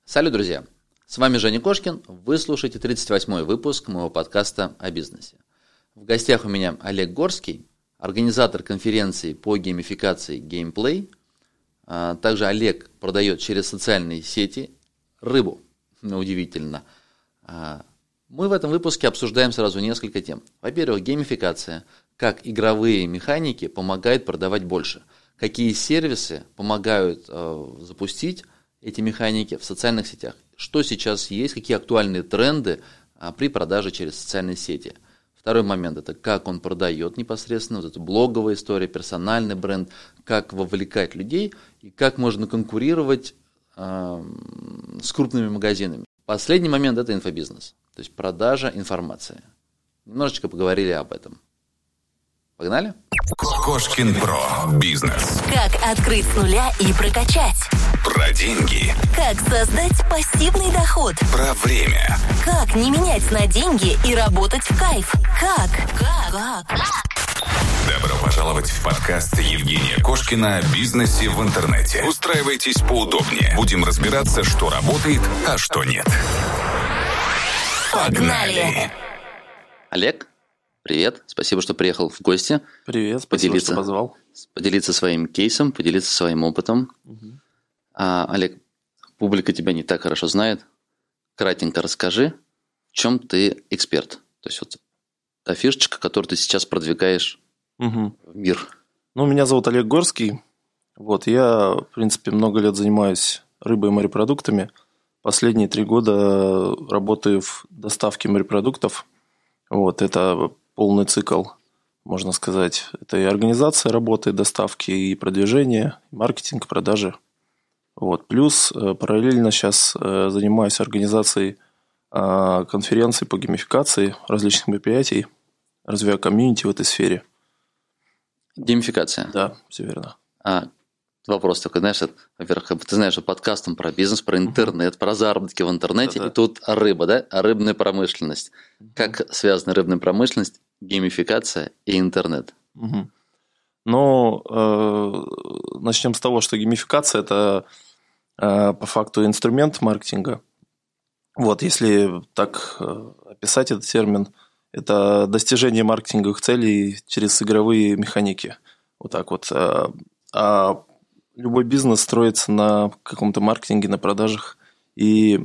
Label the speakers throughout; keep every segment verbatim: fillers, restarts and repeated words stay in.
Speaker 1: Салют, друзья! С вами Женя Кошкин. Вы слушаете тридцать восьмой выпуск моего подкаста о бизнесе. В гостях у меня Олег Горский, организатор конференции по геймификации Gameplay. Также Олег продает через социальные сети рыбу. Удивительно. Мы в этом выпуске обсуждаем сразу несколько тем. Во-первых, геймификация. Как игровые механики помогают продавать больше. Какие сервисы помогают запустить эти механики в социальных сетях. Что сейчас есть, какие актуальные тренды при продаже через социальные сети. Второй момент – это как он продает непосредственно, вот эта блоговая история, персональный бренд, как вовлекать людей и как можно конкурировать э, с крупными магазинами. Последний момент – это инфобизнес, то есть продажа информации. Немножечко поговорили об этом. Погнали?
Speaker 2: Кошкин Про. Бизнес.
Speaker 3: Как открыть с нуля и прокачать.
Speaker 2: Про деньги.
Speaker 3: Как создать пассивный доход.
Speaker 2: Про время.
Speaker 3: Как не менять на деньги и работать в кайф. Как? Как? Как?
Speaker 2: Добро пожаловать в подкаст Евгения Кошкина о бизнесе в интернете. Устраивайтесь поудобнее. Будем разбираться, что работает, а что нет. Погнали!
Speaker 1: Олег, привет. Спасибо, что приехал в гости.
Speaker 4: Привет, спасибо,
Speaker 1: поделиться,
Speaker 4: что позвал.
Speaker 1: Поделиться своим кейсом, поделиться своим опытом. Угу. А, Олег, публика тебя не так хорошо знает. Кратенько расскажи, в чем ты эксперт. То есть вот та фишечка, которую ты сейчас продвигаешь угу. в мир.
Speaker 4: Ну, меня зовут Олег Горский. Вот, я, в принципе, много лет занимаюсь рыбой и морепродуктами. Последние три года работаю в доставке морепродуктов. Вот, это полный цикл, можно сказать. Это и организация работы, доставки, и продвижение, и маркетинг, продажи. Вот. Плюс параллельно сейчас занимаюсь организацией конференций по геймификации различных мероприятий, развиваю комьюнити в этой сфере.
Speaker 1: Геймификация?
Speaker 4: Да, все верно.
Speaker 1: А, вопрос такой, знаешь, во-первых, ты знаешь, подкастом про бизнес, про интернет, про заработки в интернете, да-да. И тут рыба, да? Рыбная промышленность. Как связана рыбная промышленность, геймификация и интернет?
Speaker 4: Угу. Ну, э, начнем с того, что геймификация – это э, по факту инструмент маркетинга. Вот, если так э, описать этот термин, это достижение маркетинговых целей через игровые механики. Вот так вот. А, а любой бизнес строится на каком-то маркетинге, на продажах. И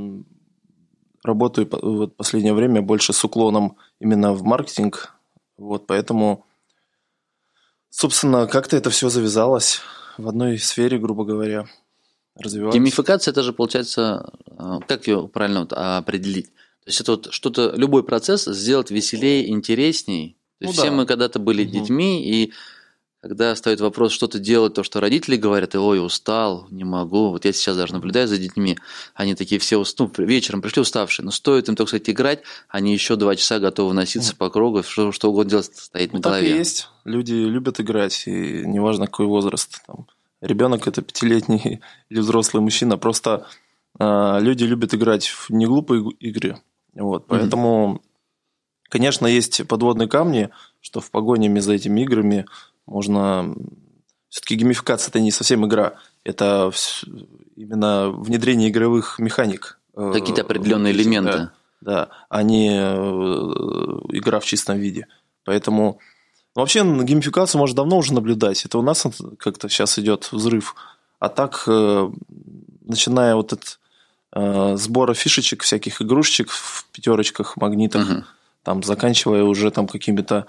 Speaker 4: работаю в последнее время больше с уклоном именно в маркетинг. Вот, поэтому... Собственно, как-то это все завязалось в одной сфере, грубо говоря, развивалось.
Speaker 1: Геймификация – это же, получается, как ее правильно вот определить? То есть это вот что-то, любой процесс сделать веселее, интересней. То есть ну, все да. мы когда-то были угу. детьми, и когда стоит вопрос что-то делать, то, что родители говорят, и ой, устал, не могу. Вот я сейчас даже наблюдаю за детьми, они такие все устали, вечером пришли уставшие, но стоит им только, кстати, играть, они еще два часа готовы носиться mm. по кругу, что, что угодно делать стоит
Speaker 4: ну,
Speaker 1: на голове.
Speaker 4: Так и есть. Люди любят играть, и неважно, какой возраст. Там, ребенок это пятилетний или взрослый мужчина, просто э, люди любят играть в неглупые игры. Вот, поэтому, mm-hmm. конечно, есть подводные камни, что в погоне за этими играми можно... Все-таки геймификация – это не совсем игра, это именно внедрение игровых механик.
Speaker 1: Какие-то определенные элементы.
Speaker 4: Да, да, а не игра в чистом виде. Поэтому вообще на геймификацию можно давно уже наблюдать. Это у нас как-то сейчас идет взрыв. А так, начиная вот от сбора фишечек, всяких игрушечек в пятерочках, магнитах, угу. там, заканчивая уже там какими-то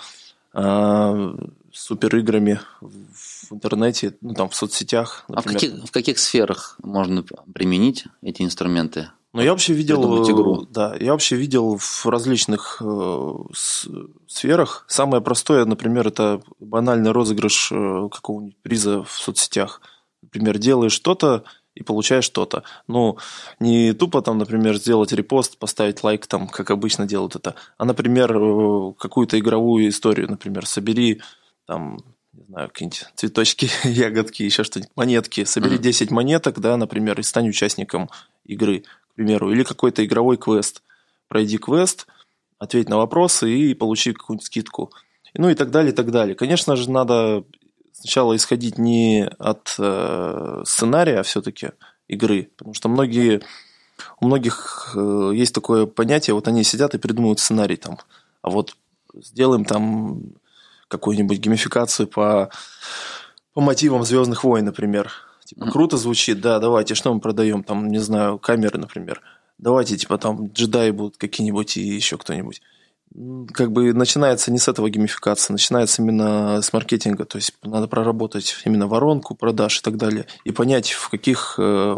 Speaker 4: супер играми в интернете, ну там в соцсетях.
Speaker 1: Например. А в каких, в каких сферах можно применить эти инструменты?
Speaker 4: Ну я вообще видел, да, я вообще видел в различных э, сферах. Самое простое, например, это банальный розыгрыш э, какого-нибудь приза в соцсетях. Например, делаешь что-то и получаешь что-то. Ну, не тупо там, например, сделать репост, поставить лайк, там, как обычно делают это, а, например, какую-то игровую историю, например, собери там, не знаю, какие-нибудь цветочки, ягодки, еще что-нибудь, монетки, собери mm-hmm. десять монеток, да, например, и стань участником игры, к примеру, или какой-то игровой квест. Пройди квест, ответь на вопросы и получи какую-нибудь скидку. Ну и так далее, и так далее. Конечно же, надо сначала исходить не от э, сценария все-таки игры, потому что многие у многих э, есть такое понятие, вот они сидят и придумывают сценарий там, а вот сделаем там какую-нибудь геймификацию по, по мотивам «Звездных войн», например. Типа, mm-hmm. круто звучит, да, давайте, что мы продаем, там, не знаю, камеры, например. Давайте, типа, там джедаи будут какие-нибудь и еще кто-нибудь. Как бы начинается не с этого геймификация, начинается именно с маркетинга, то есть надо проработать именно воронку продаж и так далее, и понять, в каких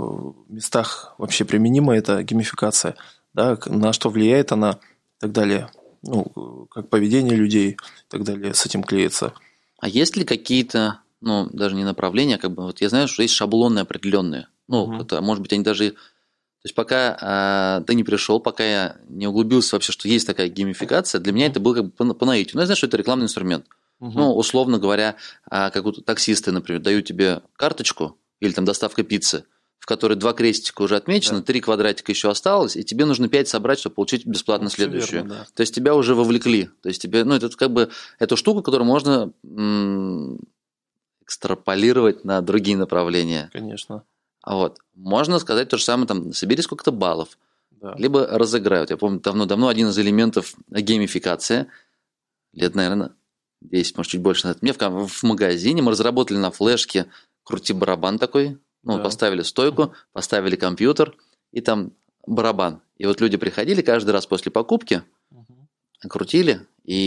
Speaker 4: местах вообще применима эта геймификация, да, на что влияет она и так далее, ну, как поведение людей и так далее с этим клеится.
Speaker 1: А есть ли какие-то, ну, даже не направления, как бы, вот я знаю, что есть шаблоны определенные, ну, mm-hmm. это, может быть, они даже... То есть пока а, ты не пришел, пока я не углубился вообще, что есть такая геймификация, для меня это было как бы по, по наитию. Ну, я знаю, что это рекламный инструмент. Uh-huh. Ну, условно говоря, а, как вот таксисты, например, дают тебе карточку или там доставка пиццы, в которой два крестика уже отмечены, три да. квадратика еще осталось, и тебе нужно пять собрать, чтобы получить бесплатно ну, следующую. Верно, да. То есть тебя уже вовлекли. То есть тебе, ну, это как бы эту штуку, которую можно м- экстраполировать на другие направления.
Speaker 4: Конечно.
Speaker 1: Вот. Можно сказать то же самое, там, собери сколько-то баллов,
Speaker 4: да.
Speaker 1: либо разыграют. Я помню, давно-давно один из элементов геймификации, лет, наверное, десять, может, чуть больше назад, мне в, в магазине мы разработали на флешке крути-барабан такой, ну, да. поставили стойку, поставили компьютер, и там барабан. И вот люди приходили каждый раз после покупки, угу. крутили,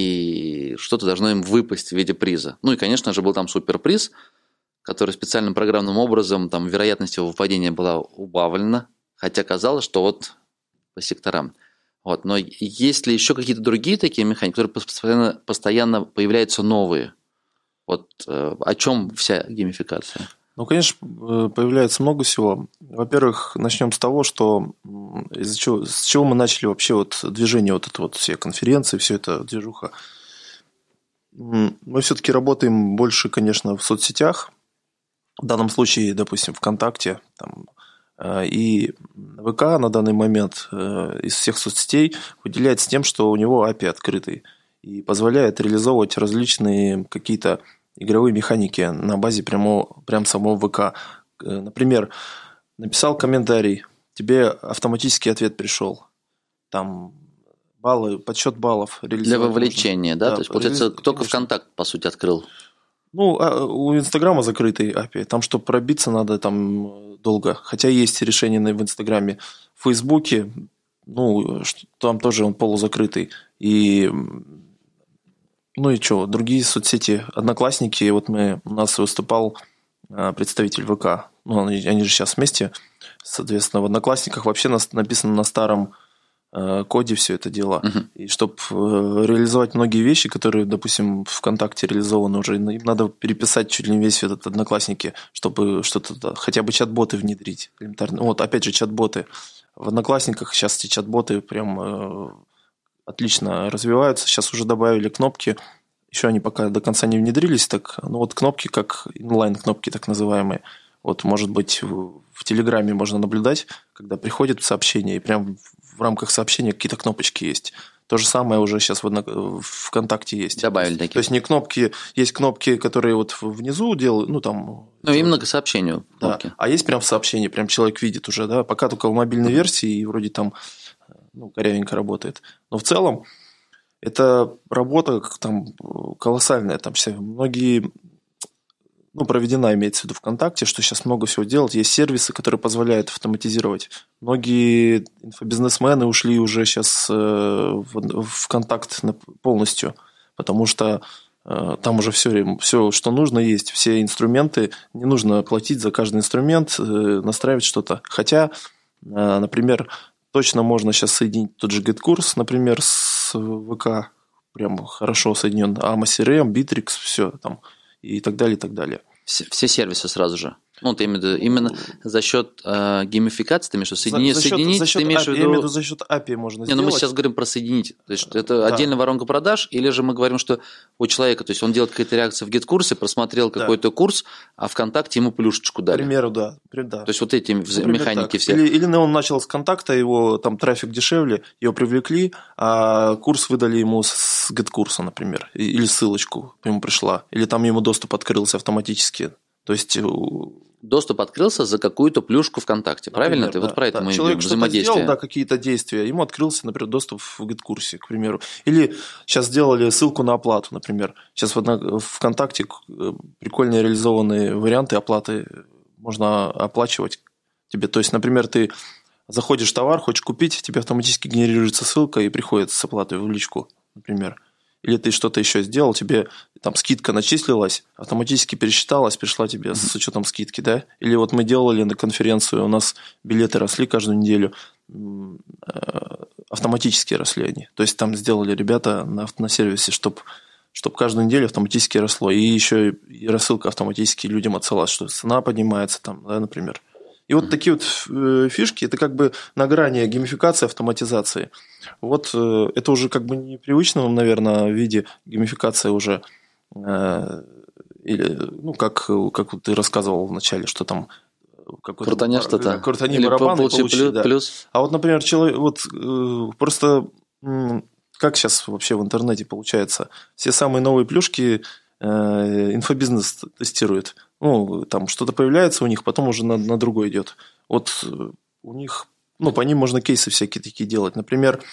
Speaker 1: и что-то должно им выпасть в виде приза. Ну, и, конечно же, был там суперприз, который специальным программным образом, там, вероятность его выпадения была убавлена, хотя казалось, что вот по секторам. Вот. Но есть ли еще какие-то другие такие механики, которые постоянно, постоянно появляются новые? Вот э, о чем вся геймификация?
Speaker 4: Ну, конечно, появляется много всего. Во-первых, начнем с того, что из-за чего, с чего мы начали вообще вот движение, вот это вот все конференции, все это движуха. Мы все-таки работаем больше, конечно, в соцсетях. В данном случае, допустим, ВКонтакте там, и ВК на данный момент из всех соцсетей выделяется тем, что у него эй пи ай открытый и позволяет реализовывать различные какие-то игровые механики на базе прямо, прям самого ВК. Например, написал комментарий, тебе автоматический ответ пришел. Там баллы, подсчет баллов.
Speaker 1: Для вовлечения, да? да? То есть, получается, реали... только ВКонтакт, по сути, открыл.
Speaker 4: Ну, у Инстаграма закрытый эй пи ай. Там, чтобы пробиться, надо там долго. Хотя есть решение в Инстаграме. В Фейсбуке, ну, там тоже он полузакрытый. И, ну и что, другие соцсети, Одноклассники, вот мы, у нас выступал представитель ВК. Ну, они, они же сейчас вместе. Соответственно, в Одноклассниках вообще написано на старом коде все это дело. Uh-huh. И чтобы реализовать многие вещи, которые, допустим, ВКонтакте реализованы уже, им надо переписать чуть ли не весь этот Одноклассники, чтобы что-то, хотя бы чат-боты внедрить. Элементарно. Вот, опять же, чат-боты. В Одноклассниках сейчас эти чат-боты прям э, отлично развиваются. Сейчас уже добавили кнопки. Еще они пока до конца не внедрились. Так, ну вот кнопки, как инлайн-кнопки так называемые. Вот, может быть, в, в Телеграме можно наблюдать, когда приходит сообщение, и прям в рамках сообщения какие-то кнопочки есть. То же самое уже сейчас в, одно... в ВКонтакте есть.
Speaker 1: Добавили такие.
Speaker 4: То есть не кнопки, есть кнопки, которые вот внизу делают, ну там.
Speaker 1: Ну именно к сообщению кнопки.
Speaker 4: Да. А есть прям в сообщении, прям человек видит уже, да. Пока только в мобильной версии и вроде там ну, корявенько работает. Но в целом это работа там колоссальная. Там все многие. Ну, проведена, имеется в виду ВКонтакте, что сейчас много всего делать. Есть сервисы, которые позволяют автоматизировать. Многие инфобизнесмены ушли уже сейчас в ВКонтакт полностью, потому что там уже все, все, что нужно, есть. Все инструменты. Не нужно платить за каждый инструмент, настраивать что-то. Хотя, например, точно можно сейчас соединить тот же GetCourse, например, с ВК. Прям хорошо соединен. эй эм си ар эм, Bittrex, все там. И так далее, и так далее.
Speaker 1: Все, все сервисы сразу же. Ну, ты именно, именно за счет э, геймификации, ты имеешь в виду соединить, за, за соединить,
Speaker 4: за счет
Speaker 1: ты имеешь в виду...
Speaker 4: Я имею в виду за счет эй пи ай можно
Speaker 1: Не,
Speaker 4: сделать.
Speaker 1: ну мы сейчас говорим про соединить. То есть это
Speaker 4: да.
Speaker 1: отдельная воронка продаж, или же мы говорим, что у человека, то есть он делает какие-то реакции в GetCourse, просмотрел да. какой-то курс, а ВКонтакте ему плюшечку дали.
Speaker 4: К примеру, да. да.
Speaker 1: То есть вот эти Например, механики
Speaker 4: так.
Speaker 1: все.
Speaker 4: Или, или он начал с контакта, его там трафик дешевле, его привлекли, а курс выдали ему с GetCourse, например, или ссылочку ему пришла, или там ему доступ открылся автоматически. То есть...
Speaker 1: Доступ открылся за какую-то плюшку ВКонтакте, например, правильно? Ты да, вот про это
Speaker 4: да.
Speaker 1: мы
Speaker 4: Человек
Speaker 1: идем, взаимодействие.
Speaker 4: Сделал, да, какие-то действия, ему открылся, например, доступ в гид-курсе, к примеру. Или сейчас сделали ссылку на оплату, например. Сейчас в ВКонтакте прикольные реализованные варианты оплаты, можно оплачивать тебе. То есть, например, ты заходишь в товар, хочешь купить, тебе автоматически генерируется ссылка и приходит с оплатой в личку, например. Или ты что-то еще сделал, тебе там скидка начислилась, автоматически пересчиталась, пришла тебе с учетом скидки, да? Или вот мы делали на конференцию, у нас билеты росли каждую неделю, автоматически росли они. То есть там сделали ребята на, на сервисе, чтобы чтобы каждую неделю автоматически росло. И еще и рассылка автоматически людям отсылалась, что цена поднимается, там, да, например. И вот такие вот фишки, это как бы на грани геймификации, автоматизации. Вот это уже как бы непривычном, наверное, виде геймификации уже, или, ну, как, как ты рассказывал вначале, что там
Speaker 1: крутани что-то.
Speaker 4: Крутани барабан и получи, плюс, да. плюс. А вот, например, человек, вот просто как сейчас вообще в интернете получается, все самые новые плюшки инфобизнес тестирует. Ну, там что-то появляется у них, потом уже на, на другой идет. Вот у них, ну, по ним можно кейсы всякие такие делать. Например,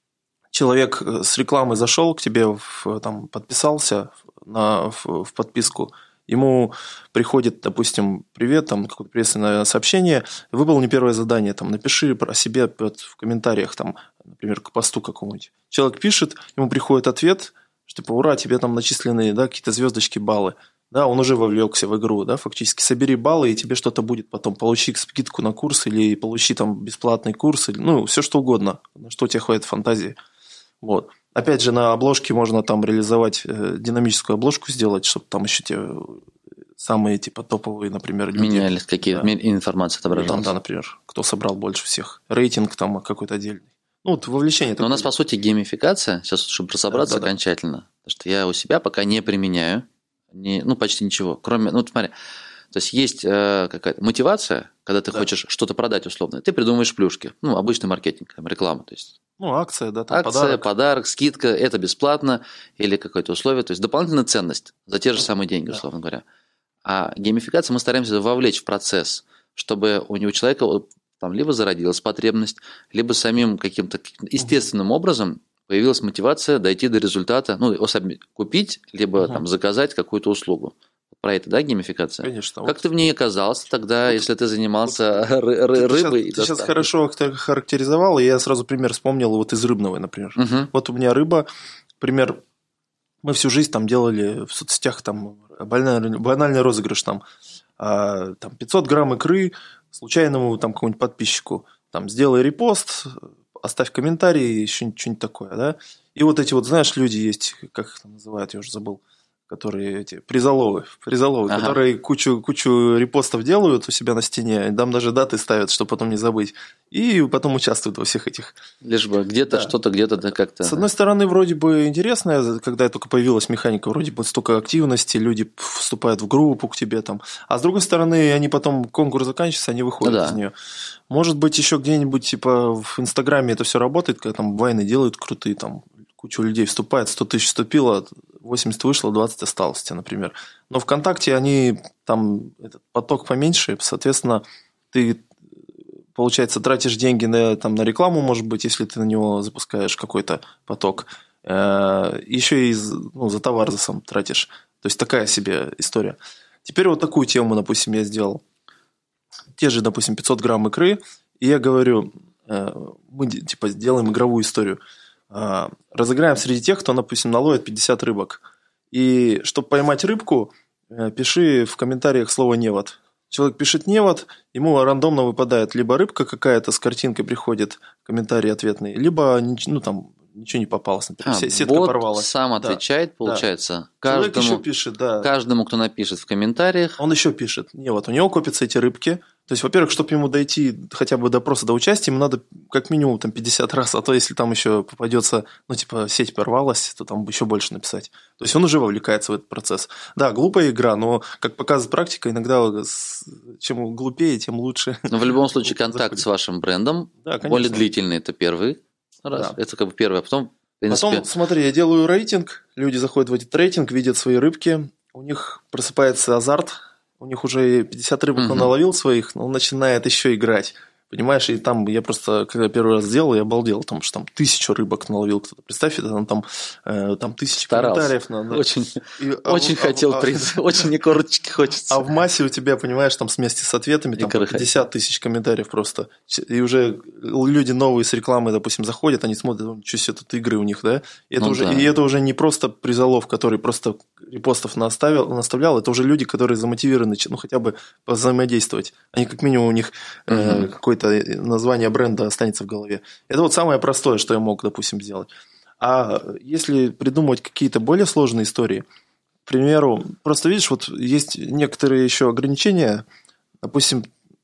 Speaker 4: человек с рекламы зашел к тебе, в, там, подписался на, в, в подписку, ему приходит, допустим, привет, там, какое-то приветственное сообщение, выполни первое задание, там, напиши про себя в комментариях, там, например, к посту какому-нибудь. Человек пишет, ему приходит ответ, что типа, ура, тебе там начислены, да, какие-то звездочки, баллы. Да, он уже вовлекся в игру, да, фактически. Собери баллы, и тебе что-то будет потом. Получи скидку на курс, или получи там бесплатный курс, или, ну, все что угодно, на что у тебя хватит фантазии. Вот. Опять же, на обложке можно там реализовать э, динамическую обложку сделать, чтобы там еще те самые типа топовые, например, люди.
Speaker 1: Менялись какие да. информации отображалась.
Speaker 4: Там, да, например, кто собрал больше всех. Рейтинг там какой-то отдельный. Ну, вот вовлечение.
Speaker 1: Но у нас, по сути, геймификация, сейчас, чтобы разобраться да, да, окончательно, да. Потому что я у себя пока не применяю, не, ну, почти ничего, кроме, ну, смотри, то есть есть э, какая-то мотивация, когда ты да. хочешь что-то продать условно, ты придумываешь плюшки, ну, обычный маркетинг, там, реклама, то есть.
Speaker 4: Ну, акция, да, там
Speaker 1: акция,
Speaker 4: подарок.
Speaker 1: подарок, скидка, это бесплатно или какое-то условие, то есть дополнительная ценность за те же самые деньги, условно да. говоря. А геймификация мы стараемся вовлечь в процесс, чтобы у него человека там либо зародилась потребность, либо самим каким-то естественным образом появилась мотивация дойти до результата, ну, купить, либо угу. там, заказать какую-то услугу. Про это, да, геймификация?
Speaker 4: Конечно.
Speaker 1: Как вот. Ты в ней оказался тогда, вот, если ты занимался вот, ры- ры-
Speaker 4: ты
Speaker 1: рыбой?
Speaker 4: Сейчас, ты сейчас хорошо характеризовал, и я сразу пример вспомнил вот из рыбного, например.
Speaker 1: Угу.
Speaker 4: Вот у меня рыба, пример, мы всю жизнь там делали в соцсетях там банальный, банальный розыгрыш, там, а, там пятьсот грамм икры случайному там какому-нибудь подписчику, там, сделай репост, оставь комментарий, еще что-нибудь такое, да. И вот эти вот, знаешь, люди есть, как их там называют, я уже забыл, которые эти призоловы, призоловы ага. которые кучу, кучу репостов делают у себя на стене, там даже даты ставят, чтобы потом не забыть, и потом участвуют во всех этих.
Speaker 1: Лишь бы где-то да. что-то, где-то да, как-то.
Speaker 4: С одной стороны, вроде бы интересно, когда только появилась механика, вроде бы столько активности, люди вступают в группу к тебе там, а с другой стороны, они потом, конкурс заканчивается, они выходят да. из нее. Может быть, еще где-нибудь типа в Инстаграме это все работает, когда там вайны делают крутые, там куча людей вступает, сто тысяч вступило, восемьдесят вышло, двадцать осталось, например. Но ВКонтакте они, там этот поток поменьше, соответственно, ты, получается, тратишь деньги на, там, на рекламу, может быть, если ты на него запускаешь какой-то поток, еще и ну, за товар за сам тратишь. То есть такая себе история. Теперь вот такую тему, допустим, я сделал. Те же, допустим, пятьсот грамм икры, и я говорю, мы типа делаем игровую историю. Разыграем среди тех, кто, допустим, наловит пятьдесят рыбок. И чтобы поймать рыбку, пиши в комментариях слово «невод». Человек пишет «невод», ему рандомно выпадает либо рыбка какая-то с картинкой приходит, комментарий ответный, либо ну, там, ничего не попалось, например, а, сетка бот порвалась.
Speaker 1: Сам отвечает, да, получается,
Speaker 4: да.
Speaker 1: Каждому,
Speaker 4: Человек еще пишет, да.
Speaker 1: Каждому, кто напишет в комментариях.
Speaker 4: Он еще пишет «невод». У него копятся эти рыбки. То есть, во-первых, чтобы ему дойти хотя бы до просто до участия, ему надо как минимум там, пятьдесят раз, а то если там еще попадется, ну, типа, сеть порвалась, то там еще больше написать. То есть, он уже вовлекается в этот процесс. Да, глупая игра, но, как показывает практика, иногда чем глупее, тем лучше.
Speaker 1: Но в любом случае контакт с вашим брендом да, более длительный, это первый раз. Да. Это как бы первый, а потом, в принципе...
Speaker 4: Потом, смотри, я делаю рейтинг, люди заходят в этот рейтинг, видят свои рыбки, у них просыпается азарт, у них уже пятьдесят рыбок mm-hmm. он наловил своих, но он начинает еще играть. Понимаешь, и там я просто, когда первый раз сделал, я обалдел, потому что там тысячу рыбок наловил кто-то. Представь, это там, там, э, там тысячи комментариев. Надо.
Speaker 1: Очень, и, очень а, хотел а, приз, а, очень не коротко хочется.
Speaker 4: А в массе у тебя, понимаешь, там вместе с ответами там пятьдесят тысяч комментариев просто. И уже люди новые с рекламы, допустим, заходят, они смотрят, что себе тут игры у них, да? И это, ну, уже, да. и это уже не просто призолов, который просто репостов наставил, наставлял, это уже люди, которые замотивированы, ну, хотя бы взаимодействовать. Они как минимум у них э, какой-то название бренда останется в голове. Это вот самое простое, что я мог, допустим, сделать. А если придумывать какие-то более сложные истории, к примеру, просто видишь, вот есть некоторые еще ограничения, допустим,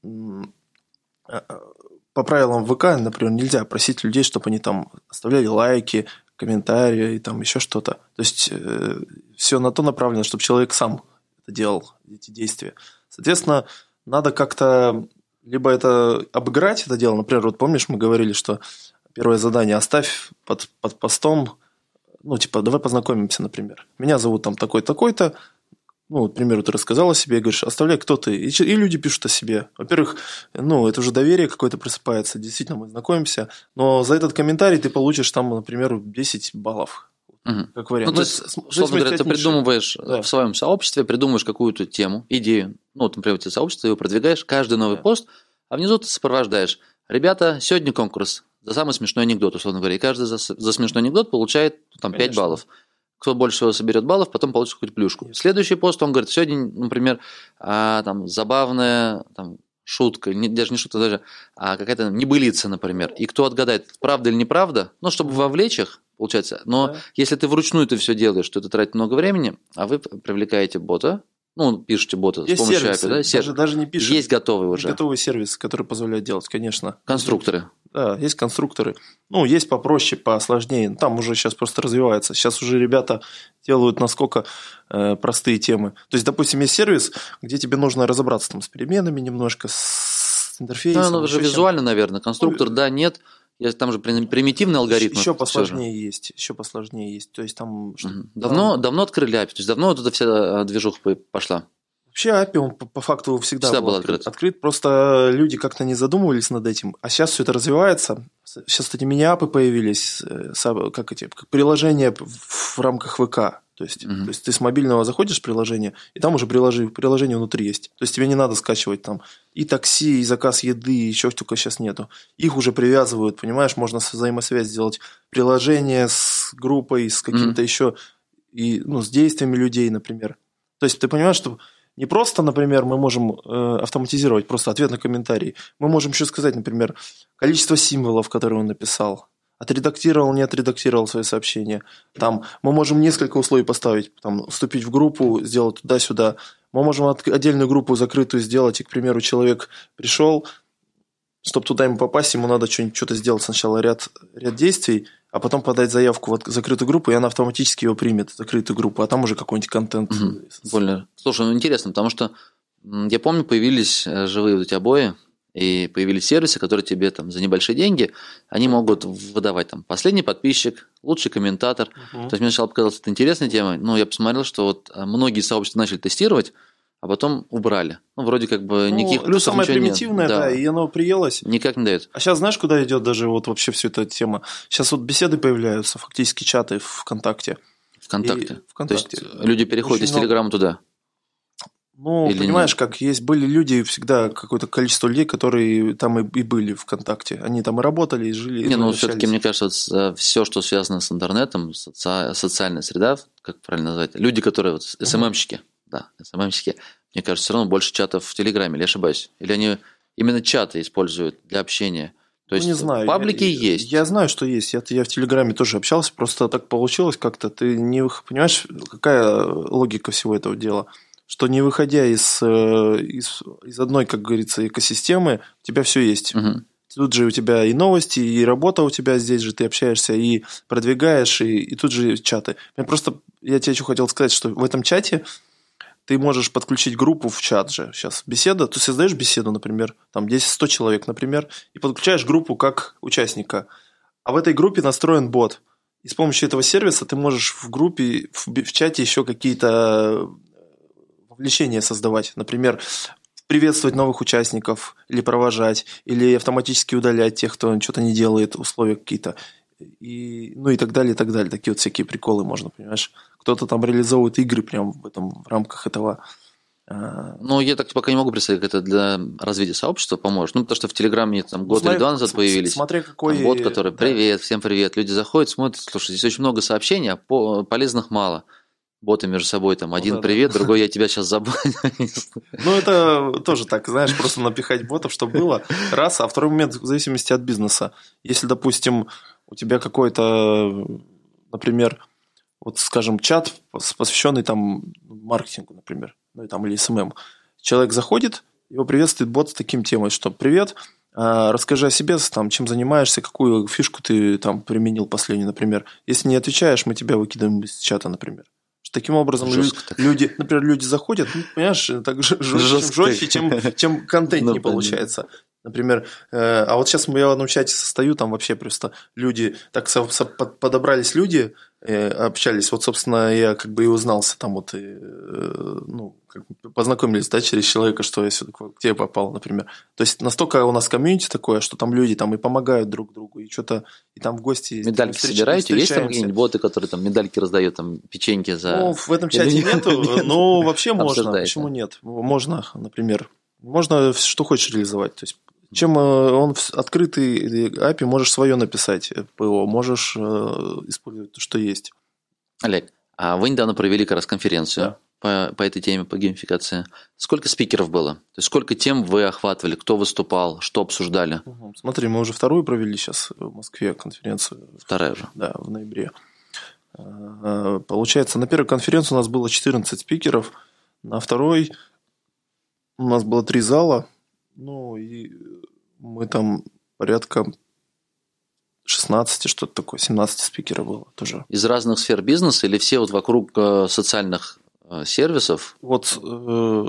Speaker 4: по правилам ВК, например, нельзя просить людей, чтобы они там оставляли лайки, комментарии и там еще что-то. То есть э, все на то направлено, чтобы человек сам это делал, эти действия. Соответственно, надо как-то либо это обыграть, это дело. Например, вот помнишь, мы говорили, что первое задание оставь под, под постом, ну, типа, давай познакомимся, например. Меня зовут там такой-такой-то, ну, к примеру, ты рассказал о себе, говоришь, оставляй, кто ты. И, и люди пишут о себе. Во-первых, ну, это уже доверие какое-то просыпается, действительно, мы знакомимся, но за этот комментарий ты получишь там, например, десять баллов.
Speaker 1: Угу.
Speaker 4: Как вариант.
Speaker 1: Ну, то есть, условно говоря, ты придумываешь да. в своем сообществе, придумываешь какую-то тему, идею, ну, вот, например, у тебя сообщество, ты его продвигаешь, каждый новый да. пост, а внизу ты сопровождаешь. Ребята, сегодня конкурс за самый смешной анекдот, условно говоря, и каждый за, за смешной анекдот получает там пять баллов. Кто больше всего соберет баллов, потом получит какую-то плюшку. Следующий пост, он говорит, сегодня, например, а, там, забавная там, шутка, не, даже не шутка, даже а какая-то небылица, например. И кто отгадает, правда или неправда, ну, чтобы вовлечь их, получается. Но да. если ты вручную это все делаешь, то это тратит много времени, а вы привлекаете бота, ну, пишете бота
Speaker 4: есть
Speaker 1: с помощью
Speaker 4: сервисы,
Speaker 1: эй пи ай, да?
Speaker 4: Даже, даже не пишут.
Speaker 1: Есть готовые уже.
Speaker 4: Готовые сервисы, которые позволяют делать, конечно.
Speaker 1: Конструкторы.
Speaker 4: Да, есть конструкторы. Ну, есть попроще, посложнее. Там уже сейчас просто развивается. Сейчас уже ребята делают насколько э, простые темы. То есть, допустим, есть сервис, где тебе нужно разобраться там с переменами немножко, с интерфейсом.
Speaker 1: Да, ну, уже визуально, наверное. Конструктор, ну, да, нет. Там же примитивный алгоритм.
Speaker 4: Еще посложнее есть. Еще посложнее есть. То есть, там...
Speaker 1: Угу. Давно, там... давно открыли эй пи ай? То есть, давно вот эта вся движуха пошла?
Speaker 4: Вообще эй пи ай, он по, по факту всегда,
Speaker 1: всегда
Speaker 4: был, был открыт. открыт. Просто люди как-то не задумывались над этим. А сейчас все это развивается. Сейчас, кстати, мини-апы появились, как эти, как приложения в рамках ВК. То есть, mm-hmm. то есть ты с мобильного заходишь в приложение, и там уже приложи, приложение внутри есть. То есть тебе не надо скачивать там и такси, и заказ еды, и еще только сейчас нету. Их уже привязывают, понимаешь, можно взаимосвязь сделать. Приложение с группой, с каким-то mm-hmm. еще, и, ну, с действиями людей, например. То есть ты понимаешь, что не просто, например, мы можем э, автоматизировать просто ответ на комментарий. Мы можем еще сказать, например, количество символов, которые он написал. Отредактировал, не отредактировал свои сообщения. Там мы можем несколько условий поставить. Там, вступить в группу, сделать туда-сюда. Мы можем отдельную группу закрытую сделать. И, к примеру, человек пришел, чтобы туда ему попасть, ему надо что-нибудь, что-то сделать сначала, ряд, ряд действий, а потом подать заявку в закрытую группу, и она автоматически его примет, закрытую группу, а там уже какой-нибудь контент.
Speaker 1: Угу. Больно. Слушай, ну интересно, потому что я помню, появились живые вот эти обои, и появились сервисы, которые тебе там за небольшие деньги, они могут выдавать там последний подписчик, лучший комментатор. Uh-huh. То есть мне сначала показалось это интересной темой, но я посмотрел, что вот многие сообщества начали тестировать, а потом убрали. Ну, вроде как бы ну, никаких плюсов,
Speaker 4: ничего нет.
Speaker 1: Самое
Speaker 4: примитивное, да. да, и оно приелось.
Speaker 1: Никак не дает.
Speaker 4: А сейчас знаешь, куда идет даже вот вообще вся эта тема? Сейчас вот беседы появляются, фактически чаты в ВКонтакте.
Speaker 1: ВКонтакте?
Speaker 4: И ВКонтакте.
Speaker 1: То есть люди переходят
Speaker 4: очень
Speaker 1: из Телеграма туда?
Speaker 4: Ну, или понимаешь, нет? Как есть, были люди, всегда какое-то количество людей, которые там и, и были ВКонтакте. Они там и работали, и жили.
Speaker 1: Не,
Speaker 4: и
Speaker 1: ну, все-таки, мне кажется, вот, все, что связано с интернетом, соци... социальная среда, как правильно назвать, люди, которые вот эс эм эм-щики, да, эс эм эм-щики, мне кажется, все равно больше чатов в Телеграме, или я ошибаюсь? Или они именно чаты используют для общения? То есть,
Speaker 4: ну, не знаю.
Speaker 1: Паблики
Speaker 4: я,
Speaker 1: есть.
Speaker 4: Я знаю, что есть. Я, я в Телеграме тоже общался, просто так получилось как-то. Ты не понимаешь, какая логика всего этого дела? Что не выходя из, из, из одной, как говорится, экосистемы, у тебя все есть. Угу. Тут же у тебя и новости, и работа у тебя здесь же, ты общаешься, и продвигаешь, и, и тут же чаты. Я просто, я тебе еще хотел сказать, что в этом чате ты можешь подключить группу в чат же. Сейчас беседа, ты создаешь беседу, например, там десять-сто человек, например, и подключаешь группу как участника. А в этой группе настроен бот. И с помощью этого сервиса ты можешь в группе, в, в чате еще какие-то вовлечение создавать. Например, приветствовать новых участников или провожать, или автоматически удалять тех, кто что-то не делает, условия какие-то. И, ну и так далее, и так далее. Такие вот всякие приколы можно, понимаешь. Кто-то там реализовывает игры прямо в, этом, в рамках этого.
Speaker 1: Ну, я так пока не могу представить, как это для развития сообщества поможет. Ну, потому что в Телеграме там год ну, или два назад появились.
Speaker 4: Смотря какой...
Speaker 1: Там бот, который «Привет, да. всем привет». Люди заходят, смотрят, слушай, здесь очень много сообщений, а полезных мало. Боты между собой, там, один ну, да, привет, да. другой я тебя сейчас забаню.
Speaker 4: Ну, это тоже так, знаешь, просто напихать ботов, чтобы было. Раз, а второй момент, в зависимости от бизнеса. Если, допустим, у тебя какой-то, например, вот, скажем, чат, посвященный там маркетингу, например, ну и там или эс эм эм. Человек заходит, его приветствует бот с таким темой, что «Привет, расскажи о себе, там, чем занимаешься, какую фишку ты там применил последнюю, например. Если не отвечаешь, мы тебя выкидываем из чата, например». Таким образом, Жестко люди, так. например, люди заходят, ну, понимаешь, так жестче, жестче чем, чем контент не получается. Например, э, а вот сейчас я в одном чате состою, там вообще просто люди, так со, со, подобрались люди, э, общались, вот, собственно, я как бы и узнался там вот, и, э, ну, как бы познакомились, да, через человека, что я сюда к тебе попал, например. То есть настолько у нас комьюнити такое, что там люди там и помогают друг другу, и что-то, и там в гости...
Speaker 1: Медальки встреч, собираете? Есть там какие-нибудь боты, которые там медальки раздают, там печеньки за...
Speaker 4: Ну, в этом чате нету, но вообще можно, почему нет? Можно, например, можно что хочешь реализовать, то есть чем он открытый эй пи ай, можешь свое написать ПО, можешь использовать то, что есть.
Speaker 1: Олег, а вы недавно провели как раз конференцию да. по, по этой теме, по геймификации. Сколько спикеров было? То есть сколько тем вы охватывали, кто выступал, что обсуждали?
Speaker 4: Угу. Смотри, мы уже вторую провели сейчас в Москве конференцию.
Speaker 1: Вторая уже?
Speaker 4: Да, в ноябре. Получается, на первой конференции у нас было четырнадцать спикеров, на второй у нас было три зала. Ну, и мы там порядка шестнадцать, что-то такое, семнадцать спикеров было тоже.
Speaker 1: Из разных сфер бизнеса или все вот вокруг социальных сервисов?
Speaker 4: Вот э,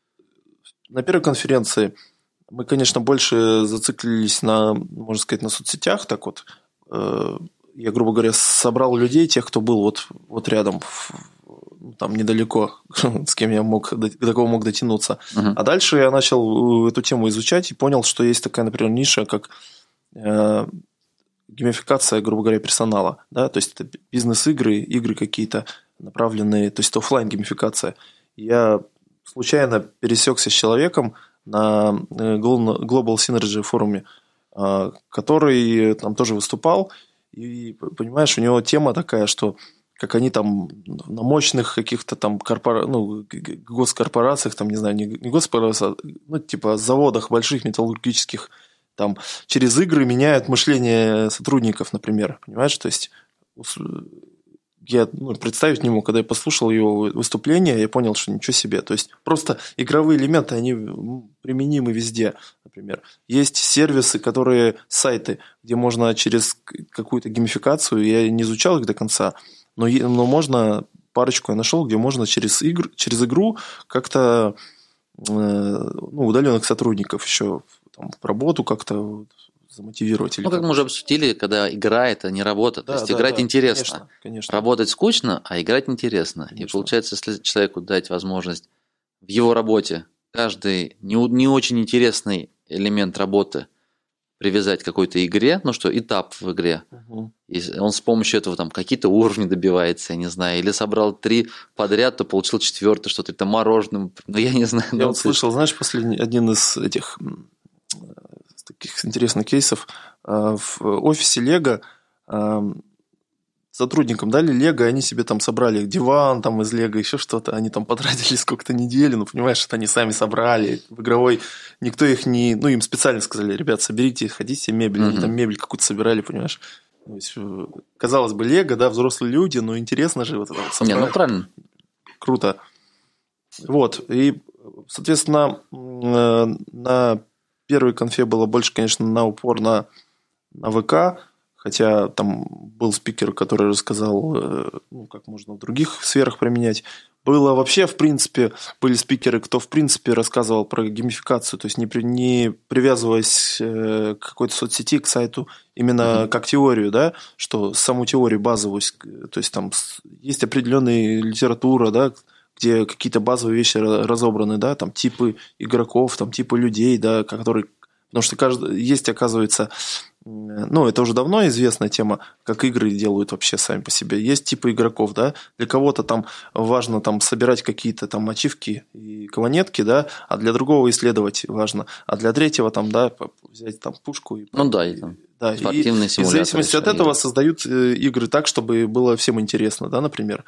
Speaker 4: на первой конференции мы, конечно, больше зациклились на, можно сказать, на соцсетях, так вот. Э, я, грубо говоря, собрал людей, тех, кто был вот, вот рядом, там недалеко, с кем я мог, до кого мог дотянуться. Uh-huh. А дальше я начал эту тему изучать и понял, что есть такая, например, ниша, как э, геймификация, грубо говоря, персонала. Да? То есть это бизнес-игры, игры какие-то направленные, то есть это офлайн геймификация. Я случайно пересекся с человеком на Global Synergy форуме, который там тоже выступал. И, понимаешь, у него тема такая, что как они там на мощных каких-то там корпора... ну, госкорпорациях, там, не знаю, не госкорпорациях, ну, типа заводах больших металлургических, там, через игры меняют мышление сотрудников, например, понимаешь, то есть я ну, представить не мог, когда я послушал его выступление, я понял, что ничего себе, то есть просто игровые элементы, они применимы везде, например. Есть сервисы, которые, сайты, где можно через какую-то геймификацию, я не изучал их до конца, Но, но можно, парочку я нашел, где можно через, игр, через игру как-то э, ну, удаленных сотрудников еще там, в работу как-то замотивировать. Или
Speaker 1: ну, как мы уже обсудили, когда игра – это не работа. Да, То есть да, играть да, интересно.
Speaker 4: Конечно, конечно.
Speaker 1: Работать скучно, а играть интересно. Конечно. И получается, если человеку дать возможность в его работе каждый не, не очень интересный элемент работы привязать к какой-то игре, ну что, этап в игре, угу. и он с помощью этого там какие-то уровни добивается, я не знаю, или собрал три подряд, то получил четвертый, что-то там мороженым, ну я не знаю.
Speaker 4: Я
Speaker 1: ну,
Speaker 4: вот слышал, знаешь, последний один из этих таких интересных кейсов в офисе Лего сотрудникам дали Лего, и они себе там собрали диван там из Лего, еще что-то, они там потратили сколько-то недели, ну, понимаешь, это они сами собрали, в игровой никто их не, ну, им специально сказали, ребят, соберите, ходите мебель, mm-hmm. они там мебель какую-то собирали, понимаешь, то есть, казалось бы, Лего, да, взрослые люди, но интересно же вот это вот собрать.
Speaker 1: Не, ну, правильно.
Speaker 4: Круто. Вот, и, соответственно, на первой конфе было больше, конечно, на упор на, на ВК, хотя там был спикер, который рассказал, ну, как можно в других сферах применять. Было вообще, в принципе, были спикеры, кто, в принципе, рассказывал про геймификацию, то есть не, при, не привязываясь к какой-то соцсети, к сайту, именно mm-hmm. как теорию, да, что саму теорию базовую, то есть там есть определенная литература, да, где какие-то базовые вещи разобраны, да, там типы игроков, там типы людей, да, которые... Потому что каждый... есть, оказывается... Ну, это уже давно известная тема, как игры делают вообще сами по себе. Есть типы игроков, да, для кого-то там важно там собирать какие-то там ачивки и монетки, да, а для другого исследовать важно, а для третьего там, да, взять там пушку. И,
Speaker 1: ну да, и там
Speaker 4: да,
Speaker 1: спортивные
Speaker 4: и, симуляторы. И в зависимости от этого создают игры так, чтобы было всем интересно, да, например.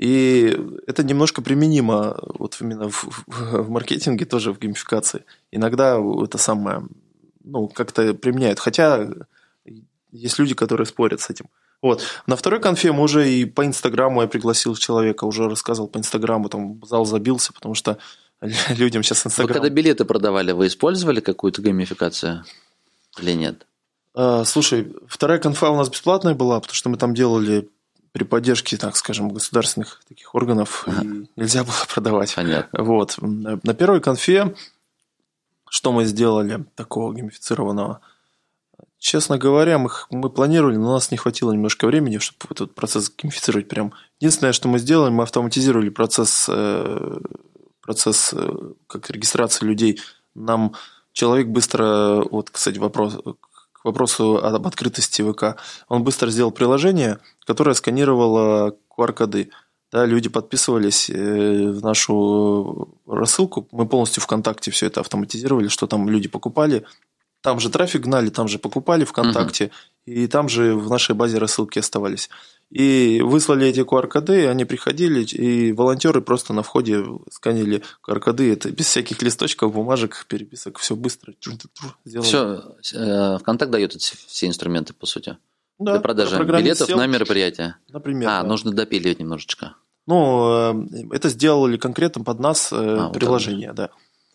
Speaker 4: И это немножко применимо вот именно в, в, в маркетинге, тоже в геймификации. Иногда это самое... ну, как-то применяют. Хотя есть люди, которые спорят с этим. Вот. На второй конфе мы уже и по Инстаграму я пригласил человека, уже рассказывал по Инстаграму, там зал забился, потому что людям сейчас Инстаграм...
Speaker 1: Вы когда билеты продавали, вы использовали какую-то геймификацию или нет?
Speaker 4: А, слушай, вторая конфа у нас бесплатная была, потому что мы там делали при поддержке, так скажем, государственных таких органов, ага. И нельзя было продавать.
Speaker 1: Понятно.
Speaker 4: Вот. На первой конфе что мы сделали такого геймифицированного? Честно говоря, мы, мы планировали, но у нас не хватило немножко времени, чтобы этот процесс геймифицировать прям. Единственное, что мы сделали, мы автоматизировали процесс, процесс как регистрации людей. Нам человек быстро, вот, кстати, вопрос, к вопросу об открытости ВК, он быстро сделал приложение, которое сканировало ку ар-коды. Да, люди подписывались в нашу рассылку, мы полностью ВКонтакте все это автоматизировали, что там люди покупали, там же трафик гнали, там же покупали ВКонтакте, uh-huh. И там же в нашей базе рассылки оставались. И выслали эти ку ар-коды, они приходили, и волонтеры просто на входе сканили ку ар-коды, это без всяких листочков, бумажек, переписок, все быстро сделали.
Speaker 1: Все, ВКонтакт дает все инструменты, по сути.
Speaker 4: Да,
Speaker 1: для продажи билетов сел, на мероприятие.
Speaker 4: Например.
Speaker 1: А,
Speaker 4: да.
Speaker 1: нужно допиливать немножечко.
Speaker 4: Ну, это сделали конкретно под нас а, приложение, вот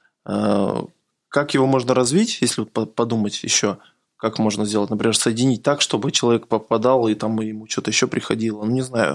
Speaker 4: да. Как его можно развить, если подумать еще, как можно сделать, например, соединить так, чтобы человек попадал и там ему что-то еще приходило. Ну, не знаю.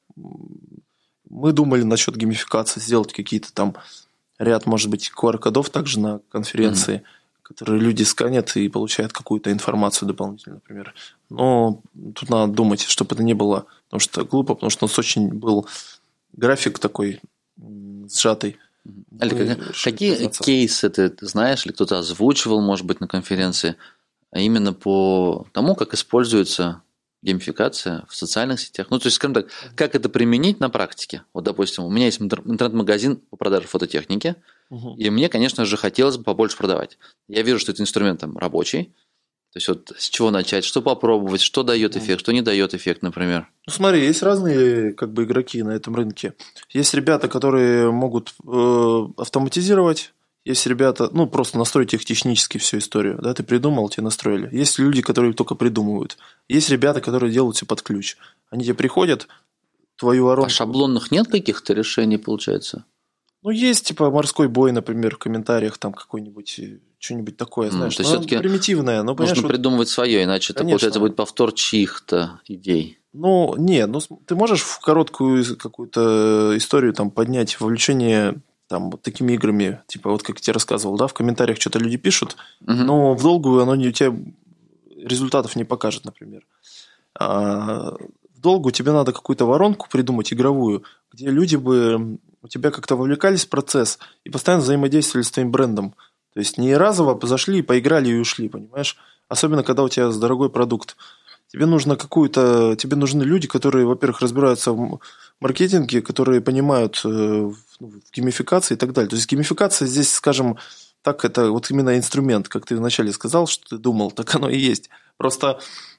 Speaker 4: Мы думали насчет геймификации, сделать какие-то там ряд, может быть, ку ар-кодов также на конференции, mm-hmm. которые люди сканят и получают какую-то информацию дополнительную, например. Но тут надо думать, чтобы это не было, потому что глупо, потому что у нас очень был график такой сжатый.
Speaker 1: Олег, какие кейсы ты знаешь, или кто-то озвучивал, может быть, на конференции, а именно по тому, как используется геймификация в социальных сетях? Ну, то есть, скажем так, как это применить на практике? Вот, допустим, у меня есть интернет-магазин по продаже фототехники, угу. И мне, конечно же, хотелось бы побольше продавать. Я вижу, что этот инструмент там рабочий. То есть, вот с чего начать, что попробовать, что дает эффект, что не дает эффект, например.
Speaker 4: Ну, смотри, есть разные как бы игроки на этом рынке. Есть ребята, которые могут э, автоматизировать. Есть ребята, ну, просто настроить их технически всю историю. Да, ты придумал, тебе настроили. Есть люди, которые только придумывают. Есть ребята, которые делают все под ключ. Они тебе приходят, твою воронку...
Speaker 1: А шаблонных нет каких-то решений, получается?
Speaker 4: Ну, есть, типа, морской бой, например, в комментариях, там какой-нибудь, что-нибудь такое, знаешь.
Speaker 1: Mm, то есть, все-таки
Speaker 4: примитивное. Но,
Speaker 1: нужно
Speaker 4: вот...
Speaker 1: придумывать свое, иначе это, получается, будет повтор чьих-то идей.
Speaker 4: Ну, нет, ну, ты можешь в короткую какую-то историю там поднять вовлечение... Там, вот такими играми, типа, вот как я тебе рассказывал, да, в комментариях что-то люди пишут, uh-huh. но в долгую оно не, у тебя результатов не покажет, например. А в долгую тебе надо какую-то воронку придумать игровую, где люди бы у тебя как-то вовлекались в процесс и постоянно взаимодействовали с твоим брендом. То есть не разово зашли, поиграли и ушли, понимаешь? Особенно, когда у тебя дорогой продукт. Тебе нужно какую-то, тебе нужны люди, которые, во-первых, разбираются в маркетинге, которые понимают в геймификации и так далее. То есть геймификация здесь, скажем так, это вот именно инструмент, как ты вначале сказал, что ты думал, так оно и есть. Просто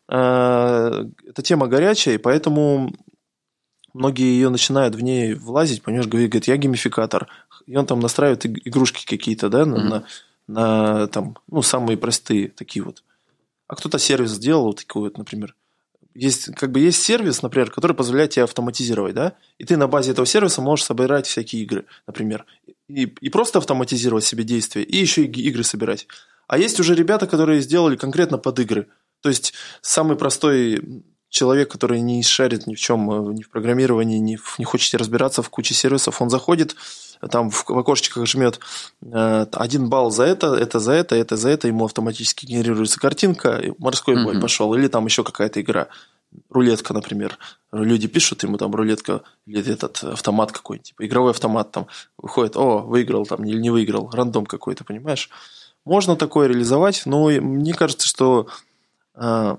Speaker 4: э, эта тема горячая, и поэтому многие ее начинают в ней влазить, понимаешь, говорят, я геймификатор, и он там настраивает игрушки какие-то, да, mm-hmm. на, на там, ну, самые простые такие вот. А кто-то сервис сделал, вот такой вот, например. Есть, как бы есть сервис, например, который позволяет тебе автоматизировать, да? И ты на базе этого сервиса можешь собирать всякие игры, например. И, и просто автоматизировать себе действия, и еще и игры собирать. А есть уже ребята, которые сделали конкретно под игры. То есть самый простой человек, который не шарит ни в чем, ни в программировании, ни в, не хочет разбираться в куче сервисов, он заходит, там в окошечках жмет э, один балл за это, это за это, это за это, ему автоматически генерируется картинка, морской бой mm-hmm. пошел, или там еще какая-то игра. рулетка, например. Люди пишут ему там рулетка или этот автомат какой-нибудь, типа игровой автомат там выходит, о, выиграл там или не выиграл, рандом какой-то, понимаешь? Можно такое реализовать, но мне кажется, что ну,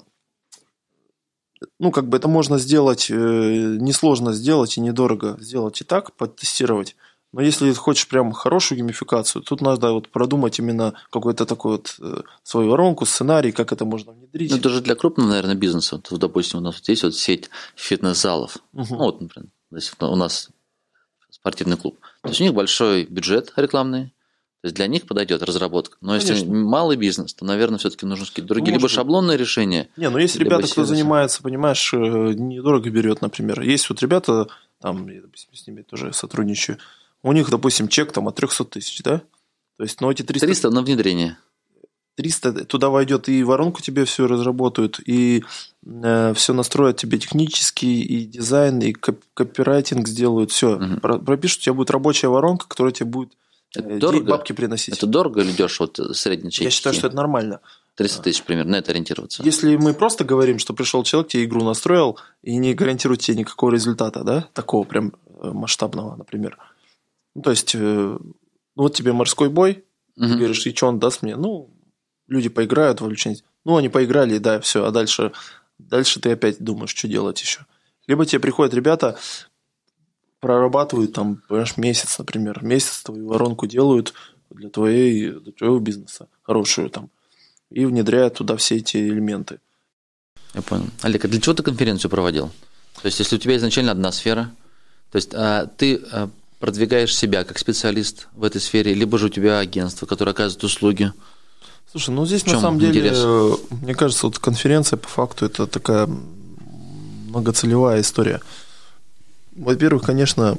Speaker 4: как бы это можно сделать, несложно сделать и недорого сделать и так, подтестировать. Но если хочешь прям хорошую геймификацию, тут надо вот продумать именно какой-то такой вот свою воронку, сценарий, как это можно внедрить.
Speaker 1: Ну, это же для крупного, наверное, бизнеса. Вот, допустим, у нас вот есть вот сеть фитнес-залов. Угу. Ну, вот, например, у нас спортивный клуб. То есть у них большой бюджет рекламный. То есть для них подойдет разработка. Но Конечно. Если малый бизнес, то, наверное, все-таки нужны какие-то другие, ну, либо шаблонные решения.
Speaker 4: Не, ну есть ребята, кто занимается, понимаешь, недорого берет, например. Есть вот ребята, там, я, допустим, с ними тоже сотрудничаю. У них, допустим, чек там от триста тысяч, да? То есть, ну, эти триста...
Speaker 1: триста на внедрение.
Speaker 4: триста туда войдет, и воронку тебе все разработают, и э, все настроят тебе технически, и дизайн, и коп- копирайтинг сделают, все. Угу. Пропишут, у тебя будет рабочая воронка, которая тебе будет э, бабки приносить.
Speaker 1: Это дорого или дешево, вот, средний чек?
Speaker 4: Я считаю, что это нормально.
Speaker 1: триста тысяч примерно, на это ориентироваться.
Speaker 4: Если мы просто говорим, что пришел человек, тебе игру настроил, и не гарантирует тебе никакого результата, да, такого прям масштабного, например. Ну, то есть, ну, вот тебе морской бой, угу. Ты говоришь, и что он даст мне? Ну, люди поиграют, вовлечение. Ну, они поиграли, да, все, а дальше, дальше ты опять думаешь, что делать еще. Либо тебе приходят ребята, прорабатывают там, понимаешь, месяц, например, месяц твою воронку делают для, твоей, для твоего бизнеса, хорошую там, и внедряют туда все эти элементы.
Speaker 1: Я понял. Олег, а для чего ты конференцию проводил? То есть, если у тебя изначально одна сфера, то есть, а, ты... А, продвигаешь себя как специалист в этой сфере, либо же у тебя агентство, которое оказывает услуги?
Speaker 4: Слушай, ну здесь на самом деле, интерес? Мне кажется, вот конференция по факту это такая многоцелевая история. Во-первых, конечно,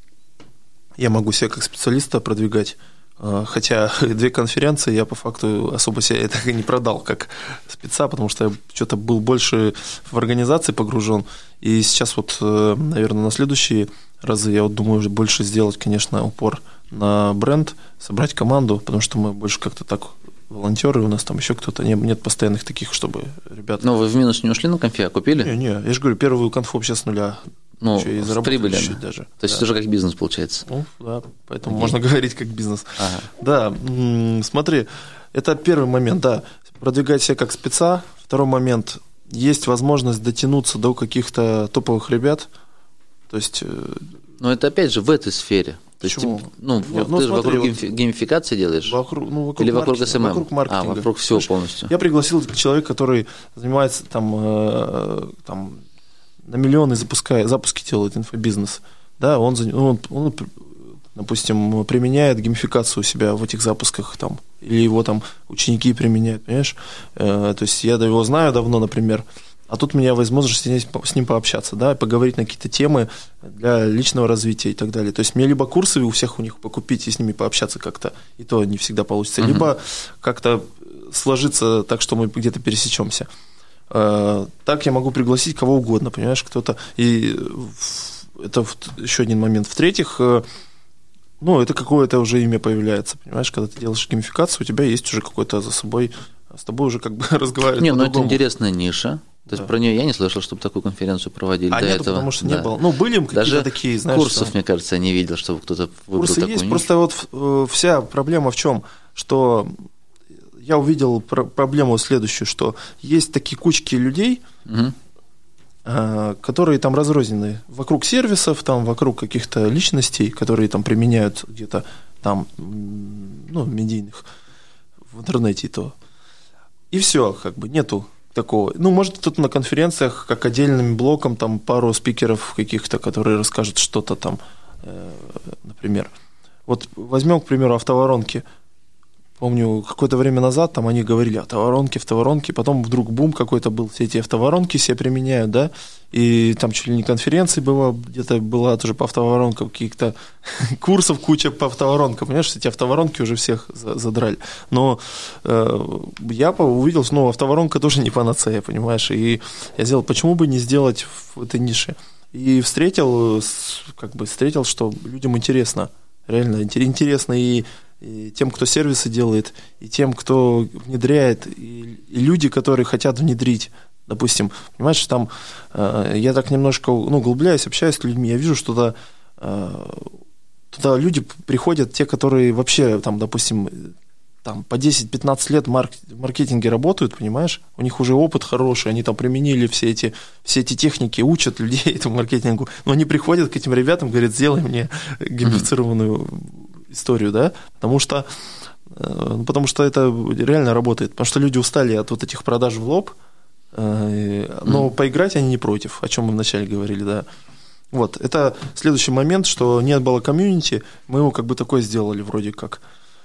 Speaker 4: я могу себя как специалиста продвигать, хотя две конференции я по факту особо себя это не продал как спеца, потому что я что-то был больше в организации погружен, и сейчас вот, наверное, на следующие разы я вот думаю уже больше сделать, конечно, упор на бренд, собрать команду, потому что мы больше как-то так волонтеры, у нас там еще кто-то, нет, нет постоянных таких, чтобы ребята...
Speaker 1: Но вы в минус не ушли на конфе, а купили?
Speaker 4: Не, не, я же говорю, первую конфу вообще с нуля.
Speaker 1: Ну, с прибылью даже. То есть да. Это уже как бизнес получается.
Speaker 4: Ну, да, поэтому okay. можно говорить как бизнес. Ага. Да, м- смотри, это первый момент, да, продвигать себя как спеца. Второй момент, есть возможность дотянуться до каких-то топовых ребят. То есть...
Speaker 1: Но это опять же в этой сфере. То есть,
Speaker 4: Почему?
Speaker 1: Ты, ну,
Speaker 4: Нет,
Speaker 1: вот
Speaker 4: ну,
Speaker 1: ты
Speaker 4: смотри,
Speaker 1: же вокруг
Speaker 4: вот
Speaker 1: геймификации делаешь?
Speaker 4: Вокруг, ну, вокруг
Speaker 1: или вокруг эс эм эм?
Speaker 4: Вокруг маркетинга.
Speaker 1: А, вокруг всего
Speaker 4: Слушай,
Speaker 1: полностью.
Speaker 4: Я пригласил человека, который занимается там, э, там на миллионы запускает, запуски делает инфобизнес. Да, он, он, он, допустим, применяет геймификацию у себя в этих запусках, там, или его там ученики применяют, понимаешь? Э, то есть я его знаю давно, например, а тут у меня возможность с ним пообщаться, да, поговорить на какие-то темы для личного развития и так далее. То есть мне либо курсы у всех у них покупить и с ними пообщаться как-то, и то не всегда получится, uh-huh. либо как-то сложиться так, что мы где-то пересечемся. Так я могу пригласить кого угодно, понимаешь, кто-то. И это еще один момент. В-третьих, ну, это какое-то уже имя появляется, понимаешь, когда ты делаешь геймификацию, у тебя есть уже какой-то за собой, с тобой уже как бы разговаривать.
Speaker 1: Не, ну это интересная ниша. То есть да. Про нее я не слышал, чтобы такую конференцию проводили
Speaker 4: а
Speaker 1: до
Speaker 4: нет,
Speaker 1: этого.
Speaker 4: потому что
Speaker 1: да.
Speaker 4: не было. Ну, были какие-то
Speaker 1: даже
Speaker 4: такие, знаешь.
Speaker 1: Курсов,
Speaker 4: что...
Speaker 1: мне кажется, я не видел, чтобы кто-то выбрал
Speaker 4: Курсы
Speaker 1: такую
Speaker 4: есть,
Speaker 1: нишу.
Speaker 4: просто вот вся проблема в чем, что я увидел проблему следующую, что есть такие кучки людей, угу. которые там разрознены вокруг сервисов, там вокруг каких-то личностей, которые там применяют где-то там, ну, медийных в интернете и то. И все, как бы нету такого. Ну, может, тут на конференциях, как отдельным блоком, там пару спикеров каких-то, которые расскажут что-то там, э, например. Вот возьмем, к примеру, автоворонки. Помню, какое-то время назад там они говорили автоворонки, автоворонки, потом вдруг бум какой-то был, все эти автоворонки все применяют, да, и там чуть ли не конференции было, где-то была тоже по автоворонкам, каких-то курсов куча по автоворонкам, понимаешь, эти автоворонки уже всех задрали. Но э, я увидел, что ну, автоворонка тоже не панацея, понимаешь, и я сделал, почему бы не сделать в этой нише. И встретил, как бы встретил, что людям интересно, реально интересно и и тем, кто сервисы делает, и тем, кто внедряет, и, и люди, которые хотят внедрить. допустим, понимаешь, там э, я так немножко, ну, углубляюсь, общаюсь с людьми, я вижу, что туда, э, туда люди приходят, те, которые вообще, там, допустим, там, по десять-пятнадцать лет марк- в маркетинге работают, понимаешь, у них уже опыт хороший, они там применили все эти, все эти техники, учат людей этому маркетингу, но они приходят к этим ребятам, говорят, сделай мне геймифицированную историю, да, потому что, ну, потому что это реально работает, потому что люди устали от вот этих продаж в лоб, но mm. поиграть они не против, о чем мы вначале говорили, да. Вот, это следующий момент, что не было комьюнити, мы его как бы такое сделали вроде как.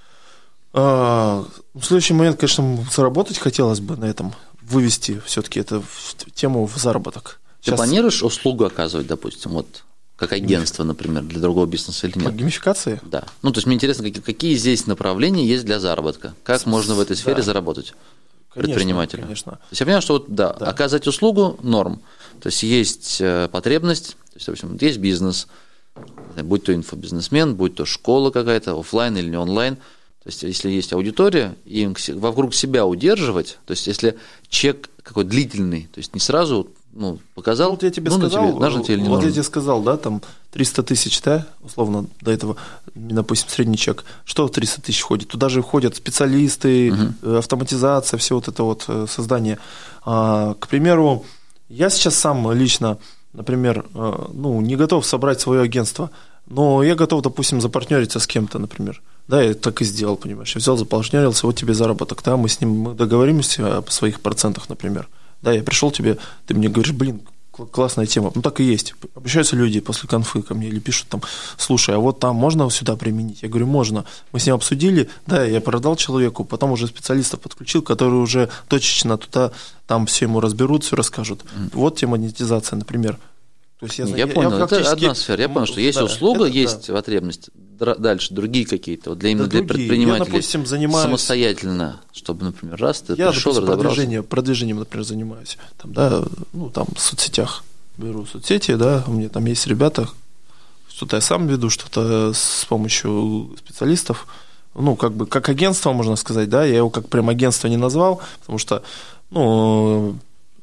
Speaker 4: А, в следующий момент, конечно, заработать хотелось бы на этом, вывести все-таки эту тему в заработок.
Speaker 1: Ты Сейчас... планируешь услугу оказывать, допустим, вот как агентство, например, для другого бизнеса или нет?
Speaker 4: По геймификации?
Speaker 1: Да. Ну, то есть мне интересно, какие, какие здесь направления есть для заработка? Как С... можно в этой сфере да. заработать конечно, предпринимателю?
Speaker 4: Конечно.
Speaker 1: То есть я понимаю, что вот, да,
Speaker 4: да,
Speaker 1: оказать услугу – норм. То есть есть потребность, то есть, допустим, есть бизнес, будь то инфобизнесмен, будь то школа какая-то, офлайн или не онлайн. То есть, если есть аудитория, и им вокруг себя удерживать, то есть, если чек какой длительный, то есть, не сразу ну, показал,
Speaker 4: вот я тебе
Speaker 1: ну,
Speaker 4: сказал,
Speaker 1: тебе, нужно тебе или не
Speaker 4: вот
Speaker 1: нужно.
Speaker 4: я тебе сказал, да, там триста тысяч, да, условно, до этого, допустим, средний чек, что в триста тысяч входит? Туда же входят специалисты, угу. автоматизация, все вот это вот создание. А, к примеру, я сейчас сам лично, например, ну, не готов собрать свое агентство, но я готов, допустим, запартнериться с кем-то, например. Да, я так и сделал, понимаешь. Я взял, запартнерился, вот тебе заработок. Да, мы с ним мы договоримся о своих процентах, например. Да, я пришел тебе, ты мне говоришь, блин, классная тема. Ну, так и есть. Обращаются люди после конфы ко мне или пишут там, слушай, а вот там можно сюда применить? Я говорю, можно. Мы с ним обсудили, да, я продал человеку, потом уже специалистов подключил, которые уже точечно туда, там все ему разберут, все расскажут. Mm. Вот тебе монетизация, например. То есть я,
Speaker 1: я, я понял, я это одна сфера. Я понял, что есть да, услуга, это, есть да. потребность. Дальше другие какие-то, вот для, именно да, для другие. предпринимателей я, допустим, занимаюсь... самостоятельно, чтобы, например, раз ты
Speaker 4: я,
Speaker 1: пришел,
Speaker 4: допустим,
Speaker 1: разобрался.
Speaker 4: Продвижение, продвижением, например, занимаюсь. Там, да, ну, там в соцсетях беру соцсети, да, у меня там есть ребята, что-то я сам веду, что-то с помощью специалистов. Ну, как бы, как агентство, можно сказать, да, я его как прям агентство не назвал, потому что, ну...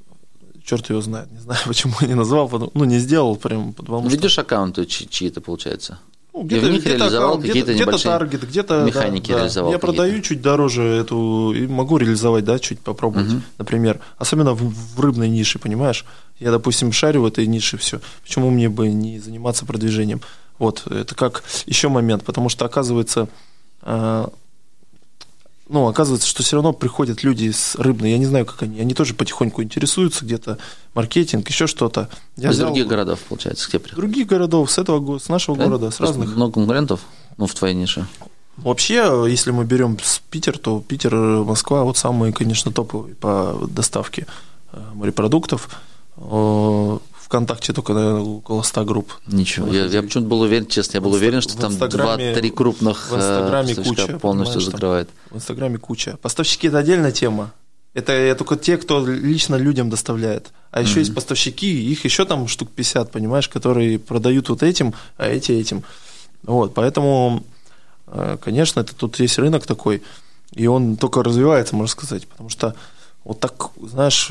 Speaker 4: черт его знает, не знаю, почему я не назвал, ну, не сделал прям.
Speaker 1: Потому Ведешь что... аккаунты чьи-то, получается?
Speaker 4: Ну, где-то,
Speaker 1: я в них
Speaker 4: где-то
Speaker 1: реализовал
Speaker 4: аккаунт,
Speaker 1: какие-то
Speaker 4: где-то,
Speaker 1: небольшие
Speaker 4: где-то таргет, где-то
Speaker 1: механики
Speaker 4: да,
Speaker 1: реализовал.
Speaker 4: Я
Speaker 1: какие-то.
Speaker 4: продаю чуть дороже эту, и могу реализовать, да, чуть попробовать, угу. например. Особенно в, в рыбной нише, понимаешь? Я, допустим, шарю в этой нише все. Почему мне бы не заниматься продвижением? Вот, это как еще момент, потому что, оказывается... Ну, оказывается, что все равно приходят люди с рыбной, я не знаю, как они, они тоже потихоньку интересуются, где-то маркетинг, еще что-то. Я
Speaker 1: Из
Speaker 4: взял...
Speaker 1: других городов, получается, где приходят?
Speaker 4: Других городов, с этого, с нашего да? города, с разных.
Speaker 1: Много конкурентов, ну, в твоей нише?
Speaker 4: Вообще, если мы берем Питер, то Питер, Москва, вот самые, конечно, топовые по доставке морепродуктов. ВКонтакте только, наверное, около ста групп.
Speaker 1: Ничего, я, я почему-то был уверен, честно, я был уверен, что там два-три крупных
Speaker 4: в Инстаграме куча,
Speaker 1: полностью закрывает.
Speaker 4: В Инстаграме куча. Поставщики – это отдельная тема. Это только те, кто лично людям доставляет. А еще mm-hmm. есть поставщики, их еще там штук пятьдесят, понимаешь, которые продают вот этим, а эти этим. Вот, поэтому, конечно, это тут есть рынок такой, и он только развивается, можно сказать, потому что вот так, знаешь...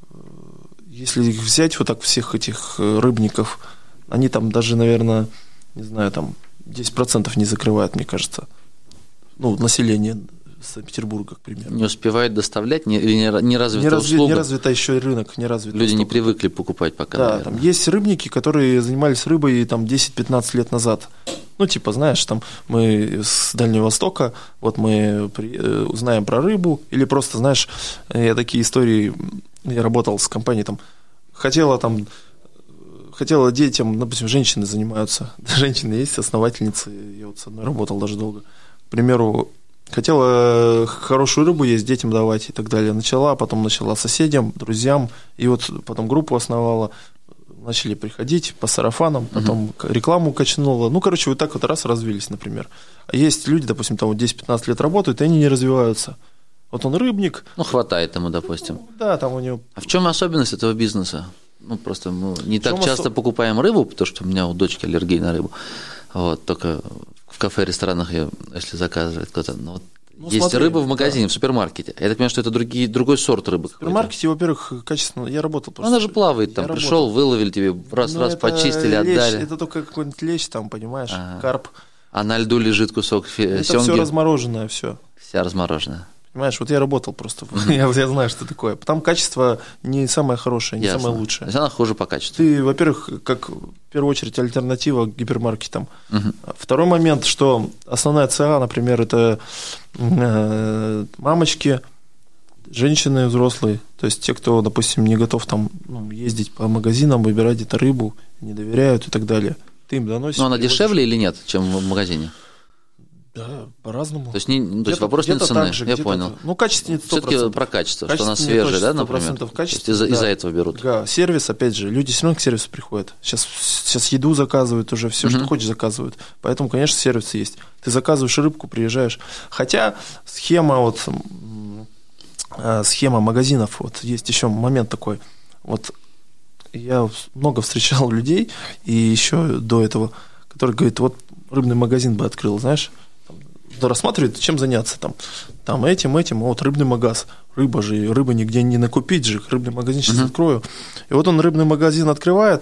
Speaker 4: Если их взять вот так всех этих рыбников, они там даже, наверное, не знаю, там десять процентов не закрывают, мне кажется. Ну, население Санкт-Петербурга, к примеру.
Speaker 1: Не успевает доставлять, не, или не, не развита
Speaker 4: не разви,
Speaker 1: услуга?
Speaker 4: Не развита еще и рынок, не развита.
Speaker 1: Люди
Speaker 4: услуга.
Speaker 1: Не привыкли покупать пока,
Speaker 4: Да,
Speaker 1: наверное.
Speaker 4: там есть рыбники, которые занимались рыбой там десять-пятнадцать лет назад. Ну, типа, знаешь, там мы с Дальнего Востока, вот мы при, узнаем про рыбу, или просто, знаешь, я такие истории, я работал с компанией, там, хотела там, хотела детям, допустим, женщины занимаются, женщины есть, основательницы, я вот с одной работал даже долго, к примеру, хотела хорошую рыбу есть, детям давать и так далее, начала, потом начала соседям, друзьям, и вот потом группу основала, начали приходить по сарафанам, потом uh-huh. рекламу качнула. Ну, короче, вот так вот раз развились, например. А есть люди, допустим, там десять-пятнадцать лет работают, и они не развиваются. Вот он рыбник.
Speaker 1: Ну, хватает ему, допустим.
Speaker 4: Ну, да, там у него...
Speaker 1: А в чем особенность этого бизнеса? Ну, просто мы не так часто особ... покупаем рыбу, потому что у меня у дочки аллергия на рыбу. Вот, только в кафе, ресторанах, я, если заказывает кто-то, ну, вот Ну, есть смотри, рыба в магазине, да. в супермаркете. Я так понимаю, что это другие, другой сорт рыбы.
Speaker 4: В супермаркете, во-первых, качественно. Я работал просто.
Speaker 1: Она же плавает, там пришел, работал. Выловили тебе, раз-раз почистили,
Speaker 4: лещ,
Speaker 1: отдали.
Speaker 4: Это только какой-нибудь лещ, там, понимаешь, ага. карп.
Speaker 1: А на льду лежит кусок
Speaker 4: это
Speaker 1: семги.
Speaker 4: Это все размороженное, все.
Speaker 1: Вся размороженная.
Speaker 4: Понимаешь, вот я работал просто, mm-hmm. я, я знаю, что такое. Там качество не самое хорошее, не Ясно. самое лучшее.
Speaker 1: То есть она хуже по качеству.
Speaker 4: Ты, во-первых, как в первую очередь альтернатива к гипермаркетам. Mm-hmm. Второй момент, что основная ЦА, например, это э, мамочки, женщины взрослые, то есть те, кто, допустим, не готов там ну, ездить по магазинам, выбирать где-то рыбу, не доверяют и так далее. Ты им доносишь.
Speaker 1: Но она дешевле или нет, чем в магазине?
Speaker 4: Да, по-разному.
Speaker 1: То есть, не, ну, то есть вопрос не цены,
Speaker 4: же,
Speaker 1: я понял.
Speaker 4: Ну, качественнее сто процентов.
Speaker 1: Все-таки про качество, что она свежая, да, например? Из-за,
Speaker 4: да.
Speaker 1: из-за этого берут.
Speaker 4: Да, сервис, опять же, люди все равно к сервису приходят. Сейчас, сейчас еду заказывают уже, все, uh-huh. что хочешь, заказывают. Поэтому, конечно, сервис есть. Ты заказываешь рыбку, приезжаешь. Хотя схема вот, схема магазинов, вот есть еще момент такой. Вот я много встречал людей, и еще до этого, которые говорят, вот рыбный магазин бы открыл, знаешь, рассматривает, чем заняться там, там этим, этим, вот рыбный магаз, рыба же, рыбы нигде не накупить же, рыбный магазин сейчас uh-huh. открою. И вот он рыбный магазин открывает,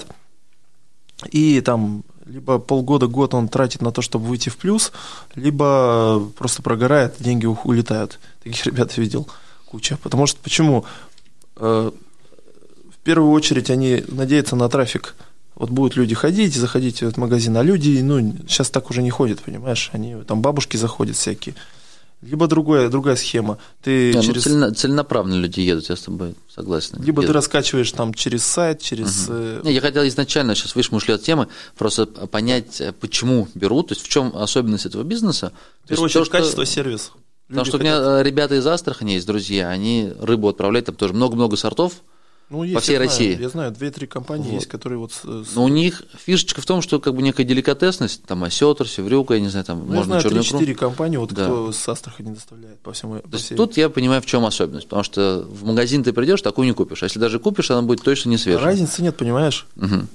Speaker 4: и там либо полгода-год он тратит на то, чтобы выйти в плюс, либо просто прогорает, деньги улетают. Таких ребят я видел куча. Потому что, почему? В первую очередь они надеются на трафик. Вот будут люди ходить, заходить в этот магазин, а люди, ну, сейчас так уже не ходят, понимаешь, они, там бабушки заходят всякие. Либо другая, другая схема. Ты
Speaker 1: да,
Speaker 4: через...
Speaker 1: ну, целено, целенаправленно люди едут, я с тобой согласен.
Speaker 4: Либо
Speaker 1: едут.
Speaker 4: Ты раскачиваешь там через сайт, через...
Speaker 1: Угу. Не, я хотел изначально, сейчас, видишь, мы ушли от темы, просто понять, почему берут, то есть в чем особенность этого бизнеса.
Speaker 4: В первую очередь, качество, что... сервис.
Speaker 1: Потому люди что хотят... у меня ребята из Астрахани есть, друзья, они рыбу отправляют, там тоже много-много сортов.
Speaker 4: Ну, есть,
Speaker 1: по всей
Speaker 4: я
Speaker 1: России.
Speaker 4: Знаю, я знаю, две-три компании вот. есть, которые вот...
Speaker 1: Но у них фишечка в том, что как бы некая деликатесность, там осетр, севрюка, я не знаю, там
Speaker 4: ну,
Speaker 1: можно черную икру.
Speaker 4: Я знаю три-четыре компании, вот, да. кто с Астрахани доставляет по всему.
Speaker 1: То есть тут я понимаю, в чем особенность, потому что в магазин ты придешь, такую не купишь, а если даже купишь, она будет точно не свежая.
Speaker 4: Разницы нет, понимаешь?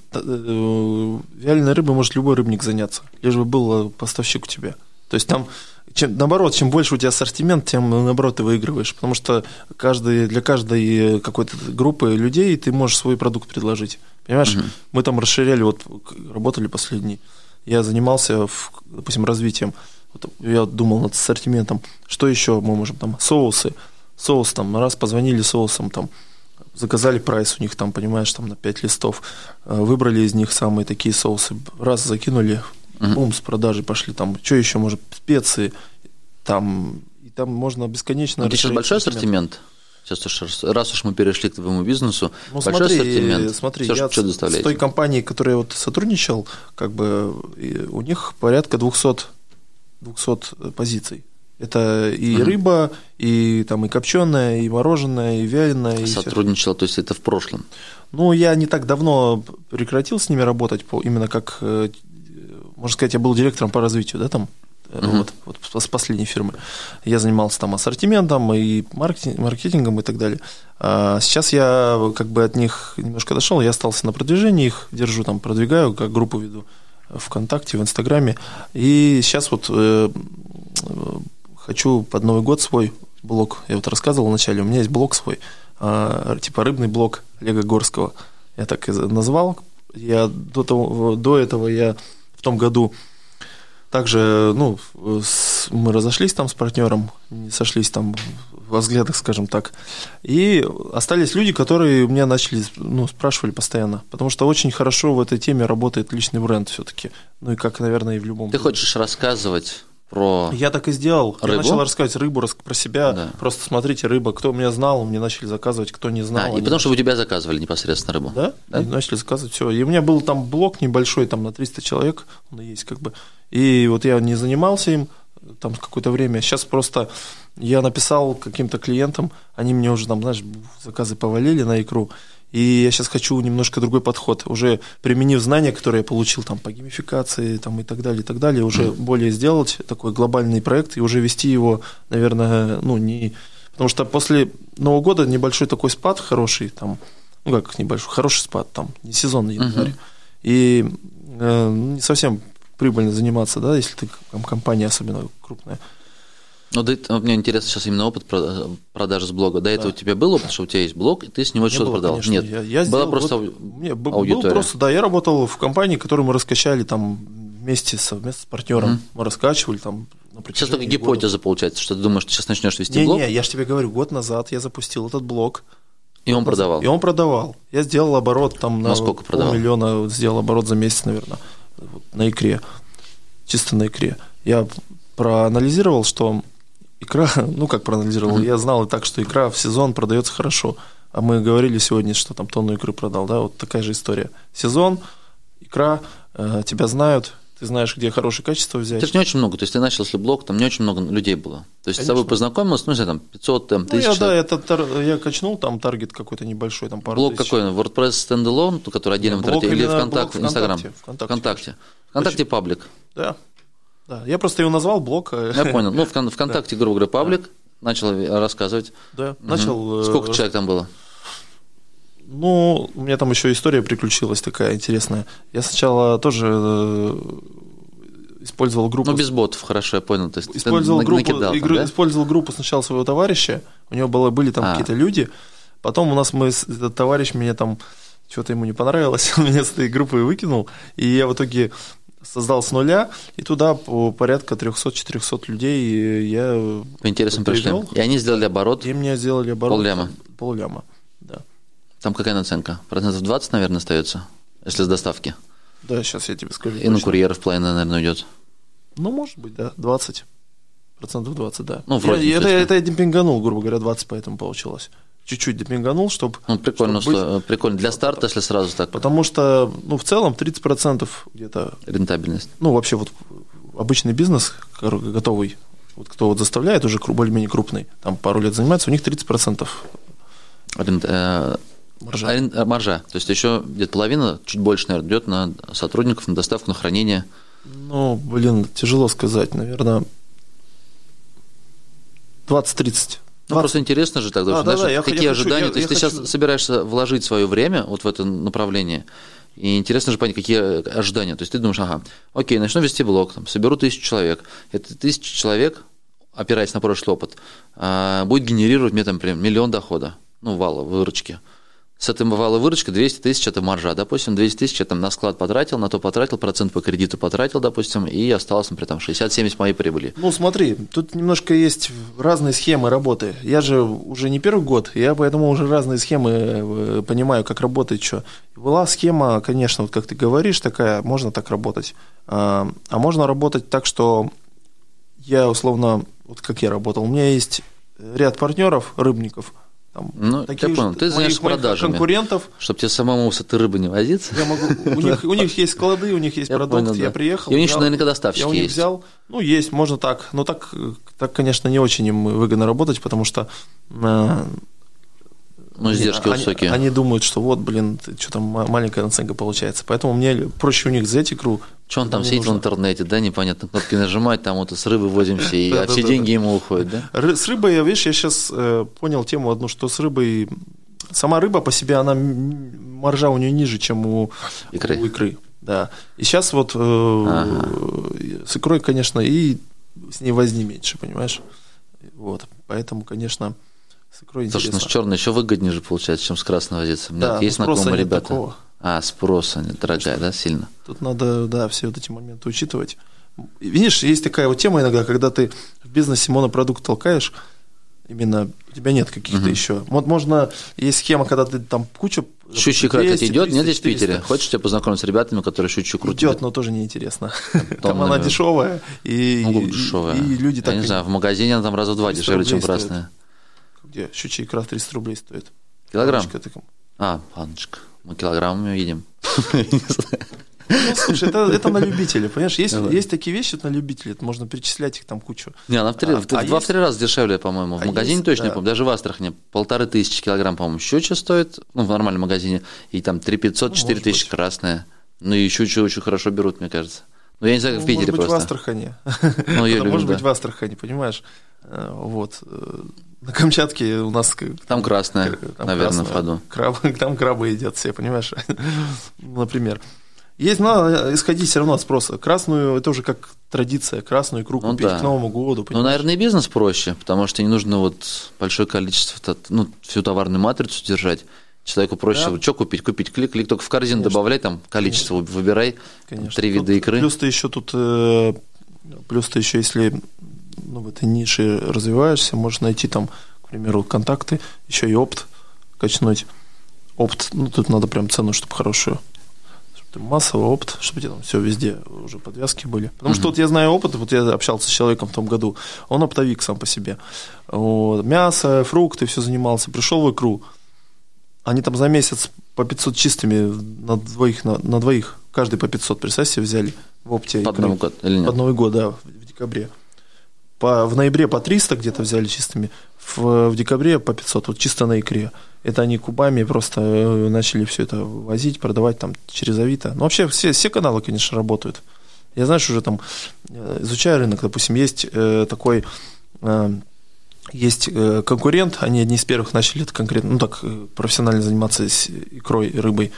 Speaker 4: Угу. Вяленой рыбой может любой рыбник заняться, лишь бы был поставщик у тебя. То есть там... Чем, наоборот, чем больше у тебя ассортимент, тем, наоборот, ты выигрываешь. Потому что каждый, для каждой какой-то группы людей ты можешь свой продукт предложить. Понимаешь? Uh-huh. Мы там расширяли, вот работали последние. Я занимался, допустим, развитием. Вот я думал над ассортиментом. Что еще мы можем? Там соусы. Соус там, раз позвонили соусом, там, заказали прайс у них, там, понимаешь, там на пять листов. Выбрали из них самые такие соусы. Раз закинули. Uh-huh. Бум, с продажи пошли, там, что еще, может, специи, там, и там можно бесконечно...
Speaker 1: Ну, ты сейчас большой ассортимент? Сейчас, раз уж мы перешли к твоему бизнесу,
Speaker 4: ну,
Speaker 1: большой
Speaker 4: смотри,
Speaker 1: ассортимент,
Speaker 4: смотри,
Speaker 1: все,
Speaker 4: я
Speaker 1: что доставляете?
Speaker 4: С той компанией, которой я вот сотрудничал, как бы, у них порядка двести позиций. Это и uh-huh. рыба, и, там, и копченая, и мороженое, и вяленое.
Speaker 1: Сотрудничал, то есть это в прошлом?
Speaker 4: Ну, я не так давно прекратил с ними работать, по, именно как... Можно сказать, я был директором по развитию, да, там, uh-huh. вот, вот с последней фирмы. Я занимался там ассортиментом и маркетингом и так далее. А сейчас я как бы от них немножко дошел, я остался на продвижении, их держу там, продвигаю, как группу веду ВКонтакте, в Инстаграме. И сейчас вот э, хочу под Новый год свой блог, я вот рассказывал вначале, у меня есть блог свой, э, типа рыбный блог Олега Горского. Я так и назвал. Я до, того, до этого я в том году также, ну, с, мы разошлись там с партнером, не сошлись там во взглядах, скажем так, и остались люди, которые у меня начали, ну, спрашивали постоянно, потому что очень хорошо в этой теме работает личный бренд все-таки, ну и как, наверное, и в любом.
Speaker 1: Ты бизнесе. Хочешь рассказывать про
Speaker 4: Я так и сделал.
Speaker 1: рыбу?
Speaker 4: Я начал рассказывать рыбу про себя.
Speaker 1: Да.
Speaker 4: Просто смотрите, рыба. Кто меня знал, мне начали заказывать, кто не знал.
Speaker 1: А, и потому что у тебя заказывали непосредственно рыбу.
Speaker 4: Да, да? И начали заказывать все. И у меня был там блок небольшой, там на триста человек, он и есть как бы. И вот я не занимался им там какое-то время. Сейчас просто я написал каким-то клиентам, они мне уже там, знаешь, заказы повалили на икру. И я сейчас хочу немножко другой подход, уже применив знания, которые я получил там, по геймификации там, и так далее, и так далее, уже mm. более сделать такой глобальный проект и уже вести его, наверное, ну, не... Потому что после Нового года небольшой такой спад хороший, там, ну, как небольшой, хороший спад, там, не сезонный январь. Mm-hmm. И э, не совсем прибыльно заниматься, да, если ты там, компания особенно крупная.
Speaker 1: Ну, да, мне интересно сейчас именно опыт продажи с блога. До этого да. у тебя был опыт, что у тебя есть блог, и ты с него что-то
Speaker 4: было,
Speaker 1: продал?
Speaker 4: Конечно.
Speaker 1: Нет,
Speaker 4: я, я
Speaker 1: была
Speaker 4: сделал,
Speaker 1: просто
Speaker 4: вот, мне,
Speaker 1: аудитория.
Speaker 4: Был просто, да, я работал в компании, которую мы раскачали там вместе, совместно с партнером. Mm-hmm. Мы раскачивали там на
Speaker 1: Сейчас только гипотеза года. Получается, что ты думаешь, что сейчас начнешь вести
Speaker 4: не,
Speaker 1: блог?
Speaker 4: Не, я же тебе говорю, год назад я запустил этот блог.
Speaker 1: И он продавал?
Speaker 4: И он продавал. Я сделал оборот там
Speaker 1: на, на сколько продавал?
Speaker 4: Полмиллиона, сделал оборот за месяц, наверное, на икре. Чисто на икре. Я проанализировал, что икра, ну как проанализировал, mm-hmm. я знал и так, что икра в сезон продается хорошо. А мы говорили сегодня, что там тонну икры продал, да, вот такая же история. Сезон, икра, э, тебя знают, ты знаешь, где хорошее качество взять.
Speaker 1: Это же не очень много, то есть ты начал с блог, там не очень много людей было. То есть Конечно. С тобой познакомился, ну, не знаю, там пятьсот, там, тысяч.
Speaker 4: Ну, я, да, это, я качнул, там таргет какой-то небольшой, там пару
Speaker 1: блог
Speaker 4: тысяч.
Speaker 1: какой? WordPress Standalone, который отдельно в интернете, или ВКонтакте, Инстаграм?
Speaker 4: ВКонтакте.
Speaker 1: ВКонтакте. ВКонтакте паблик.
Speaker 4: Да. Да, я просто его назвал блог.
Speaker 1: Я понял. Ну, ВКонтакте, грубо говоря, паблик, да. начал рассказывать.
Speaker 4: Да,
Speaker 1: угу.
Speaker 4: начал.
Speaker 1: Сколько человек там было?
Speaker 4: Ну, у меня там еще история приключилась такая интересная. Я сначала тоже использовал группу.
Speaker 1: Ну, без ботов, хорошо, я понял. То есть
Speaker 4: использовал, группу,
Speaker 1: накидал,
Speaker 4: игры,
Speaker 1: там, да?
Speaker 4: использовал группу сначала своего товарища, у него было, были там а. какие-то люди, потом у нас мы, этот товарищ мне там, что-то ему не понравилось, он меня с этой группы выкинул, и я в итоге создал с нуля, и туда порядка триста-четыреста людей я
Speaker 1: по интересам пришли. И они сделали оборот?
Speaker 4: И мне сделали оборот.
Speaker 1: Полляма?
Speaker 4: Полляма, да.
Speaker 1: Там какая наценка? Процентов двадцать, наверное, остается, если с доставки?
Speaker 4: Да, сейчас я тебе скажу.
Speaker 1: И точно. На курьеров половина, наверное, уйдет.
Speaker 4: Ну, может быть, да, двадцать. Процентов двадцать, да.
Speaker 1: Ну, вроде.
Speaker 4: Я, это, это я демпинганул, грубо говоря, двадцать, поэтому получилось. Чуть-чуть демпинганул, чтобы...
Speaker 1: Ну, прикольно,
Speaker 4: чтобы
Speaker 1: что, быть... прикольно. Для старта, если сразу так.
Speaker 4: Потому что, ну, в целом, тридцать процентов где-то...
Speaker 1: Рентабельность.
Speaker 4: Ну, вообще, вот обычный бизнес, готовый, вот кто вот заставляет, уже более-менее крупный, там пару лет занимается, у них тридцать процентов.
Speaker 1: Рент... Маржа. А, маржа. То есть еще где-то половина, чуть больше, наверное, идет на сотрудников, на доставку, на хранение.
Speaker 4: Ну, блин, тяжело сказать. Наверное, двадцать-тридцать.
Speaker 1: Ну, просто интересно же тогда,
Speaker 4: а,
Speaker 1: что,
Speaker 4: да,
Speaker 1: знаешь,
Speaker 4: да,
Speaker 1: какие
Speaker 4: я
Speaker 1: ожидания.
Speaker 4: хочу,
Speaker 1: То есть
Speaker 4: я,
Speaker 1: ты
Speaker 4: я
Speaker 1: сейчас
Speaker 4: хочу...
Speaker 1: собираешься вложить свое время вот в это направление. И интересно же понять, какие ожидания. То есть ты думаешь, ага, окей, начну вести блог, там, соберу тысячу человек. Это тысяча человек, опираясь на прошлый опыт, будет генерировать мне там, например, миллион дохода. Ну, вала, выручки. С этой валовой выручкой двести тысяч – это маржа, допустим, двести тысяч я там на склад потратил, на то потратил, процент по кредиту потратил, допустим, и осталось, например, там шестьдесят-семьдесят моей прибыли.
Speaker 4: Ну, смотри, тут немножко есть разные схемы работы. Я же уже не первый год, я поэтому уже разные схемы понимаю, как работает, что. Была схема, конечно, вот как ты говоришь, такая, можно так работать, а можно работать так, что я условно, вот как я работал, у меня есть ряд партнеров, рыбников. Там,
Speaker 1: ну, я понял, ты занимаешься продажами,
Speaker 4: конкурентов.
Speaker 1: Чтобы тебе самому с этой рыбы не возиться.
Speaker 4: Я могу, у, них, у них есть склады, у них есть я продукт, понял, я да. приехал.
Speaker 1: И у них, взял, наверняка, доставщики
Speaker 4: я у них
Speaker 1: есть.
Speaker 4: Взял, ну, есть, можно так. Но так, так, конечно, не очень им выгодно работать, потому что э,
Speaker 1: ну, издержки
Speaker 4: они,
Speaker 1: высокие.
Speaker 4: Они думают, что вот, блин, что там маленькая наценка получается. Поэтому мне проще у них взять икру.
Speaker 1: Что он там сидит нужно. В интернете, да, непонятно, кнопки нажимать, там вот с рыбы возимся, и а все деньги ему уходят, да?
Speaker 4: С рыбой, видишь, я сейчас понял тему одну, что с рыбой, сама рыба по себе, она, маржа у нее ниже, чем у икры. У икры, да. И сейчас вот ага. с икрой, конечно, и с ней возни меньше, понимаешь? Вот, поэтому, конечно, с икрой интересно.
Speaker 1: Слушай, ну с черной еще выгоднее же получается, чем с красной возиться.
Speaker 4: Да,
Speaker 1: есть знакомые ребята.
Speaker 4: Такого.
Speaker 1: А, спрос, они дорогая, да, сильно?
Speaker 4: Тут надо, да, все вот эти моменты учитывать. Видишь, есть такая вот тема иногда, когда ты в бизнесе монопродукт толкаешь, именно у тебя нет каких-то uh-huh. еще. Вот можно, есть схема, когда ты там куча...
Speaker 1: Щучья икра, кстати, идет? Нет здесь в Питере? Хочешь, я познакомиться с ребятами, которые щучью икру
Speaker 4: идет, идет, но тоже неинтересно. Там она дешевая, и люди так...
Speaker 1: Я не знаю, в магазине она там раза в два дешевле, чем красная.
Speaker 4: Где? Щучья икра триста рублей стоит.
Speaker 1: Килограмм? А, баночка. Мы килограммами видим.
Speaker 4: Ну, слушай, это, это на любителя, понимаешь? Есть, есть такие вещи вот на любителя, это можно перечислять их там кучу.
Speaker 1: Не, она в три, а, в два-три а раза дешевле, по-моему. В а магазине есть, точно да. не помню. Даже в Астрахани полторы тысячи килограмм, по-моему, щучья стоит, ну, в нормальном магазине, и там три пятьсот, четыре тысячи красная. Ну, и щучью очень хорошо берут, мне кажется. Ну, я не знаю, как ну, в Питере
Speaker 4: может
Speaker 1: просто.
Speaker 4: Может быть, в Астрахани.
Speaker 1: Ну, я люблю,
Speaker 4: может
Speaker 1: да.
Speaker 4: быть, в Астрахани, понимаешь? Вот. На Камчатке у нас...
Speaker 1: Там красная, там наверное, красная, в ходу.
Speaker 4: Краб, там крабы едят все, понимаешь? Например. Есть, надо исходить все равно от спроса. Красную, это уже как традиция, красную икру ну, купить да. к Новому году.
Speaker 1: Понимаешь? Ну, наверное, и бизнес проще, потому что не нужно вот большое количество, ну, всю товарную матрицу держать. Человеку проще, да. что купить, купить, клик, клик, только в корзину Конечно. добавляй, там количество Конечно. выбирай, Конечно. три вида икры.
Speaker 4: Плюс ты еще тут, плюс ты еще, если ну, в этой нише развиваешься, можешь найти там, к примеру, контакты, еще и опт качнуть. Опт, ну, тут надо прям цену, чтобы хорошую. Массовый опыт, чтобы у тебя там все везде уже подвязки были. Потому mm-hmm. что вот я знаю опыт, вот я общался с человеком в том году, он оптовик сам по себе. Вот, мясо, фрукты, все занимался, пришел в икру. Они там за месяц по пятьсот чистыми на двоих, на, на двоих, каждый по пятьсот, представь себе, взяли в опте.
Speaker 1: Под Новый год или нет?
Speaker 4: Под Новый год, да, в, в декабре. По, в ноябре по триста где-то взяли чистыми, в, в декабре по пятьсот, вот чисто на икре. Это они кубами просто начали все это возить, продавать там через Авито. Ну, вообще все, все каналы, конечно, работают. Я, знаешь, уже там изучаю рынок, допустим, есть э, такой, э, есть э, конкурент, они одни из первых начали это конкретно, ну, так, профессионально заниматься икрой и рыбой.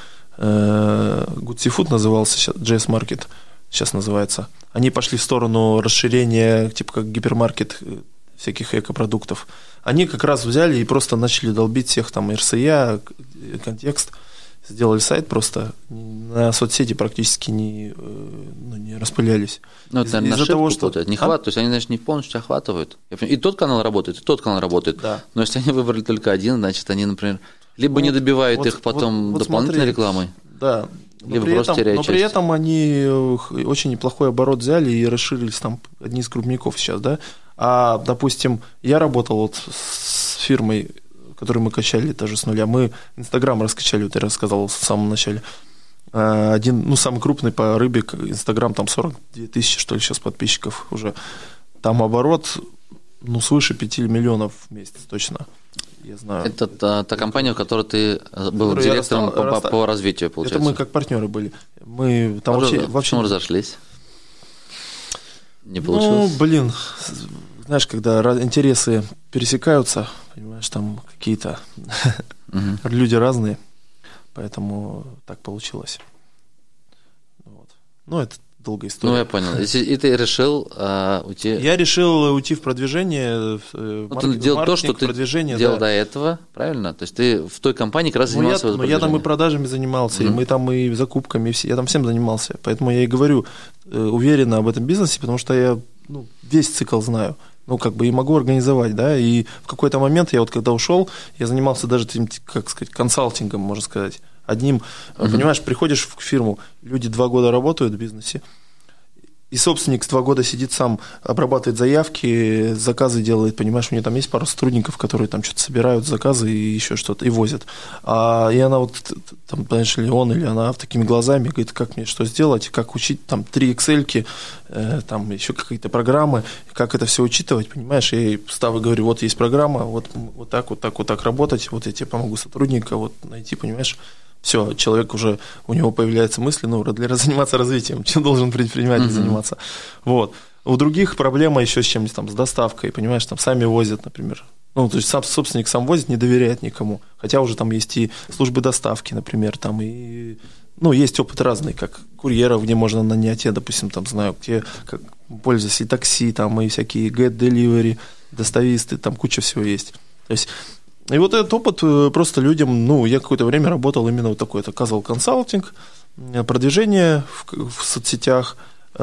Speaker 4: Э, Good Seafood назывался, сейчас джей эс Market сейчас называется. Они пошли в сторону расширения, типа как гипермаркет всяких экопродуктов. Они как раз взяли и просто начали долбить всех там эр эс я, контекст, сделали сайт просто, на соцсети практически не, ну, не распылялись.
Speaker 1: Ну, это, наверное, из-за того, что... Не хват... а? То есть они, значит, не полностью охватывают. И тот канал работает, и тот канал работает. Да. Но если они выбрали только один, значит, они, например, либо ну, не добивают вот, их потом вот, вот дополнительной смотри, рекламой,
Speaker 4: да. Но
Speaker 1: либо
Speaker 4: при
Speaker 1: просто
Speaker 4: этом,
Speaker 1: теряют
Speaker 4: но
Speaker 1: часть.
Speaker 4: при этом они очень неплохой оборот взяли и расширились там, одни из крупников сейчас, да. А, допустим, я работал вот с фирмой, которую мы качали тоже с нуля. Мы Инстаграм раскачали, вот я рассказал в самом начале. Один, ну, самый крупный по рыбе Инстаграм, там сорок две тысячи, что ли, сейчас подписчиков уже. Там оборот, ну, свыше пяти миллионов в месяц, точно. Я знаю.
Speaker 1: Это та, та компания, в которой ты был Который директором расстал, по, расстал. по развитию, получается.
Speaker 4: Это мы как партнеры были. Мы там
Speaker 1: Может,
Speaker 4: вообще,
Speaker 1: почему
Speaker 4: вообще...
Speaker 1: разошлись? Не получилось?
Speaker 4: Ну, блин, знаешь, когда интересы пересекаются, понимаешь, там какие-то uh-huh. люди разные, поэтому так получилось. Вот. Ну, это долгая история.
Speaker 1: Ну, я понял. И ты решил а, уйти...
Speaker 4: Я решил уйти в продвижение, в
Speaker 1: вот маркетинг, делал то, что ты делал да. до этого, правильно? То есть ты в той компании как раз ну, занимался
Speaker 4: я, ну, я там и продажами занимался, mm-hmm. и мы там и закупками, и все, я там всем занимался. Поэтому я и говорю уверенно об этом бизнесе, потому что я ну, весь цикл знаю. Ну, как бы и могу организовать, да, и в какой-то момент я вот когда ушел, я занимался даже, как сказать, консалтингом, можно сказать. Одним, uh-huh. понимаешь, приходишь в фирму, люди два года работают в бизнесе, и собственник с два года сидит сам, обрабатывает заявки, заказы делает, понимаешь, у нее там есть пару сотрудников, которые там что-то собирают, заказы и еще что-то, и возят. А, и она вот, там, знаешь, или он, или она такими глазами говорит, как мне что сделать, как учить, там, три эксельки, э, там, еще какие-то программы, как это все учитывать, понимаешь, я ей ставлю, говорю, вот есть программа, вот, вот так, вот так, вот так работать, вот я тебе помогу сотрудника вот найти, понимаешь. Все, человек уже, у него появляются мысли, ну, для заниматься развитием, чем должен предприниматель mm-hmm. заниматься. Вот. У других проблема еще с чем-нибудь там, с доставкой, понимаешь, там сами возят, например. Ну, то есть сам собственник сам возит, не доверяет никому. Хотя уже там есть и службы доставки, например, там и, ну, есть опыт разный, как курьеров, где можно нанять, я, допустим, там знаю, где как пользуются и такси, там, и всякие get delivery, достависты, там куча всего есть. То есть и вот этот опыт просто людям, ну, я какое-то время работал именно вот такой, это оказывал консалтинг, продвижение в, в соцсетях,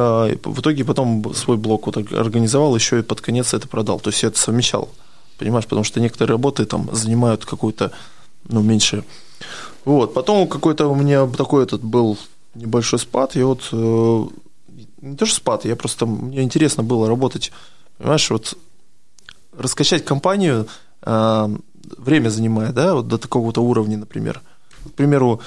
Speaker 4: в итоге потом свой блог вот организовал, еще и под конец это продал, то есть я это совмещал, понимаешь, потому что некоторые работы там занимают какую-то, ну, меньше. Вот, потом какой-то у меня такой этот был небольшой спад, и вот, не то что спад, я просто, мне интересно было работать, понимаешь, вот раскачать компанию, время занимает, да, вот до такого-то уровня, например. К примеру,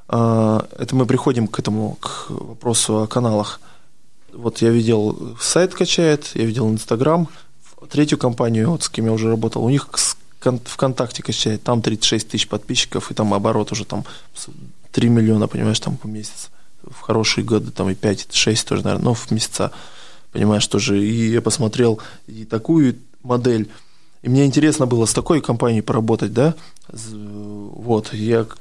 Speaker 4: это мы приходим к этому, к вопросу о каналах. Вот я видел, сайт качает, я видел Инстаграм, третью компанию, вот с кем я уже работал, у них ВКонтакте качает, там тридцать шесть тысяч подписчиков, и там оборот уже там три миллиона, понимаешь, там в месяц. В хорошие годы там и пять, шесть тоже, наверное, но в месяца, понимаешь, тоже. И я посмотрел и такую модель. И мне интересно было с такой компанией поработать, да, вот, я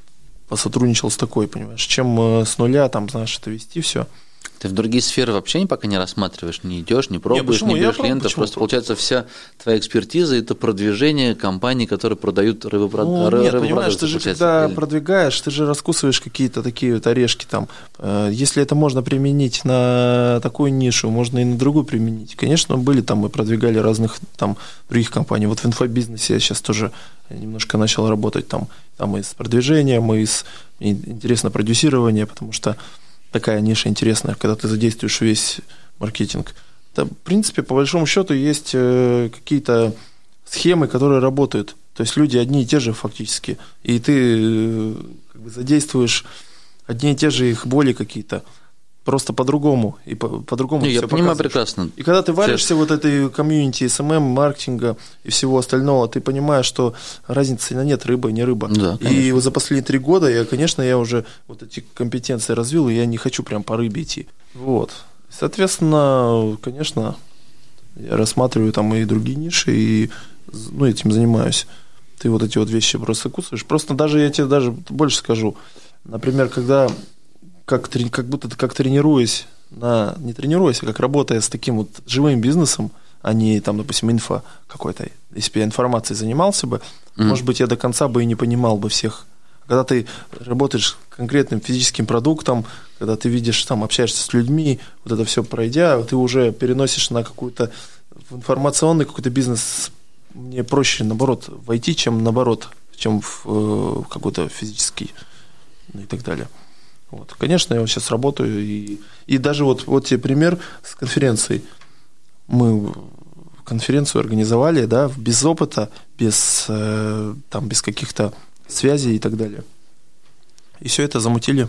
Speaker 4: посотрудничал с такой, понимаешь, чем с нуля, там, знаешь, это вести все.
Speaker 1: Ты в другие сферы вообще пока не рассматриваешь, не идешь, не пробуешь, не, не берешь клиентов. Просто получается вся твоя экспертиза – это продвижение компаний, которые продают рыбопродукты.
Speaker 4: Ну, нет, понимаешь, ты же когда или... продвигаешь, ты же раскусываешь какие-то такие вот орешки там. Если это можно применить на такую нишу, можно и на другую применить. Конечно, были там, мы продвигали разных там других компаний. Вот в инфобизнесе я сейчас тоже немножко начал работать там, там и с продвижением, и с интересно продюсирование, потому что такая ниша интересная, когда ты задействуешь весь маркетинг. Это, в принципе, по большому счету есть какие-то схемы, которые работают. То есть люди одни и те же фактически. И ты как бы задействуешь одни и те же их боли какие-то. Просто по-другому. И по- по-другому
Speaker 1: Не, я понимаю прекрасно.
Speaker 4: И когда ты варишься в вот этой комьюнити эс эм эм, маркетинга и всего остального, ты понимаешь, что разницы нет, рыба, не рыба.
Speaker 1: Да,
Speaker 4: и за последние три года, я, конечно, я уже вот эти компетенции развил, и я не хочу прям по рыбе идти. Вот. Соответственно, конечно, я рассматриваю там и другие ниши, и ну, этим занимаюсь. Ты вот эти вот вещи просто кусаешь. Просто даже я тебе даже больше скажу. Например, когда... Как, как будто ты как тренируясь, на, не тренируясь, а как работая с таким вот живым бизнесом, а не там, допустим, инфо какой-то, если бы я информацией занимался бы, mm-hmm. может быть, я до конца бы и не понимал бы всех. Когда ты работаешь с конкретным физическим продуктом, когда ты видишь, там, общаешься с людьми, вот это все пройдя, ты уже переносишь на какую-то в информационный какой-то бизнес. Мне проще, наоборот, войти, чем наоборот, чем в, в какой-то физический, ну и так далее. Вот. Конечно, я вот сейчас работаю, и, и даже вот, вот тебе пример с конференцией. Мы конференцию организовали, да, без опыта, без, э, там, без каких-то связей и так далее. И все это замутили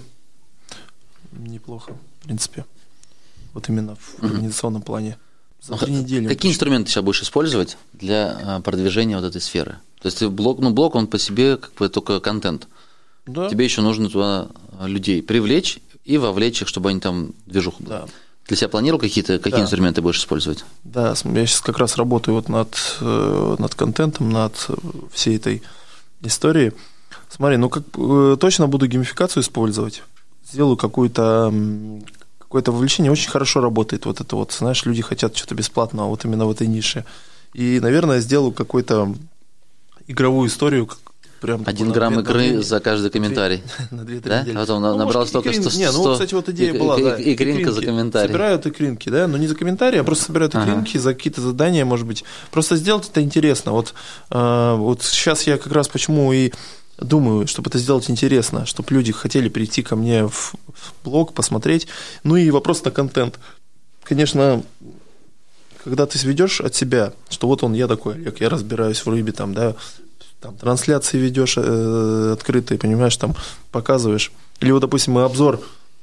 Speaker 4: неплохо, в принципе. Вот именно в организационном плане. За три недели.
Speaker 1: Какие инструменты сейчас будешь использовать для продвижения вот этой сферы? То есть блог, ну, блог, он по себе как бы только контент. Да. Тебе еще нужно туда людей привлечь и вовлечь их, чтобы они там движуху были. Да. Для себя планировал какие-то, какие да. инструменты будешь использовать?
Speaker 4: Да, я сейчас как раз работаю вот над, над контентом, над всей этой историей. Смотри, ну как точно буду геймификацию использовать. Сделаю какую-то, какое-то вовлечение, очень хорошо работает. Вот это вот, знаешь, люди хотят что-то бесплатного, вот именно в этой нише. И, наверное, сделаю какую-то игровую историю. Прям
Speaker 1: Один грамм игры на за каждый комментарий. На две-три да? недели. А потом ну, набрал столько сто...
Speaker 4: Не, ну, кстати, вот идея была, да.
Speaker 1: Икринка за комментарий.
Speaker 4: Собирают икринки, да, но не за комментарии, а просто собирают икринки ага. за какие-то задания, может быть. Просто сделать это интересно. Вот, э, вот сейчас я как раз почему и думаю, чтобы это сделать интересно, чтобы люди хотели прийти ко мне в блог, посмотреть. Ну и вопрос на контент. Конечно, когда ты сведешь от себя, что вот он, я такой, Олег, я разбираюсь в рыбе, там, да, там трансляции ведешь э, открытые, понимаешь, там показываешь. Или вот, допустим, обзор,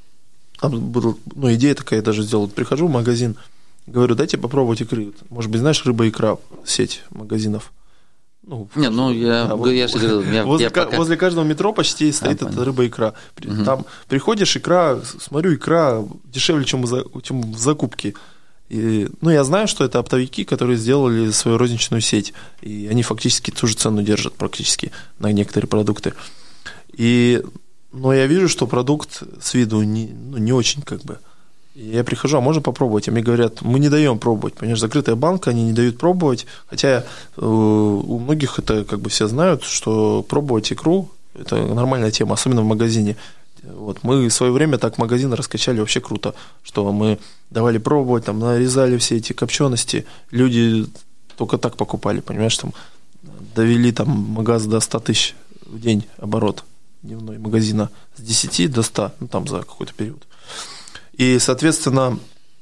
Speaker 4: ну, идея такая, я даже сделал, прихожу в магазин, говорю, дайте попробовать икры. Может быть, знаешь, рыба и икра, сеть магазинов. Ну,
Speaker 1: не, ну, я, да, я, я, я
Speaker 4: возле,
Speaker 1: я пока...
Speaker 4: возле каждого метро почти стоит а, эта рыба и икра. Угу. Там приходишь, икра, смотрю, икра дешевле, чем, чем в закупке. И, ну, я знаю, что это оптовики, которые сделали свою розничную сеть, и они фактически ту же цену держат практически на некоторые продукты. И, но я вижу, что продукт с виду не, ну, не очень как бы. И я прихожу, а можно попробовать? А мне говорят, мы не даем пробовать. Понимаешь, закрытая банка, они не дают пробовать. Хотя э, у многих это как бы все знают, что пробовать икру – это нормальная тема, особенно в магазине. Вот, мы в свое время так магазин раскачали вообще круто, что мы давали пробовать, там, нарезали все эти копчености, люди только так покупали, понимаешь, там, довели там магаз до ста тысяч в день оборот дневной магазина, с десяти до ста, ну, там, за какой-то период. И, соответственно,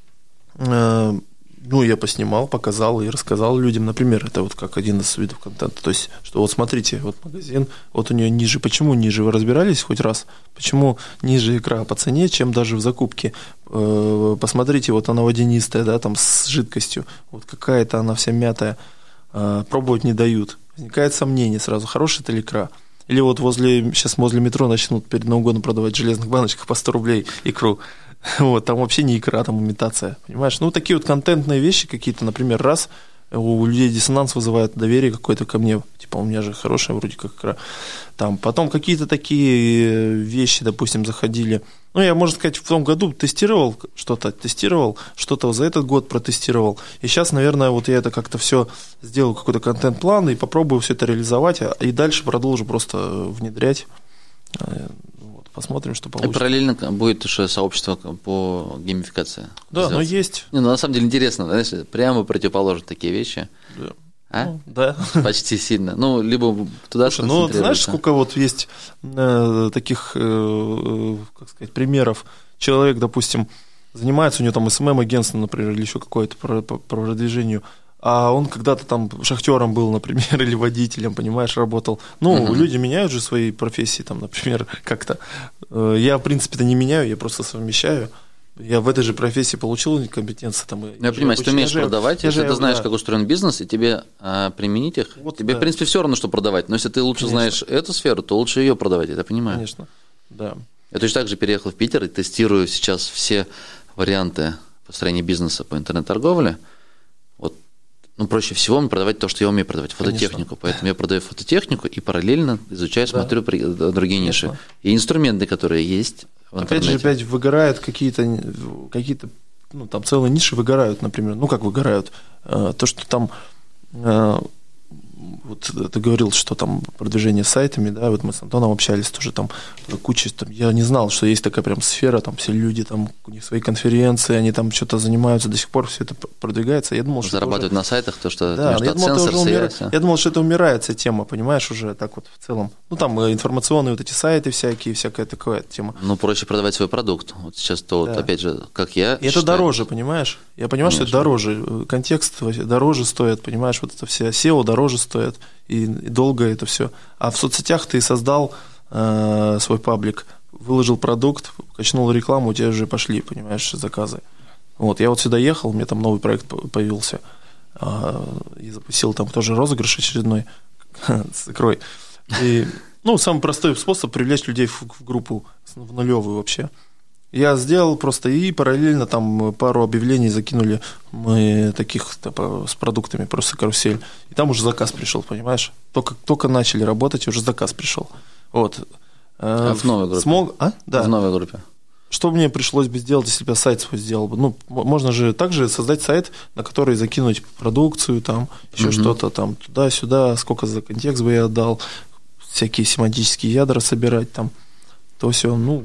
Speaker 4: э, ну, я поснимал, показал и рассказал людям, например, это вот как один из видов контента, то есть, что вот смотрите, вот магазин, вот у нее ниже, почему ниже, вы разбирались хоть раз, почему ниже икра по цене, чем даже в закупке, э, посмотрите, вот она водянистая, да, там с жидкостью, вот какая-то она вся мятая, э, пробовать не дают, возникает сомнение сразу, хорошая это ли икра, или вот возле, сейчас возле метро начнут перед Новым годом продавать в железных баночках по сто рублей икру. Вот, там вообще не икра, там имитация, понимаешь? Ну, такие вот контентные вещи какие-то, например, раз, у людей диссонанс вызывает доверие какое-то ко мне, типа у меня же хорошая вроде как игра. Там, потом какие-то такие вещи, допустим, заходили. Ну, я, можно сказать, в том году тестировал что-то, тестировал, что-то за этот год протестировал. И сейчас, наверное, вот я это как-то все сделаю, какой-то контент-план, и попробую все это реализовать, и дальше продолжу просто внедрять. Вот, посмотрим, что получится.
Speaker 1: И параллельно будет еще сообщество по геймификации.
Speaker 4: Да, но есть.
Speaker 1: Не, ну, на самом деле интересно, знаешь, прямо противоположно такие вещи.
Speaker 4: Да.
Speaker 1: А?
Speaker 4: Ну, да.
Speaker 1: Почти сильно. Ну, либо туда
Speaker 4: Слушай, ну, знаешь, сколько вот есть э, таких, э, как сказать, примеров. Человек, допустим, занимается, у него там эс эм эм-агентство, например, или еще какое-то по, по, по продвижению, а он когда-то там шахтером был, например, или водителем, понимаешь, работал. Ну, uh-huh. люди меняют же свои профессии, там, например, как-то. Я, в принципе-то, не меняю, я просто совмещаю. Я в этой же профессии получил компетенции. Там,
Speaker 1: я понимаю, если ты умеешь
Speaker 4: же,
Speaker 1: продавать, если
Speaker 4: же,
Speaker 1: ты знаешь,
Speaker 4: да.
Speaker 1: как устроен бизнес, и тебе а, применить их, вот, тебе, да. в принципе, все равно, что продавать. Но если ты лучше Конечно. знаешь эту сферу, то лучше ее продавать, я понимаю.
Speaker 4: Конечно, да.
Speaker 1: Я точно так же переехал в Питер и тестирую сейчас все варианты построения бизнеса по интернет-торговле. Вот, ну, проще всего мне продавать то, что я умею продавать, фототехнику. Конечно. Поэтому я продаю фототехнику и параллельно изучаю, да. смотрю другие Конечно. ниши. И инструменты, которые есть в
Speaker 4: Опять же, опять выгорают какие-то, какие-то, ну, там целые ниши выгорают, например. Ну, как выгорают? То, что там, вот ты говорил, что там продвижение сайтами, да, вот мы с Антоном общались, тоже там куча, там, я не знал, что есть такая прям сфера, там все люди, там у них свои конференции, они там что-то занимаются, до сих пор все это продвигается. Я думал, что
Speaker 1: зарабатывают
Speaker 4: уже...
Speaker 1: на сайтах, то, что
Speaker 4: да,
Speaker 1: между
Speaker 4: я, думал,
Speaker 1: сенсор,
Speaker 4: это умира...
Speaker 1: связь,
Speaker 4: я думал, что это умирает вся тема, понимаешь, уже так вот в целом. Ну, там информационные вот эти сайты всякие, всякая такая тема.
Speaker 1: Ну, проще продавать свой продукт. Вот сейчас то, да. вот, опять же, как я
Speaker 4: И это дороже, понимаешь? Я понимаю, Конечно. что это дороже. Контекст дороже стоит, понимаешь, вот это все сео дороже стоит. И, и долго это все. А в соцсетях ты создал э, свой паблик, выложил продукт, качнул рекламу, у тебя уже пошли, понимаешь, заказы. Вот, я вот сюда ехал, у меня там новый проект появился, э, и запустил там тоже розыгрыш очередной с икрой. И, ну, самый простой способ привлечь людей в, в группу, в нулевую вообще. Я сделал просто и параллельно там пару объявлений закинули мы таких типа, с продуктами, просто карусель. И там уже заказ пришел, понимаешь? Только, только начали работать, и уже заказ пришел. Вот.
Speaker 1: А в новой группе?
Speaker 4: Смог... А? Да.
Speaker 1: В новой группе.
Speaker 4: Что мне пришлось бы сделать, если бы я сайт свой сделал бы? Ну, можно же также создать сайт, на который закинуть продукцию, там, еще угу. что-то там, туда-сюда, сколько за контекст бы я отдал, всякие семантические ядра собирать там, то все, ну...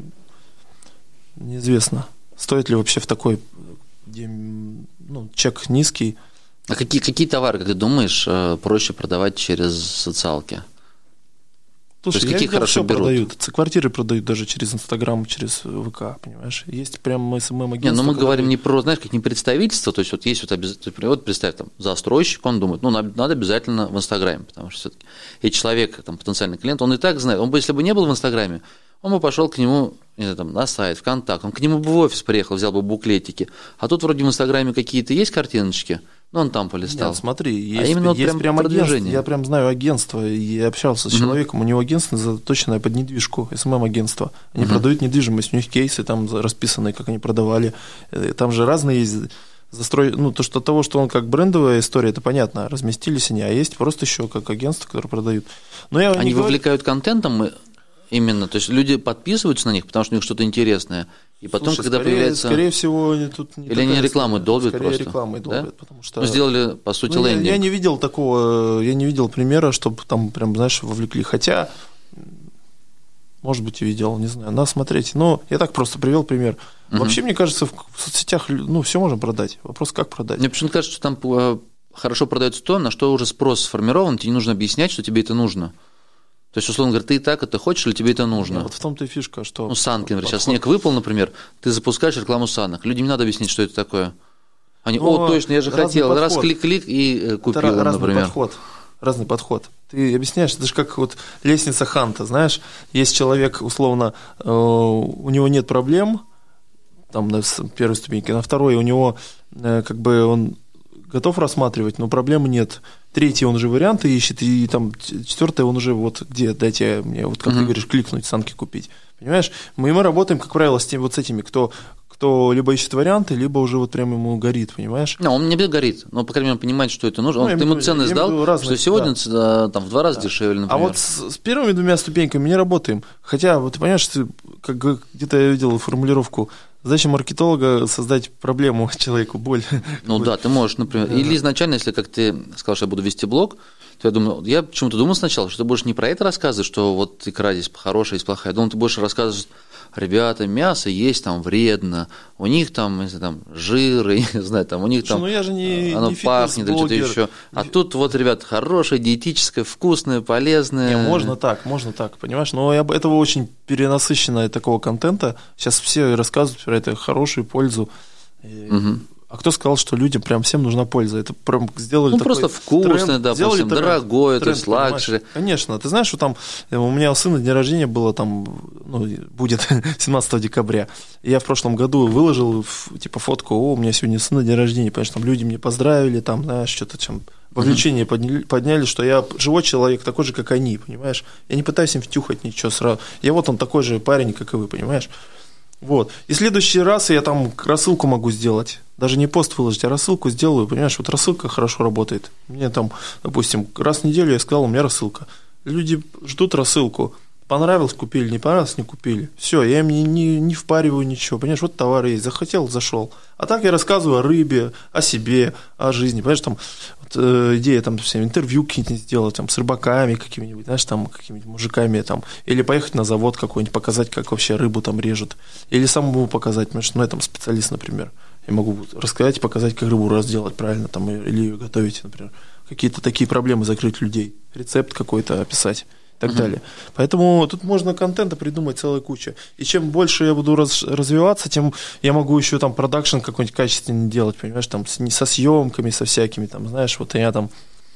Speaker 4: Неизвестно, стоит ли вообще в такой, где ну, чек низкий.
Speaker 1: А какие, какие товары, как ты думаешь, проще продавать через социалки?
Speaker 4: Слушай,
Speaker 1: То есть, какие хорошо берут?
Speaker 4: Продают. Квартиры продают даже через Инстаграм, через ВК, понимаешь? Есть прям эс эм эм-агентство.
Speaker 1: Не, ну мы говорим не про, знаешь, как не представительство, то есть вот есть вот обязательно, вот представь, там, застройщик, он думает, ну, надо обязательно в Инстаграме, потому что все-таки и человек, там, потенциальный клиент, он и так знает, он бы, если бы не был в Инстаграме, он бы пошел к нему, не знаю, там, на сайт, ВКонтакт, он к нему бы в офис приехал, взял бы буклетики, а тут вроде в Инстаграме какие-то есть картиночки, но он там полистал.
Speaker 4: Нет, смотри, есть,
Speaker 1: а именно
Speaker 4: есть
Speaker 1: прям,
Speaker 4: прям агентство, я прям знаю агентство, и общался с mm-hmm. человеком, у него агентство заточенное под недвижку, эс эм эм-агентство, они mm-hmm. продают недвижимость, у них кейсы там расписаны, как они продавали, там же разные есть застрой, ну, то, что от того, что он как брендовая история, это понятно, разместились они, а есть просто еще как агентство, которое продают. Но я
Speaker 1: они
Speaker 4: не
Speaker 1: вовлекают говорю... контентом именно, то есть люди подписываются на них, потому что у них что-то интересное, и потом,
Speaker 4: Слушай,
Speaker 1: когда
Speaker 4: скорее,
Speaker 1: появляется...
Speaker 4: Скорее всего, тут не
Speaker 1: Или они рекламу долбят
Speaker 4: скорее
Speaker 1: просто?
Speaker 4: рекламой долбят,
Speaker 1: да?
Speaker 4: потому что...
Speaker 1: Ну, сделали, по сути,
Speaker 4: ну,
Speaker 1: лендинг.
Speaker 4: Я, я не видел такого, я не видел примера, чтобы там прям, знаешь, вовлекли, хотя, может быть, и видел, не знаю, надо смотреть. Но я так просто привел пример. Угу. Вообще, мне кажется, в соцсетях, ну, все можно продать. Вопрос, как продать.
Speaker 1: Мне почему-то кажется, что там хорошо продается то, на что уже спрос сформирован, тебе не нужно объяснять, что тебе это нужно. То есть, условно говоря, ты и так это хочешь, или тебе это нужно?
Speaker 4: Нет, вот в том-то и фишка, что...
Speaker 1: Ну, санки, например, сейчас снег выпал, например, ты запускаешь рекламу санок. Людям не надо объяснить, что это такое. Они,
Speaker 4: Но
Speaker 1: о, точно, я же хотел, подход. раз клик-клик и купил,
Speaker 4: это разный
Speaker 1: например.
Speaker 4: Подход. Разный подход. Ты объясняешь, это же как вот лестница Ханта, знаешь, есть человек, условно, у него нет проблем, там на первой ступеньке, на второй у него как бы он готов рассматривать, но проблемы нет. Третий он уже варианты ищет, и там четвертый он уже вот где, дайте мне, вот как uh-huh. ты говоришь, кликнуть, санки купить. Понимаешь? Мы, мы работаем, как правило, с теми, вот с этими, кто, кто либо ищет варианты, либо уже вот прям ему горит, понимаешь?
Speaker 1: Ну, он не горит, но, по крайней мере, он понимает, что это нужно. Он, ну, ты ему ценность дал, разные, что сегодня да. там, в два раза да. дешевле, например.
Speaker 4: А вот с, с первыми двумя ступеньками мы не работаем. Хотя, вот ты понимаешь, ты, как где-то я видел формулировку, задача маркетолога создать проблему человеку, боль.
Speaker 1: Ну да, ты можешь, например. Да. Или изначально, если, как ты сказал, что я буду вести блог, то я думаю, я почему-то думал сначала, что ты будешь не про это рассказывать, что вот икра здесь хорошая, здесь плохая. Я думал, ты будешь рассказывать, ребята, мясо есть там вредно, у них там, если там жир, я не знаю, там у них там
Speaker 4: ну, я же не,
Speaker 1: оно
Speaker 4: не
Speaker 1: пахнет или что-то еще. А тут вот, ребят, хорошее, диетическое, вкусное, полезное.
Speaker 4: Не, можно так, можно так, понимаешь? Но этого очень перенасыщенного такого контента. Сейчас все рассказывают про это хорошую пользу.
Speaker 1: Угу.
Speaker 4: А кто сказал, что людям прям всем нужна польза? Это прям сделали
Speaker 1: ну,
Speaker 4: такой
Speaker 1: просто вкусное,
Speaker 4: тренд,
Speaker 1: допустим, дорогое, тренд, то есть лакшери.
Speaker 4: Конечно. Ты знаешь, что там у меня у сына день рождения было там, ну, будет семнадцатого декабря. И я в прошлом году выложил, типа, фотку, о, у меня сегодня сына день рождения, понимаешь, там люди мне поздравили, там, знаешь, что-то там, вовлечение mm-hmm. подняли, подняли, что я живой человек, такой же, как они, понимаешь? Я не пытаюсь им втюхать ничего сразу. Я вот он такой же парень, как и вы, понимаешь? Вот. И в следующий раз я там рассылку могу сделать. Даже не пост выложить, а рассылку сделаю. Понимаешь, вот рассылка хорошо работает. Мне там, допустим, раз в неделю я сказал, у меня рассылка. Люди ждут рассылку. Понравилось, купили, не понравилось, не купили. Все, я им не, не, не впариваю ничего. Понимаешь, вот товар есть, захотел, зашел. А так я рассказываю о рыбе, о себе, о жизни. Понимаешь, там вот, э, идея там всем интервью какие-нибудь сделать, там, с рыбаками какими-нибудь, знаешь, там, какими-нибудь мужиками, там, или поехать на завод какой-нибудь, показать, как вообще рыбу там режут. Или самому показать, потому что, ну, я там специалист, например. Я могу рассказать и показать, как рыбу разделать правильно, там, или ее готовить, например. Какие-то такие проблемы закрыть людей. Рецепт какой-то описать. И так uh-huh. далее. Поэтому тут можно контента придумать целая куча. И чем больше я буду раз, развиваться, тем я могу еще там продакшн какой-нибудь качественный делать, понимаешь, там с, со съемками, со всякими, там, знаешь, вот я там,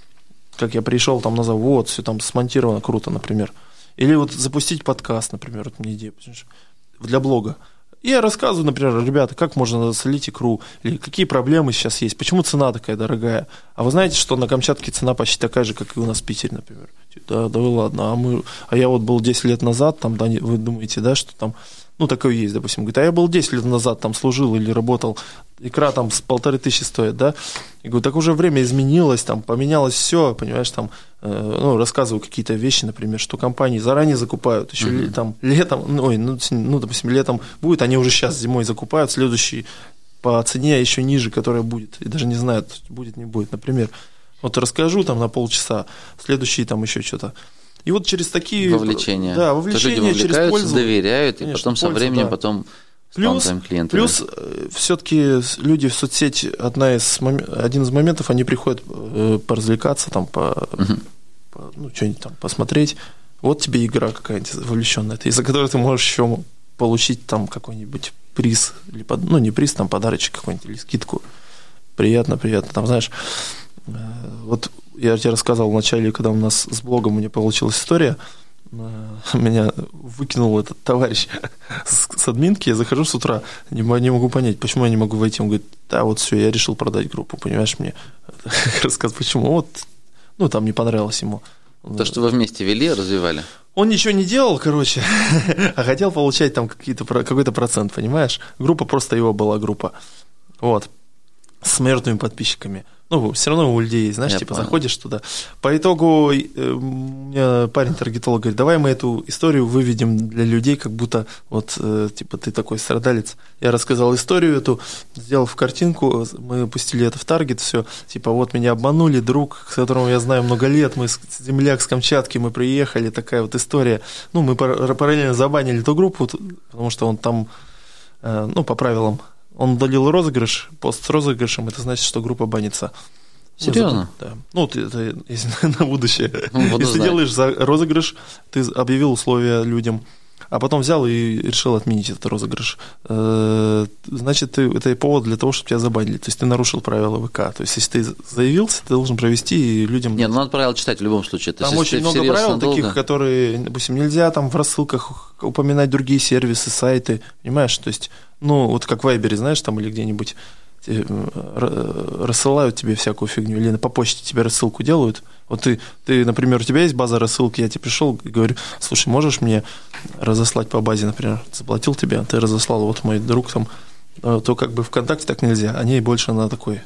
Speaker 4: как я пришел там на завод, все там смонтировано круто, например. Или вот запустить подкаст, например, вот мне идея, для блога. И я рассказываю, например, ребята, как можно солить икру, или какие проблемы сейчас есть, почему цена такая дорогая. А вы знаете, что на Камчатке цена почти такая же, как и у нас в Питере, например. Да, да ладно, а, мы, а я вот был десять лет назад, там, да, вы думаете, да, что там, ну, такое есть, допустим, говорит, а я был десять лет назад, там, служил или работал, икра там с полторы тысячи стоит, да, и говорю, так уже время изменилось, там, поменялось все, понимаешь, там, э, ну, рассказываю какие-то вещи, например, что компании заранее закупают, еще mm-hmm. там, летом, ой, ну, ну, допустим, летом будет, они уже сейчас зимой закупают, следующий по цене еще ниже, которая будет, и даже не знают, будет, не будет, например. Вот расскажу там на полчаса, следующие там еще что-то. И вот через такие...
Speaker 1: Вовлечения.
Speaker 4: Да, вовлечения через пользу.
Speaker 1: Доверяют,
Speaker 4: конечно,
Speaker 1: и потом
Speaker 4: пользу,
Speaker 1: со временем
Speaker 4: да.
Speaker 1: потом
Speaker 4: плюс,
Speaker 1: станут клиентами.
Speaker 4: Плюс все-таки люди в соцсети, одна из, один из моментов, они приходят поразвлекаться, там, по, uh-huh. по, ну, что-нибудь там посмотреть. Вот тебе игра какая-нибудь вовлеченная, из-за которой ты можешь еще получить там какой-нибудь приз, или под, ну, не приз, там подарочек какой-нибудь, или скидку. Приятно, приятно. Там, знаешь, вот я тебе рассказывал вначале, когда у нас с блогом у меня получилась история, меня выкинул этот товарищ с, с админки, я захожу с утра, не, не могу понять, почему я не могу войти. Он говорит, да, вот все, я решил продать группу, понимаешь, мне рассказывать, почему, вот, ну, там не понравилось ему.
Speaker 1: То, что вы вместе вели, развивали?
Speaker 4: Он ничего не делал, короче, а хотел получать там какие-то, какой-то процент, понимаешь? Группа просто его была группа, вот, с мертвыми подписчиками. Ну, все равно у людей есть, знаешь, я типа понял. Заходишь туда. По итогу э, у меня парень-таргетолог говорит, давай мы эту историю выведем для людей, как будто вот, э, типа, ты такой страдалец. Я рассказал историю эту, сделал в картинку, мы пустили это в таргет, все, типа, вот меня обманули, друг, с которым я знаю много лет, мы с, земляк с Камчатки, мы приехали, такая вот история. Ну, мы параллельно забанили эту группу, потому что он там, э, ну, по правилам, он удалил розыгрыш, пост с розыгрышем, это значит, что группа банится.
Speaker 1: Серьезно?
Speaker 4: Да. Ну, ты, это если на будущее.
Speaker 1: Ну,
Speaker 4: если
Speaker 1: знать.
Speaker 4: делаешь за розыгрыш, ты объявил условия людям, а потом взял и решил отменить этот розыгрыш. Значит, ты, это повод для того, чтобы тебя забанили. То есть ты нарушил правила ВК. То есть если ты заявился, ты должен провести и людям...
Speaker 1: Нет, ну надо правила читать в любом случае. То
Speaker 4: там
Speaker 1: есть,
Speaker 4: очень много правил долго... таких, которые, допустим, нельзя там в рассылках упоминать другие сервисы, сайты, понимаешь? То есть, ну, вот как в Вайбере, знаешь, там или где-нибудь рассылают тебе всякую фигню, или по почте тебе рассылку делают. Вот ты, ты, например, у тебя есть база рассылки, я тебе пришел и говорю, слушай, можешь мне разослать по базе, например, заплатил тебе, ты разослал, вот мой друг там то как бы ВКонтакте так нельзя. Они больше на такой...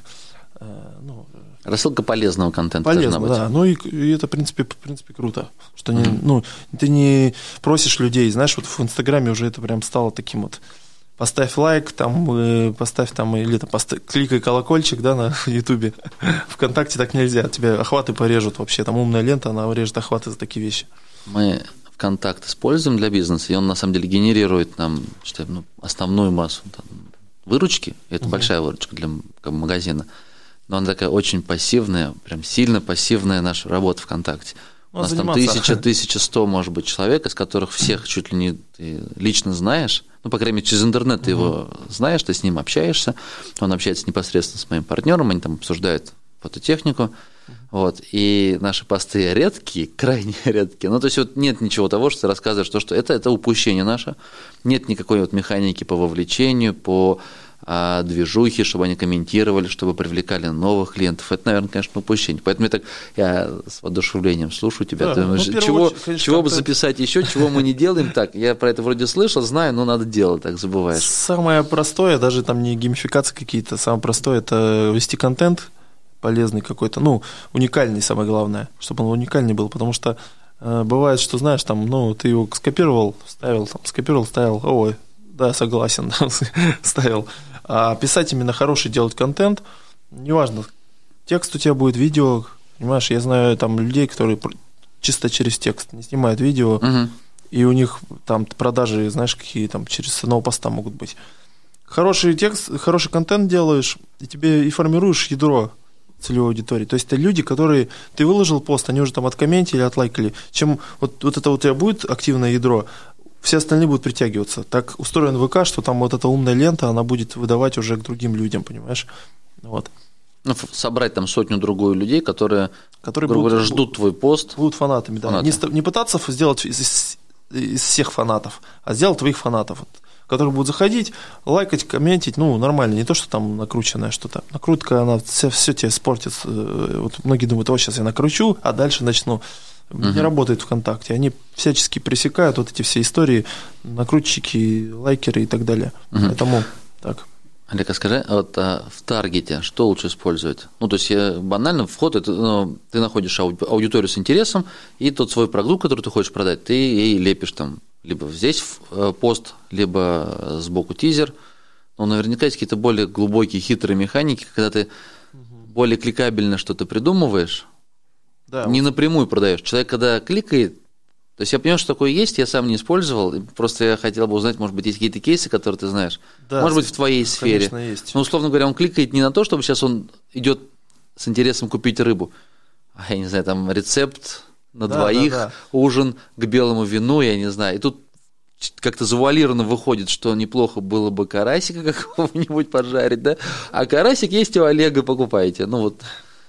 Speaker 1: Ну, рассылка полезного контента.
Speaker 4: Полезно, да. Ну и, и это, в принципе, в принципе круто. Что не, mm-hmm. ну, ты не просишь людей, знаешь, вот в Инстаграме уже это прям стало таким вот. Поставь лайк, там, э, поставь там, или там, поставь, кликай колокольчик, да, на Ютубе. ВКонтакте так нельзя, тебе охваты порежут вообще. Там умная лента, она режет охваты за такие вещи.
Speaker 1: Мы ВКонтакт используем для бизнеса, и он на самом деле генерирует нам что, ну, основную массу там, выручки. Это угу. большая выручка для как бы, магазина. Но она такая очень пассивная, прям сильно пассивная наша работа ВКонтакте. Ну, у нас заниматься. Там тысяча, тысяча сто, может быть, человек, из которых всех чуть ли не ты лично знаешь. Ну, по крайней мере, через интернет ты угу. его знаешь, ты с ним общаешься. Он общается непосредственно с моим партнером, они там обсуждают фототехнику. Угу. Вот. И наши посты редкие, крайне редкие. Ну, то есть вот нет ничего того, что ты рассказываешь, то, что это, это упущение наше. Нет никакой вот механики по вовлечению, по а, движухе, чтобы они комментировали, чтобы привлекали новых клиентов. Это, наверное, конечно, упущение. Поэтому я так я с воодушевлением слушаю тебя. Да, думаешь, ну, чего, очередь, конечно, чего бы записать еще, чего мы не делаем так? Я про это вроде слышал, знаю, но надо делать, так забываешь.
Speaker 4: Самое простое, даже там не геймификация какие-то, самое простое – это вести контент полезный какой-то, ну, уникальный, самое главное, чтобы он уникальный был, потому что э, бывает, что, знаешь, там, ну, ты его скопировал, вставил, там, скопировал, вставил, ой, да, согласен, ставил. А писать именно хороший, делать контент, неважно, текст у тебя будет, видео, понимаешь, я знаю там людей, которые чисто через текст не снимают видео, uh-huh. и у них там продажи, знаешь, какие там через одного поста могут быть. Хороший текст, хороший контент делаешь, и тебе и формируешь ядро целевой аудитории. То есть это люди, которые ты выложил пост, они уже там откомментили, отлайкали. Чем вот, вот это у тебя будет активное ядро, все остальные будут притягиваться. Так устроен ВК, что там вот эта умная лента, она будет выдавать уже к другим людям, понимаешь? Вот.
Speaker 1: Ну, собрать там сотню-другую людей, которые, которые будут, говоря, ждут твой пост.
Speaker 4: Будут фанатами, да. Фанаты. Не, не пытаться сделать из, из, из всех фанатов, а сделать твоих фанатов, вот, которые будут заходить, лайкать, комментить, ну, нормально, не то, что там накрученное что-то. Накрутка, она все, все тебе испортит. Вот многие думают, вот сейчас я накручу, а дальше начну. Uh-huh. Не работает ВКонтакте. Они всячески пресекают вот эти все истории, накрутчики, лайкеры и так далее. Uh-huh. Поэтому так.
Speaker 1: Олег, а скажи, вот а, в таргете что лучше использовать? Ну, то есть банально вход, это, ну, ты находишь ауди- аудиторию с интересом, и тот свой продукт, который ты хочешь продать, ты ей лепишь там либо здесь пост, либо сбоку тизер. Но наверняка есть какие-то более глубокие, хитрые механики, когда ты uh-huh. более кликабельно что-то придумываешь, да, не вот. Напрямую продаешь. Человек, когда кликает, то есть я понимаю, что такое есть, я сам не использовал, просто я хотел бы узнать, может быть, есть какие-то кейсы, которые ты знаешь, да, может быть, в твоей сфере.
Speaker 4: Конечно, есть.
Speaker 1: Но, условно говоря, он кликает не на то, чтобы сейчас он идет с интересом купить рыбу, а, я не знаю, там рецепт на да, двоих, да, да. ужин к белому вину, я не знаю, и тут как-то завуалированно выходит, что неплохо было бы карасика какого-нибудь поджарить, да, а карасик есть у Олега, покупайте, ну вот...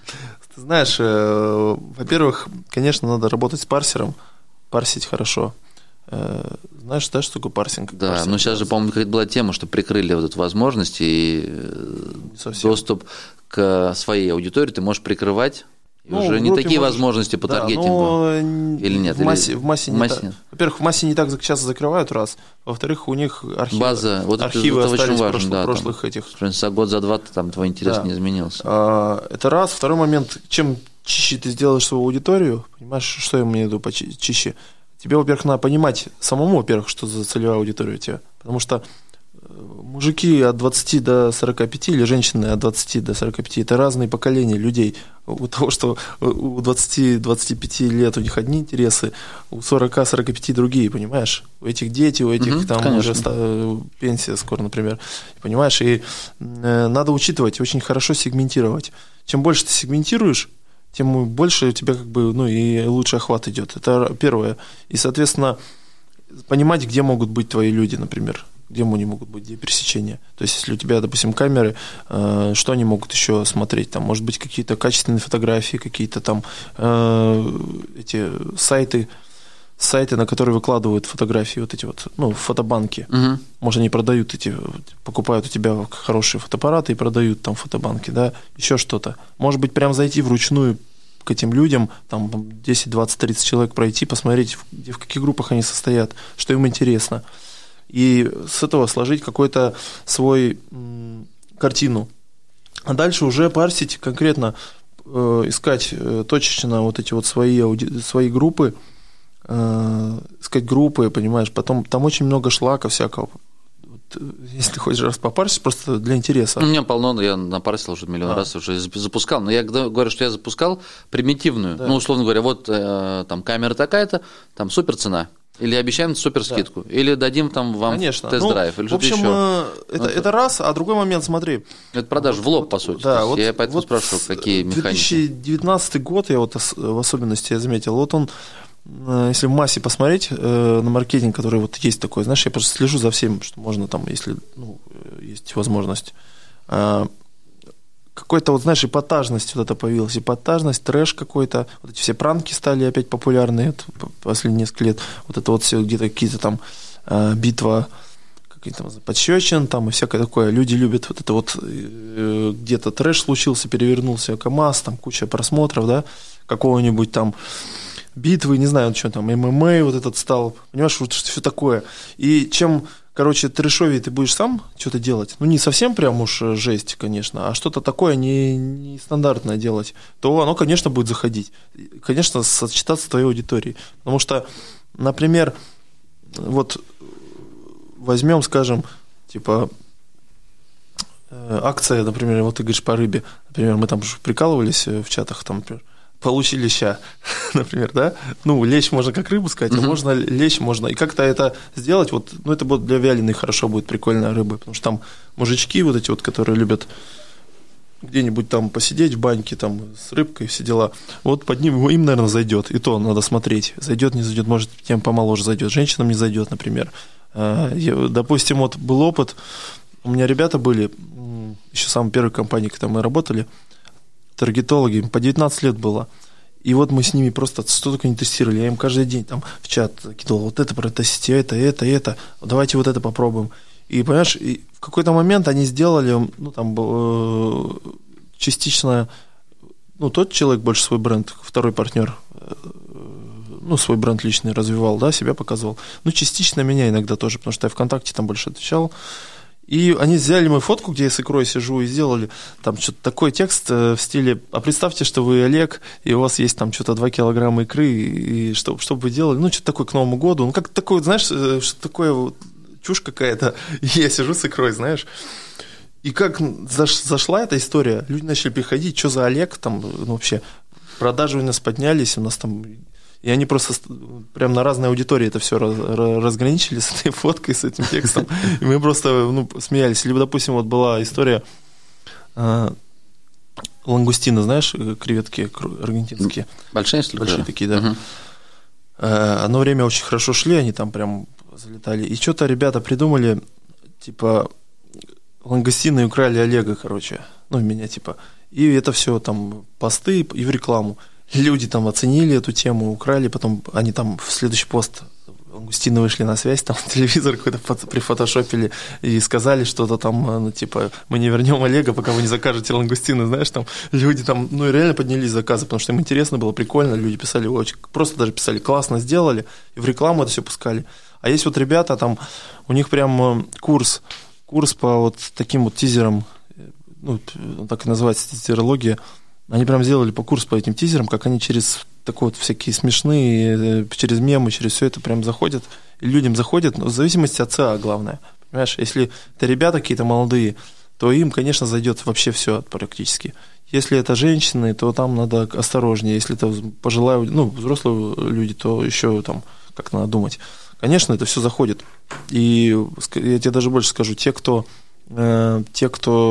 Speaker 4: Ты знаешь, э, во-первых, конечно, надо работать с парсером, парсить хорошо. Э, знаешь, да, что такое парсинг?
Speaker 1: Да,
Speaker 4: парсинг,
Speaker 1: но сейчас же, по-моему, какая-то была тема, что прикрыли вот эту возможность, и доступ к своей аудитории ты можешь прикрывать. И ну, уже не такие можешь... возможности по да, таргетингу или нет?
Speaker 4: В массе,
Speaker 1: или...
Speaker 4: в массе,
Speaker 1: в массе
Speaker 4: не так. Во-первых, в массе не так часто закрывают, раз. Во-вторых, у них архивы,
Speaker 1: база, вот
Speaker 4: архивы
Speaker 1: это, это
Speaker 4: остались
Speaker 1: очень важно,
Speaker 4: прошлых,
Speaker 1: да,
Speaker 4: прошлых
Speaker 1: там,
Speaker 4: этих.
Speaker 1: За год, за два там твой интерес да. не изменился.
Speaker 4: А, это раз. Второй момент, чем чище ты сделаешь свою аудиторию, понимаешь, что я имею в виду чище? Тебе, во-первых, надо понимать самому, во-первых, что за целевая аудитория у тебя. Потому что мужики от двадцати до сорока пяти или женщины от двадцати до сорока пяти – это разные поколения людей. У того, что у двадцати-двадцати пяти лет у них одни интересы, у сорока-сорока пяти другие, понимаешь? У этих дети, у этих угу, там конечно. Уже пенсия скоро, например. Понимаешь? И надо учитывать, очень хорошо сегментировать. Чем больше ты сегментируешь, тем больше у тебя как бы, ну и лучше охват идет. Это первое. И, соответственно, понимать, где могут быть твои люди, например. Где они могут быть, где пересечения. То есть, если у тебя, допустим, камеры, э, что они могут еще смотреть? Там, может быть, какие-то качественные фотографии, какие-то там э, эти сайты, сайты, на которые выкладывают фотографии, вот эти вот, ну, фотобанки. Угу. Может, они продают эти, покупают у тебя хорошие фотоаппараты и продают там фотобанки, да, еще что-то. Может быть, прям зайти вручную к этим людям, там десять, двадцать, тридцать человек пройти, посмотреть, где, в каких группах они состоят, что им интересно. и с этого сложить какой-то свой м, картину. А дальше уже парсить конкретно, э, искать э, точечно вот эти вот свои, ауди... свои группы, э, искать группы, понимаешь, потом там очень много шлака всякого. Вот, если хочешь раз попарсить, просто для интереса.
Speaker 1: У меня полно, я напарсил уже миллион а. раз, уже запускал, но я говорю, что я запускал примитивную, да. ну, условно говоря, вот э, там камера такая-то, там супер цена. Или обещаем супер скидку, да. или дадим там вам
Speaker 4: Конечно.
Speaker 1: тест-драйв,
Speaker 4: ну,
Speaker 1: или что-то еще.
Speaker 4: В общем, это,
Speaker 1: ну,
Speaker 4: это раз, а другой момент, смотри.
Speaker 1: Это продажа вот, в лоб, по сути.
Speaker 4: Да, вот,
Speaker 1: я поэтому
Speaker 4: вот
Speaker 1: спрашиваю, какие механики.
Speaker 4: две тысячи девятнадцатый год, я вот в особенности я заметил, вот он, если в массе посмотреть на маркетинг, который вот есть такой, знаешь, я просто слежу за всем, что можно там, если ну, есть возможность. Какой-то, вот, знаешь, эпатажность вот это появилась, эпатажность, трэш какой-то, вот эти все пранки стали опять популярны вот, последние несколько лет, вот это вот все где-то какие-то там э, битва какие-то подщечин там и всякое такое, люди любят вот это вот, э, где-то трэш случился, перевернулся КамАЗ, там куча просмотров, да, какого-нибудь там битвы, не знаю, что там, ММА вот этот стал, понимаешь, вот все такое, и чем... Короче, трэшовее ты будешь сам что-то делать, ну, не совсем прям уж жесть, конечно, а что-то такое не, не стандартное делать, то оно, конечно, будет заходить. Конечно, сочетаться с твоей аудиторией. Потому что, например, вот возьмем, скажем, типа, акция, например, вот ты говоришь по рыбе, например, мы там прикалывались в чатах, там, например, получили ща, например, да? Ну, лещ можно как рыбу сказать, uh-huh. а можно лещ можно. И как-то это сделать, вот, ну, это будет для вяленой хорошо будет прикольная рыба, потому что там мужички вот эти вот, которые любят где-нибудь там посидеть в баньке там с рыбкой, все дела, вот под ним, им, наверное, зайдет. И то надо смотреть, зайдет, не зайдет, может, тем помоложе зайдет, женщинам не зайдет, например. Допустим, вот был опыт, у меня ребята были, еще в самой первой компании, когда мы работали, таргетологи, им по девятнадцать лет было. И вот мы с ними просто что только не тестировали. Я им каждый день там в чат кидал, вот это протестите, это, это, это, давайте вот это попробуем. И, понимаешь, и в какой-то момент они сделали, ну, там, частично, ну, тот человек больше свой бренд, второй партнер, ну, свой бренд личный развивал, да, себя показывал. Ну, частично меня иногда тоже, потому что я ВКонтакте там больше отвечал. И они взяли мою фотку, где я с икрой сижу, и сделали там что-то такой текст в стиле: а представьте, что вы Олег, и у вас есть там что-то два килограмма икры, и что, что бы вы делали? Ну, что-то такое к Новому году. Ну, как такое, знаешь, что такое вот чушь какая-то. И я сижу с икрой, знаешь. И как зашла эта история, люди начали приходить, что за Олег, там, ну, вообще, продажи у нас поднялись, у нас там... И они просто прям на разной аудитории это все разграничили с этой фоткой, с этим текстом. И мы просто ну, смеялись. Либо, допустим, вот была история э, лангустины, знаешь, креветки аргентинские.
Speaker 1: Большие, что ли?
Speaker 4: Большие такие, да. Угу. Э, одно время очень хорошо шли, они там прям залетали. И что-то ребята придумали, типа, лангустины украли Олега, короче. Ну, меня, типа. И это все там посты и в рекламу. Люди там оценили эту тему, украли, потом они там в следующий пост Лангустины вышли на связь, там телевизор какой-то прифотошопили и сказали что-то там, ну, типа, мы не вернем Олега, пока вы не закажете лангустины, знаешь, там люди там, ну, реально поднялись заказы, потому что им интересно было, прикольно, люди писали, очень, просто даже писали, классно сделали, и в рекламу это все пускали. А есть вот ребята, там, у них прям курс, курс по вот таким вот тизерам, ну, так и называется тизерология. Они прям сделали по курсу по этим тизерам, как они через такой вот всякие смешные, через мемы, через все это прям заходят, и людям заходят, но в зависимости от ЦА, главное. Понимаешь, если это ребята какие-то молодые, то им, конечно, зайдет вообще все практически. Если это женщины, то там надо осторожнее. Если это пожилые, ну, взрослые люди, то еще там как надо думать. Конечно, это все заходит. И я тебе даже больше скажу, те, кто, э, те,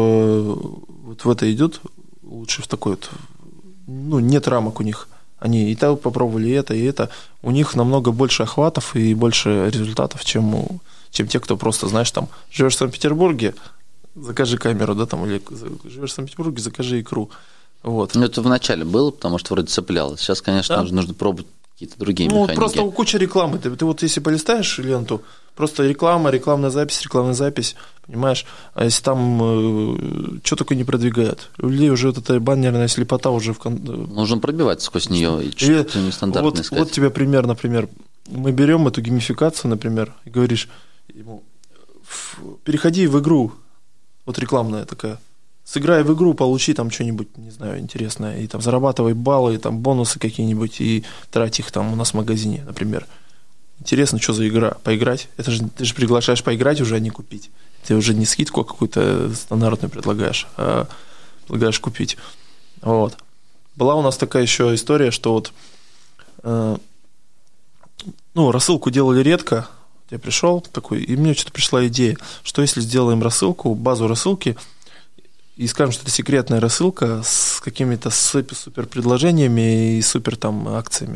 Speaker 4: кто вот в это идет, лучше в такой вот, ну, нет рамок у них. Они и так попробовали и это, и это. У них намного больше охватов и больше результатов, чем, у, чем те, кто просто, знаешь, там, живешь в Санкт-Петербурге, закажи камеру, да, там, или живешь в Санкт-Петербурге, закажи икру. Вот.
Speaker 1: Ну, это вначале было, потому что вроде цеплялось. Сейчас, конечно, да? нужно пробовать какие-то другие
Speaker 4: ну,
Speaker 1: механики.
Speaker 4: Ну, просто куча рекламы. Ты, ты вот если полистаешь ленту, просто реклама, рекламная запись, рекламная запись, понимаешь? А если там э, что только не продвигают. У людей уже вот эта баннерная слепота уже... В...
Speaker 1: Нужно пробивать сквозь нее и что-то нестандартное
Speaker 4: вот,
Speaker 1: искать.
Speaker 4: Вот тебе пример, например. Мы берем эту геймификацию, например, и говоришь ему, переходи в игру, вот рекламная такая, сыграй в игру, получи там что-нибудь, не знаю, интересное, и там зарабатывай баллы, там бонусы какие-нибудь, и трать их там у нас в магазине, например. Интересно, что за игра, поиграть? Это же ты же приглашаешь поиграть уже, а не купить. Ты уже не скидку какую-то стандартную предлагаешь, а предлагаешь купить. Вот. Была у нас такая еще история, что вот э, ну, рассылку делали редко. Я пришел такой, и мне что-то пришла идея, что если сделаем рассылку, базу рассылки, и скажем, что это секретная рассылка с какими-то супер предложениями и супер там акциями.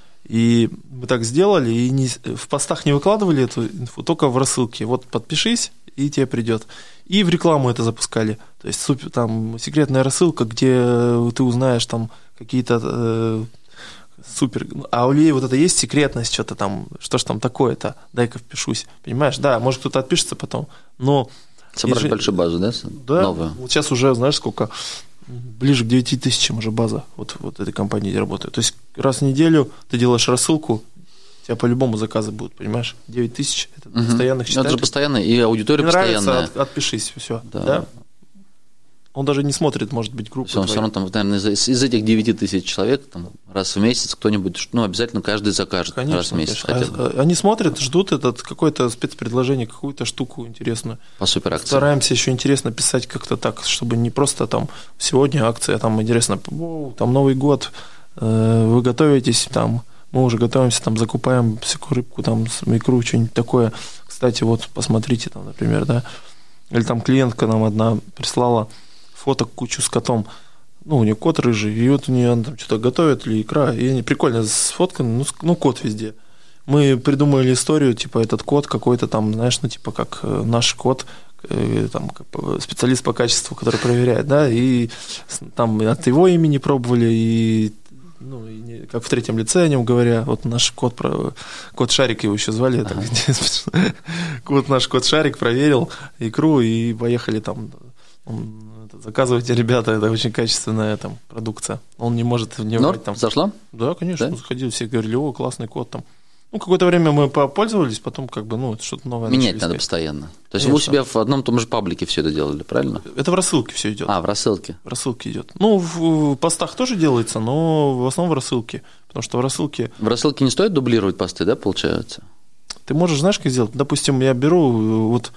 Speaker 4: И мы так сделали, и не, в постах не выкладывали эту инфу, только в рассылке. Вот подпишись, и тебе придет. И в рекламу это запускали. То есть супер, там секретная рассылка, где ты узнаешь там какие-то э, супер... А у людей вот это есть секретность, что-то там, что ж там такое-то, дай-ка впишусь. Понимаешь? Да, может кто-то отпишется потом, но...
Speaker 1: Собрать же... большую базу, да?
Speaker 4: Да,
Speaker 1: новую.
Speaker 4: Вот сейчас уже, знаешь, сколько... Ближе к девяти тысячам уже база вот, вот этой компании работает. То есть раз в неделю ты делаешь рассылку, у тебя по-любому заказы будут, понимаешь? девять тысяч, это угу. постоянных читателей.
Speaker 1: Это же постоянно, и аудитория
Speaker 4: не
Speaker 1: постоянная.
Speaker 4: Нравится, от, отпишись, все.
Speaker 1: Да.
Speaker 4: Да? Он даже не смотрит, может быть, группу.
Speaker 1: Все, он все равно там, наверное, из, из этих девяти тысяч человек там, раз в месяц кто-нибудь, ну, обязательно каждый закажет. Конечно, раз в месяц.
Speaker 4: А, они смотрят, ждут этот какое-то спецпредложение, какую-то штуку интересную.
Speaker 1: По суперакции.
Speaker 4: Стараемся еще интересно писать как-то так, чтобы не просто там сегодня акция, там интересно, там Новый год, вы готовитесь, там мы уже готовимся, там закупаем всякую рыбку, там икру, что-нибудь такое. Кстати, вот посмотрите, там, например, да, или там клиентка нам одна прислала фоток кучу с котом. Ну, у нее кот рыжий, и вот у нее она там что-то готовит, или икра, и они прикольно сфотканы, ну, ну, кот везде. Мы придумали историю, типа, этот кот какой-то там, знаешь, ну, типа, как наш кот, там, специалист по качеству, который проверяет, да, и там от его имени пробовали, и, ну, и как в третьем лице о нем говоря, вот наш кот, кот Шарик его еще звали, ага. так, вот наш кот Шарик проверил икру, и поехали там, он, заказывайте, ребята, это очень качественная там продукция. Он не может не
Speaker 1: врать
Speaker 4: там.
Speaker 1: Зашла?
Speaker 4: Да, конечно, да? Заходили, все говорили, о, классный код там. Ну, какое-то время мы попользовались, потом как бы, ну, что-то новое.
Speaker 1: Менять надо постоянно. То есть конечно. Вы у себя в одном том же паблике все это делали, правильно?
Speaker 4: Это в рассылке все идет.
Speaker 1: А, в рассылке.
Speaker 4: В рассылке идет. Ну, в, в постах тоже делается, но в основном в рассылке. Потому что в рассылке.
Speaker 1: В рассылке не стоит дублировать посты, да, получается?
Speaker 4: Ты можешь, знаешь, как сделать? Допустим, я беру, вот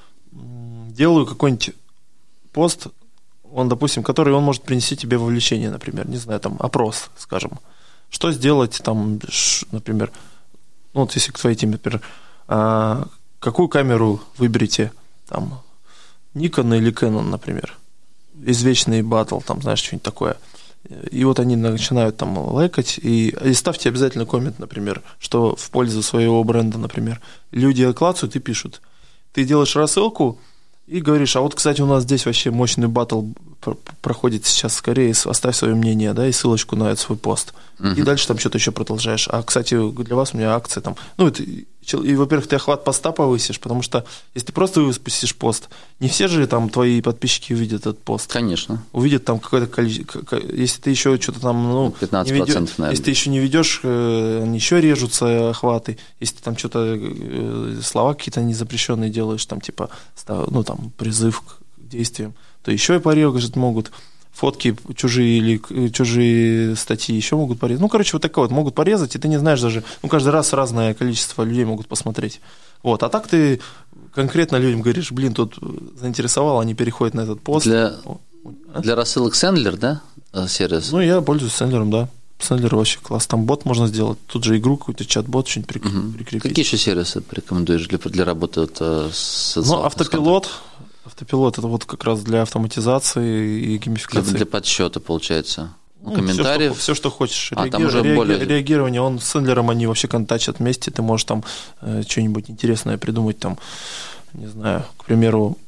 Speaker 4: делаю какой-нибудь пост. Он, допустим, который он может принести тебе вовлечение, например, не знаю, там, опрос, скажем. Что сделать, там, например, ну, вот если к твоей теме, например, а, какую камеру выберете, там, Nikon или Canon, например, извечный батл, там, знаешь, что-нибудь такое. И вот они начинают там лайкать, и, и ставьте обязательно коммент, например, что в пользу своего бренда, например. Люди клацают и пишут. Ты делаешь рассылку, и говоришь, а вот, кстати, у нас здесь вообще мощный баттл проходит сейчас, скорее оставь свое мнение, да, и ссылочку на этот свой пост. Uh-huh. И дальше там что-то еще продолжаешь. А, кстати, для вас у меня акция там. Ну, это, и, во-первых, ты охват поста повысишь, потому что если ты просто выпустишь пост, не все же там твои подписчики увидят этот пост.
Speaker 1: Конечно.
Speaker 4: Увидят там какое-то количество. Если ты еще что-то там, ну,
Speaker 1: пятнадцать процентов,
Speaker 4: ведешь,
Speaker 1: наверное.
Speaker 4: Если ты еще не ведешь, они еще режутся охваты. Если ты там что-то, слова какие-то незапрещенные делаешь, там, типа, ну, там, призыв к действиям, то еще и порезать могут. Фотки чужие или чужие статьи еще могут порезать. Ну, короче, вот такое вот могут порезать, и ты не знаешь даже, ну, каждый раз разное количество людей могут посмотреть. Вот, а так ты конкретно людям говоришь, блин, тут заинтересовал, они переходят на этот пост.
Speaker 1: Для, а? для рассылок Sendler, да, сервис?
Speaker 4: Ну, я пользуюсь Sendler, да. Sendler вообще класс. Там бот можно сделать, тут же игру, какой-то чат-бот, что-нибудь прикрепить.
Speaker 1: Какие еще сервисы порекомендуешь для, для работы вот, с
Speaker 4: Ну, автопилот. Автопилот – это вот как раз для автоматизации и геймификации.
Speaker 1: Для, для подсчета, получается.
Speaker 4: Ну,
Speaker 1: комментариев.
Speaker 4: Все, что, все, что хочешь.
Speaker 1: А,
Speaker 4: Реаги...
Speaker 1: там уже
Speaker 4: реаги...
Speaker 1: более...
Speaker 4: Реагирование. Он с Сендлером, они вообще контачат вместе. Ты можешь там э, что-нибудь интересное придумать. Там, не знаю, к примеру,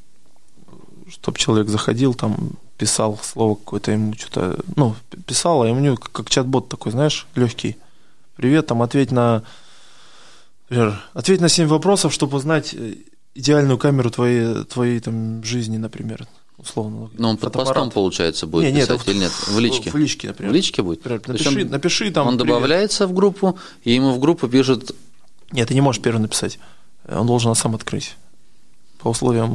Speaker 4: чтобы человек заходил, там, писал слово какое-то ему что-то... Ну, писал, а ему как чат-бот такой, знаешь, легкий. Привет, там, ответь на... Например, ответь на семь вопросов, чтобы узнать... идеальную камеру твоей, твоей там, жизни, например, условно.
Speaker 1: Но он под постом, получается, будет
Speaker 4: не,
Speaker 1: писать
Speaker 4: нет,
Speaker 1: или нет? В личке?
Speaker 4: В личке, например.
Speaker 1: В личке будет?
Speaker 4: Например, напиши, он, напиши там...
Speaker 1: Он привет. Добавляется в группу, и ему в группу пишут...
Speaker 4: Нет, ты не можешь первым написать. Он должен сам открыть. по условиям.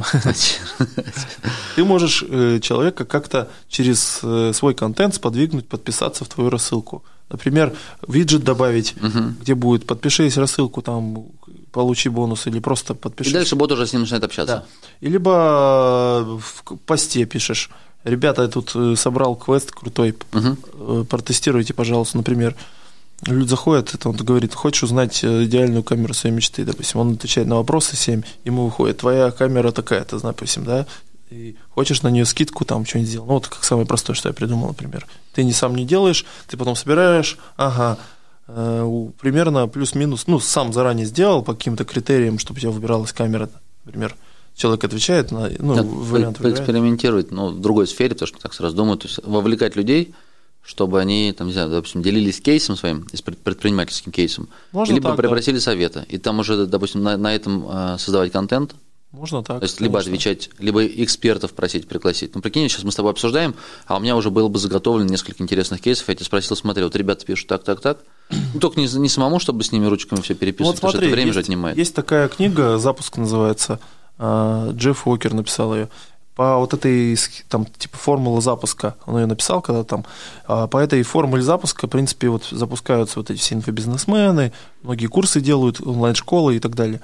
Speaker 4: Ты можешь человека как-то через свой контент сподвигнуть, подписаться в твою рассылку. Например, виджет добавить, угу. где будет «подпишись рассылку, там получи бонус», или просто подпишись.
Speaker 1: И дальше бот уже с ним начинает общаться.
Speaker 4: Да. И либо в посте пишешь: ребята, я тут собрал квест крутой, угу. протестируйте, пожалуйста, например. Люди заходят, это он говорит: хочешь узнать идеальную камеру своей мечты, допустим, он отвечает на вопросы семь, ему выходит: твоя камера такая-то, допустим, да, и хочешь на нее скидку, там что-нибудь сделать. Ну, вот как самое простое, что я придумал, например. Ты не сам не делаешь, ты потом собираешь, ага, э, примерно плюс-минус, ну, сам заранее сделал по каким-то критериям, чтобы у тебя выбиралась камера, например. Человек отвечает на, ну, вариант выбирает.
Speaker 1: Поэкспериментировать, ну, в другой сфере, потому что так сразу думаю, то есть вовлекать людей, чтобы они, там, не знаю, допустим, делились кейсом своим, предпринимательским кейсом, Можно либо так, припросили да. совета, и там уже, допустим, на, на этом создавать контент.
Speaker 4: Можно так.
Speaker 1: То есть либо конечно. отвечать, либо экспертов просить, пригласить. Ну, прикинь, сейчас мы с тобой обсуждаем, а у меня уже было бы заготовлено несколько интересных кейсов, я тебя спросил, смотри, вот ребята пишут так, так, так, ну, только не, не самому, чтобы с ними ручками все переписывать, вот, смотри, потому что это время
Speaker 4: есть,
Speaker 1: же отнимает.
Speaker 4: Есть такая книга, «Запуск» называется, Джефф Уокер написал ее. По вот этой, там, типа, формулы запуска, он ее написал когда там, по этой формуле запуска, в принципе, вот запускаются вот эти все инфобизнесмены, многие курсы делают, онлайн-школы и так далее.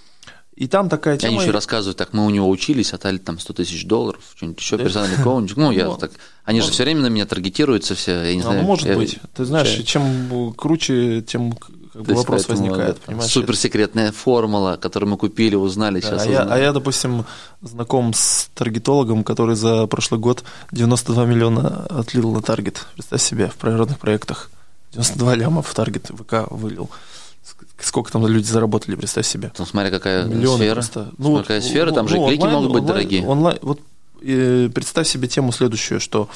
Speaker 4: И там такая тема...
Speaker 1: Они еще рассказывают, так, мы у него учились, отдали там сто тысяч долларов, что-нибудь еще, персональный коучинг, ну, я так... Они же все время на меня таргетируются все, я не знаю.
Speaker 4: Ну, может быть. Ты знаешь, чем круче, тем... Как бы вопрос поэтому, возникает, понимаешь?
Speaker 1: Суперсекретная формула, которую мы купили, узнали,
Speaker 4: да,
Speaker 1: сейчас
Speaker 4: а я, а я, допустим, знаком с таргетологом, который за прошлый год девяносто два миллиона отлил на таргет. Представь себе, в природных проектах. девяносто два ляма в таргет ВК вылил. Сколько там люди заработали, представь себе.
Speaker 1: Там смотри, какая
Speaker 4: Миллионы
Speaker 1: сфера.
Speaker 4: Просто.
Speaker 1: Ну, какая вот, сфера, там ну, же клики онлайн, могут быть
Speaker 4: онлайн,
Speaker 1: дорогие.
Speaker 4: Онлайн, вот э, представь себе тему следующую, что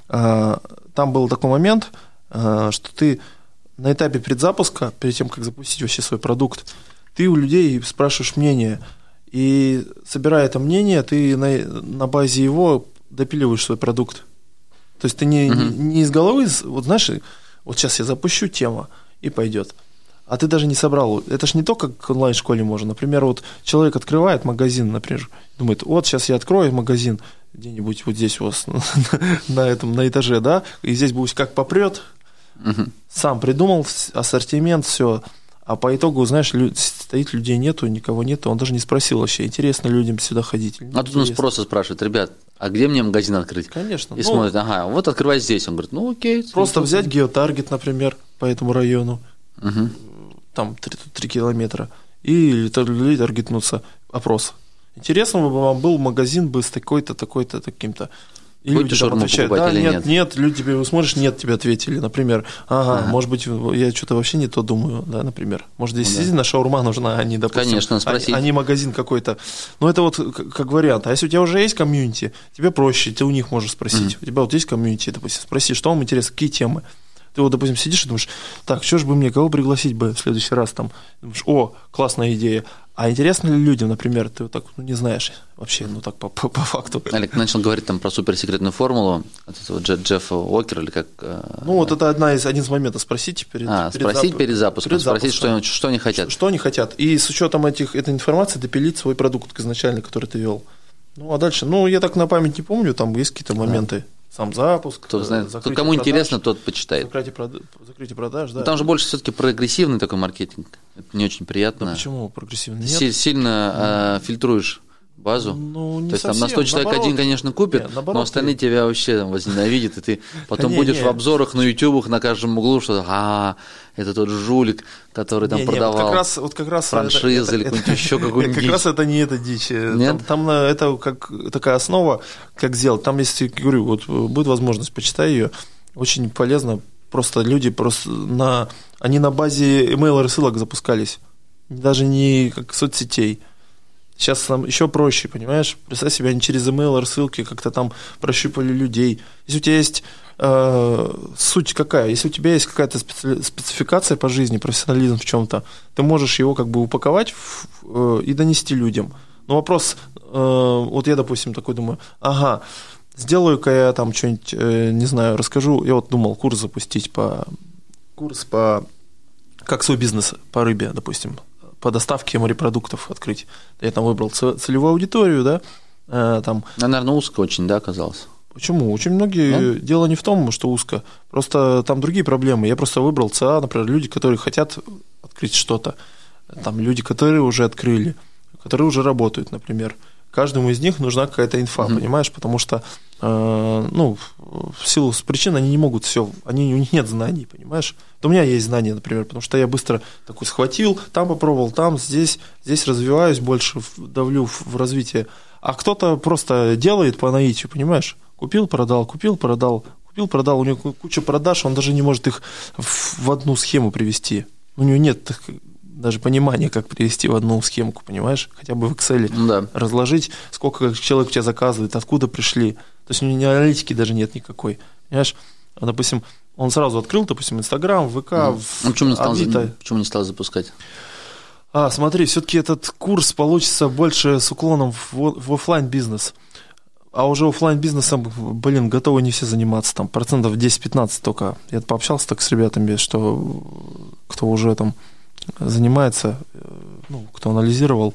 Speaker 4: э, там был такой момент, э, что ты на этапе предзапуска, перед тем, как запустить вообще свой продукт, ты у людей спрашиваешь мнение, и собирая это мнение, ты на, на базе его допиливаешь свой продукт. То есть ты не, uh-huh. не, не из головы, вот знаешь, вот сейчас я запущу тему, и пойдет. А ты даже не собрал. Это ж не то, как в онлайн-школе можно. Например, вот человек открывает магазин, например, думает: вот сейчас я открою магазин где-нибудь вот здесь у вас на этом, на этаже, да, и здесь будет как попрет. Угу. Сам придумал ассортимент, все, а по итогу, знаешь, стоит, людей нету, никого нету, он даже не спросил вообще, интересно людям сюда ходить.
Speaker 1: А тут он просто спрашивает: ребят, а где мне магазин открыть?
Speaker 4: Конечно.
Speaker 1: И ну, смотрит: ага, вот открывай здесь. Он говорит: ну окей.
Speaker 4: Просто взять геотаргет, например, по этому району,
Speaker 1: угу.
Speaker 4: там три километра, и людей таргетнуться, опрос. Интересно бы вам был магазин бы с такой-то, такой-то, таким-то. И люди там отвечают: да, нет, нет, нет, люди тебе смотришь, нет, тебе ответили, например, ага, ага, может быть, я что-то вообще не то думаю, да, например, может, здесь ну, действительно да. шаурма нужна, а не, допустим,
Speaker 1: конечно, спросить.
Speaker 4: А, а не магазин какой-то. Ну, это вот как, как вариант. А если у тебя уже есть комьюнити, тебе проще, ты у них можешь спросить. Mm-hmm. У тебя вот есть комьюнити, допустим, спроси, что вам интересно, какие темы. Ты вот, допустим, сидишь и думаешь: так, что же бы мне, кого пригласить бы в следующий раз там? Думаешь: о, классная идея. А интересно ли людям, например, ты вот так ну, не знаешь вообще, ну так по, по, по факту.
Speaker 1: Олег начал говорить там про суперсекретную формулу от этого Джеффа Уокера или как?
Speaker 4: Ну вот это одна из, один из моментов, спросить перед,
Speaker 1: а,
Speaker 4: перед
Speaker 1: спросить
Speaker 4: зап...
Speaker 1: перед запуском, перед спросить, что, что они хотят.
Speaker 4: Что, что они хотят. И с учетом этих, этой информации допилить свой продукт изначально, который ты вел. Ну а дальше, ну я так на память не помню, там есть какие-то моменты. Да. Сам запуск,
Speaker 1: кто знает, кто, кому продаж, интересно, тот почитает.
Speaker 4: Закрытие продаж, закрытие продаж да.
Speaker 1: Но там же больше все-таки прогрессивный такой маркетинг. Это не очень приятно.
Speaker 4: Да почему прогрессивный? Нет.
Speaker 1: Ты сильно э, фильтруешь базу.
Speaker 4: Ну, не
Speaker 1: То есть
Speaker 4: совсем,
Speaker 1: там на сто человек
Speaker 4: наоборот.
Speaker 1: один, конечно, купит, Нет, наоборот, но остальные ты... тебя вообще там, возненавидят, и ты потом
Speaker 4: да
Speaker 1: будешь
Speaker 4: не,
Speaker 1: в обзорах на ютубах на каждом углу, что а это тот жулик, который там
Speaker 4: не,
Speaker 1: продавал
Speaker 4: не, вот как раз, вот как раз
Speaker 1: франшизы или какую-нибудь еще какую-нибудь
Speaker 4: Как
Speaker 1: дичь.
Speaker 4: раз это не эта дичь.
Speaker 1: Нет?
Speaker 4: Там, там это как такая основа, как сделать. Там, если, говорю, вот будет возможность, почитай ее, очень полезно. Просто люди просто на... Они на базе email-рассылок запускались. Даже не как соцсетей. Сейчас нам еще проще, понимаешь? Представь себе, они через email рассылки как-то там прощупали людей. Если у тебя есть э, суть какая, если у тебя есть какая-то специ, спецификация по жизни, профессионализм в чем-то, ты можешь его как бы упаковать в, э, и донести людям. Но вопрос, э, вот я, допустим, такой думаю: ага, сделаю-ка я там что-нибудь, э, не знаю, расскажу. Я вот думал курс запустить по курс по как свой бизнес по рыбе, допустим, по доставке морепродуктов открыть. Я там выбрал целевую аудиторию, да, там...
Speaker 1: А, наверное, узко очень, да, оказалось?
Speaker 4: Почему? Очень многие... Ну? Дело не в том, что узко, просто там другие проблемы. Я просто выбрал ЦА, например, люди, которые хотят открыть что-то, там люди, которые уже открыли, которые уже работают, например. Каждому из них нужна какая-то инфа, mm-hmm. понимаешь, потому что, э, ну, в силу причин они не могут все, они, у них нет знаний, понимаешь. У меня есть знания, например, потому что я быстро такой схватил, там попробовал, там, здесь, здесь развиваюсь больше, давлю в, в развитие. А кто-то просто делает по наитию, понимаешь, купил, продал, купил, продал, купил, продал, у него куча продаж, он даже не может их в, в одну схему привести, у него нет даже понимание, как привести в одну схемку, понимаешь? Хотя бы в Excel
Speaker 1: да.
Speaker 4: разложить, сколько человек у тебя заказывает, откуда пришли. То есть у него аналитики даже нет никакой. Понимаешь? А, допустим, он сразу открыл, допустим, Инстаграм, ВК, mm.
Speaker 1: в почему не стал, почему не стал запускать?
Speaker 4: А, смотри, все-таки этот курс получится больше с уклоном в, в офлайн бизнес. А уже офлайн бизнесом, блин, готовы не все заниматься, там процентов десять-пятнадцать только. Я пообщался так с ребятами, что кто уже там занимается, ну, кто анализировал,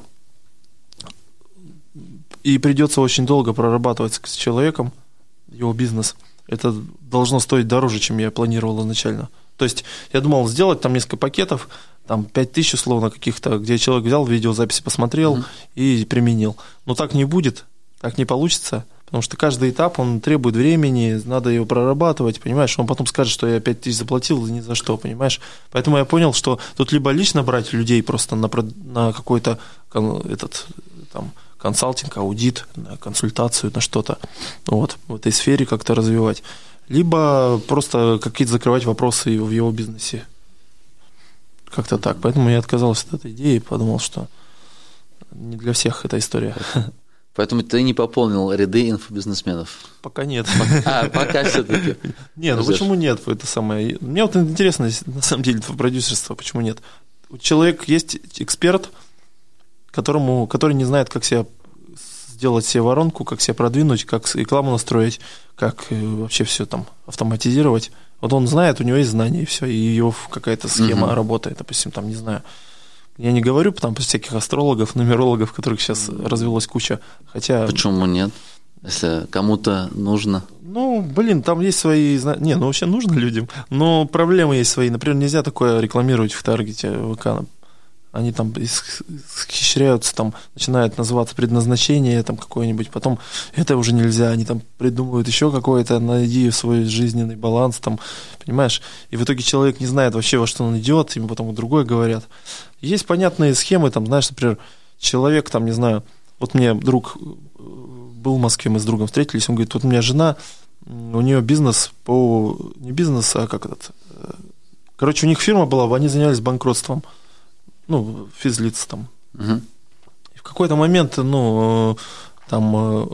Speaker 4: и придется очень долго прорабатывать с человеком его бизнес. Это должно стоить дороже, чем я планировал изначально. То есть я думал сделать там несколько пакетов, там пять тысяч условно каких-то, где человек взял видеозаписи, посмотрел mm-hmm. и применил. Но так не будет, так не получится. Потому что каждый этап, он требует времени, надо его прорабатывать, понимаешь? Он потом скажет, что я пять тысяч заплатил ни за что, понимаешь? Поэтому я понял, что тут либо лично брать людей просто на, на какой-то этот, там, консалтинг, аудит, на консультацию, на что-то, вот, в этой сфере как-то развивать, либо просто какие-то закрывать вопросы в его бизнесе. Как-то так. Поэтому я отказался от этой идеи и подумал, что не для всех эта история.
Speaker 1: Поэтому ты не пополнил ряды инфобизнесменов?
Speaker 4: Пока нет.
Speaker 1: А, пока все-таки.
Speaker 4: Не, ну почему нет? Это самое. Мне вот интересно, на самом деле, продюсерство, почему нет? Человек есть эксперт, которому, который не знает, как себе сделать себе воронку, как себя продвинуть, как рекламу настроить, как вообще все там автоматизировать. Вот он знает, у него есть знания, и все, и его какая-то схема угу. работает, допустим, там, не знаю. Я не говорю там про всяких астрологов, нумерологов, которых сейчас развелась куча, хотя...
Speaker 1: Почему нет? Если кому-то нужно...
Speaker 4: Ну, блин, там есть свои... Не, ну вообще нужно людям, но проблемы есть свои. Например, нельзя такое рекламировать в таргете ВК. Они там исхищряются, там начинают называться предназначение там какое-нибудь, потом это уже нельзя, они там придумывают еще какое-то, найди свой жизненный баланс, там, понимаешь, и в итоге человек не знает вообще, во что он идет, ему потом другое говорят. Есть понятные схемы, там, знаешь, например, человек, там, не знаю, вот мне друг был в Москве, мы с другом встретились, он говорит, вот у меня жена, у нее бизнес по, не бизнес, а как этот, короче, у них фирма была, они занялись банкротством. Ну, физлиц там. Угу. И в какой-то момент, ну, там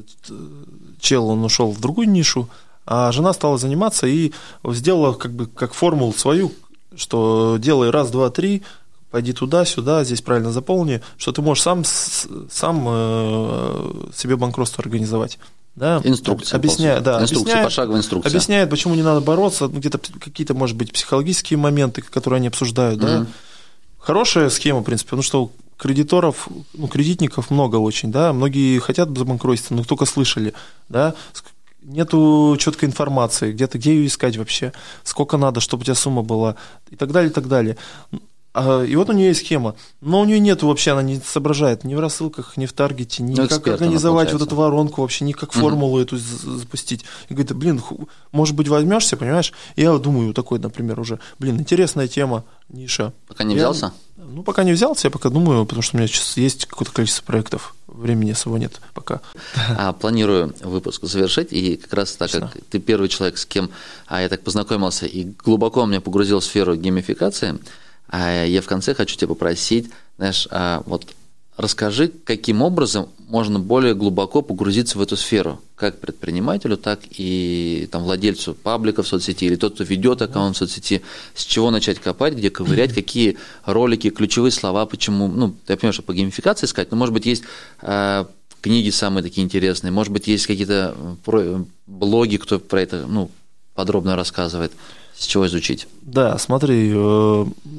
Speaker 4: чел, он ушел в другую нишу, а жена стала заниматься и сделала как бы как формулу свою, что делай раз, два, три, пойди туда, сюда, здесь правильно заполни, что ты можешь сам, сам себе банкротство организовать. Да?
Speaker 1: Инструкция.
Speaker 4: Объясняет, да,
Speaker 1: инструкция,
Speaker 4: объясняет,
Speaker 1: пошаговая инструкция.
Speaker 4: Объясняет, почему не надо бороться, где-то какие-то, может быть, психологические моменты, которые они обсуждают, да.
Speaker 1: Угу. Хорошая
Speaker 4: схема, в принципе, потому что кредиторов, ну, кредитников много очень, да, многие хотят забанкротиться, но только слышали, да, нету четкой информации, где-то, где ее искать вообще, сколько надо, чтобы у тебя сумма была, и так далее, и так далее. И вот у нее есть схема, но у нее нету вообще, она не соображает ни в рассылках, ни в таргете, ни ну, как организовать вот эту воронку вообще, ни как формулу угу. эту запустить. И говорит, блин, может быть, возьмешься, понимаешь? И я думаю, такой, например, уже, блин, интересная тема, ниша.
Speaker 1: Пока не взялся?
Speaker 4: Я, ну, пока не взялся, я пока думаю, потому что у меня сейчас есть какое-то количество проектов, времени особо нет пока.
Speaker 1: А, планирую выпуск завершить, и как раз так Отлично. Как ты первый человек, с кем а, я так познакомился и глубоко меня погрузил в сферу геймификации, а я в конце хочу тебя попросить, знаешь, вот расскажи, каким образом можно более глубоко погрузиться в эту сферу, как предпринимателю, так и там, владельцу паблика в соцсети или тот, кто ведет аккаунт в соцсети, с чего начать копать, где ковырять, какие ролики, ключевые слова, почему, ну, я понимаю, что по геймификации искать, но, может быть, есть э, книги самые такие интересные, может быть, есть какие-то блоги, кто про это, ну, подробно рассказывает. С чего изучить?
Speaker 4: Да, смотри,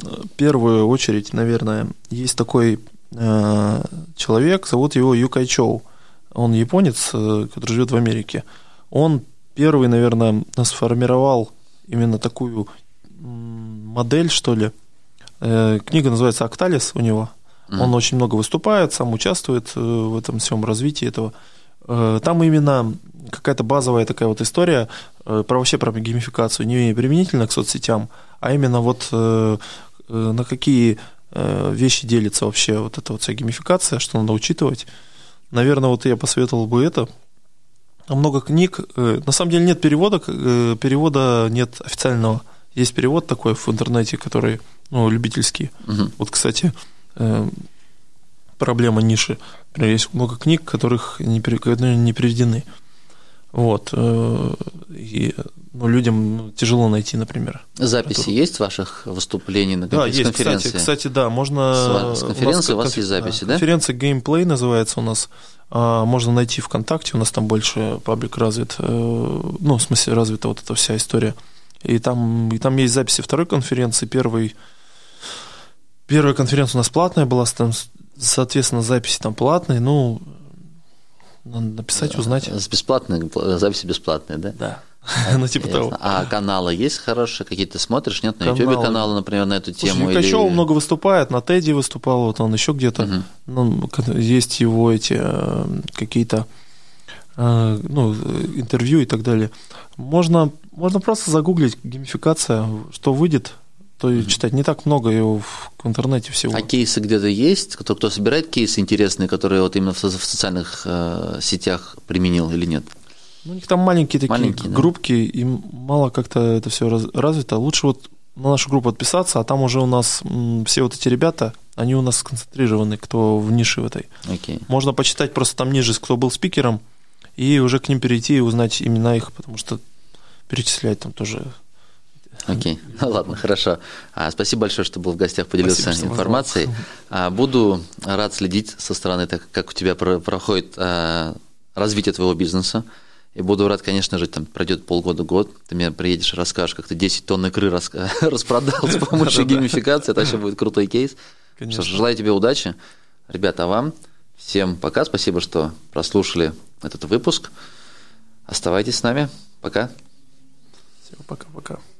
Speaker 4: в первую очередь, наверное, есть такой э, человек, зовут его Юкай Чоу. Он японец, э, который живет в Америке. Он первый, наверное, сформировал именно такую модель, что ли. Э, книга называется «Акталис» у него. Mm-hmm. Он очень много выступает, сам участвует э, в этом всем развитии этого. Э, там именно какая-то базовая такая вот история э, про вообще про геймификацию, не применительно к соцсетям, а именно вот э, э, на какие э, вещи делится вообще вот эта вот вся геймификация, что надо учитывать. Наверное, вот я посоветовал бы это. Много книг. Э, на самом деле нет перевода, э, перевода нет официального. Есть перевод такой в интернете, который, ну, любительский. Uh-huh. Вот, кстати, э, проблема ниши. Например, есть много книг, которых не, не переведены. Вот. Э, и, ну, людям тяжело найти, например.
Speaker 1: Записи которые... есть ваших выступлений на
Speaker 4: да, есть,
Speaker 1: конференции?
Speaker 4: Кстати, кстати, да, можно...
Speaker 1: С конференции у вас, у вас конф... есть записи, да?
Speaker 4: Конференция Gameplay называется у нас. Можно найти ВКонтакте, у нас там больше паблик развит. Ну, в смысле, развита вот эта вся история. И там, и там есть записи второй конференции. Первый, первая конференция у нас платная была, там, соответственно, записи там платные. Ну, надо написать, узнать.
Speaker 1: С бесплатной, записи бесплатные, да?
Speaker 4: Да. Ну, типа того.
Speaker 1: А каналы есть хорошие? Какие-то смотришь? Нет, на Ютубе каналы, например, на эту тему?
Speaker 4: Слушай, Юкай Чоу много выступает, на Теди выступал, вот он еще где-то. Ну, есть его эти какие-то ну, интервью и так далее. Можно, можно просто загуглить геймификация, что выйдет, то и читать. Не так много его в интернете всего.
Speaker 1: А кейсы где-то есть? Кто, кто собирает кейсы интересные, которые вот именно в, в социальных э, сетях применил или нет?
Speaker 4: Ну, у них там маленькие такие
Speaker 1: маленькие,
Speaker 4: группки, да? И мало как-то это все раз, развито. Лучше вот на нашу группу подписаться, а там уже у нас м, все вот эти ребята, они у нас сконцентрированы, кто в нише в этой.
Speaker 1: Okay.
Speaker 4: Можно почитать просто там ниже, кто был спикером, и уже к ним перейти и узнать имена их, потому что перечислять там тоже...
Speaker 1: Окей, okay. Ну ладно, хорошо. А, спасибо большое, что был в гостях, поделился спасибо, информацией. А, буду рад следить со стороны, так, как у тебя про- проходит а, развитие твоего бизнеса. И буду рад, конечно же, там пройдет полгода-год, ты мне приедешь и расскажешь, как ты десять тонн икры рас... распродал с помощью геймификации, это вообще будет крутой кейс. Что ж, желаю тебе удачи. Ребята, а вам всем пока, спасибо, что прослушали этот выпуск. Оставайтесь с нами. Пока.
Speaker 4: Всем пока-пока.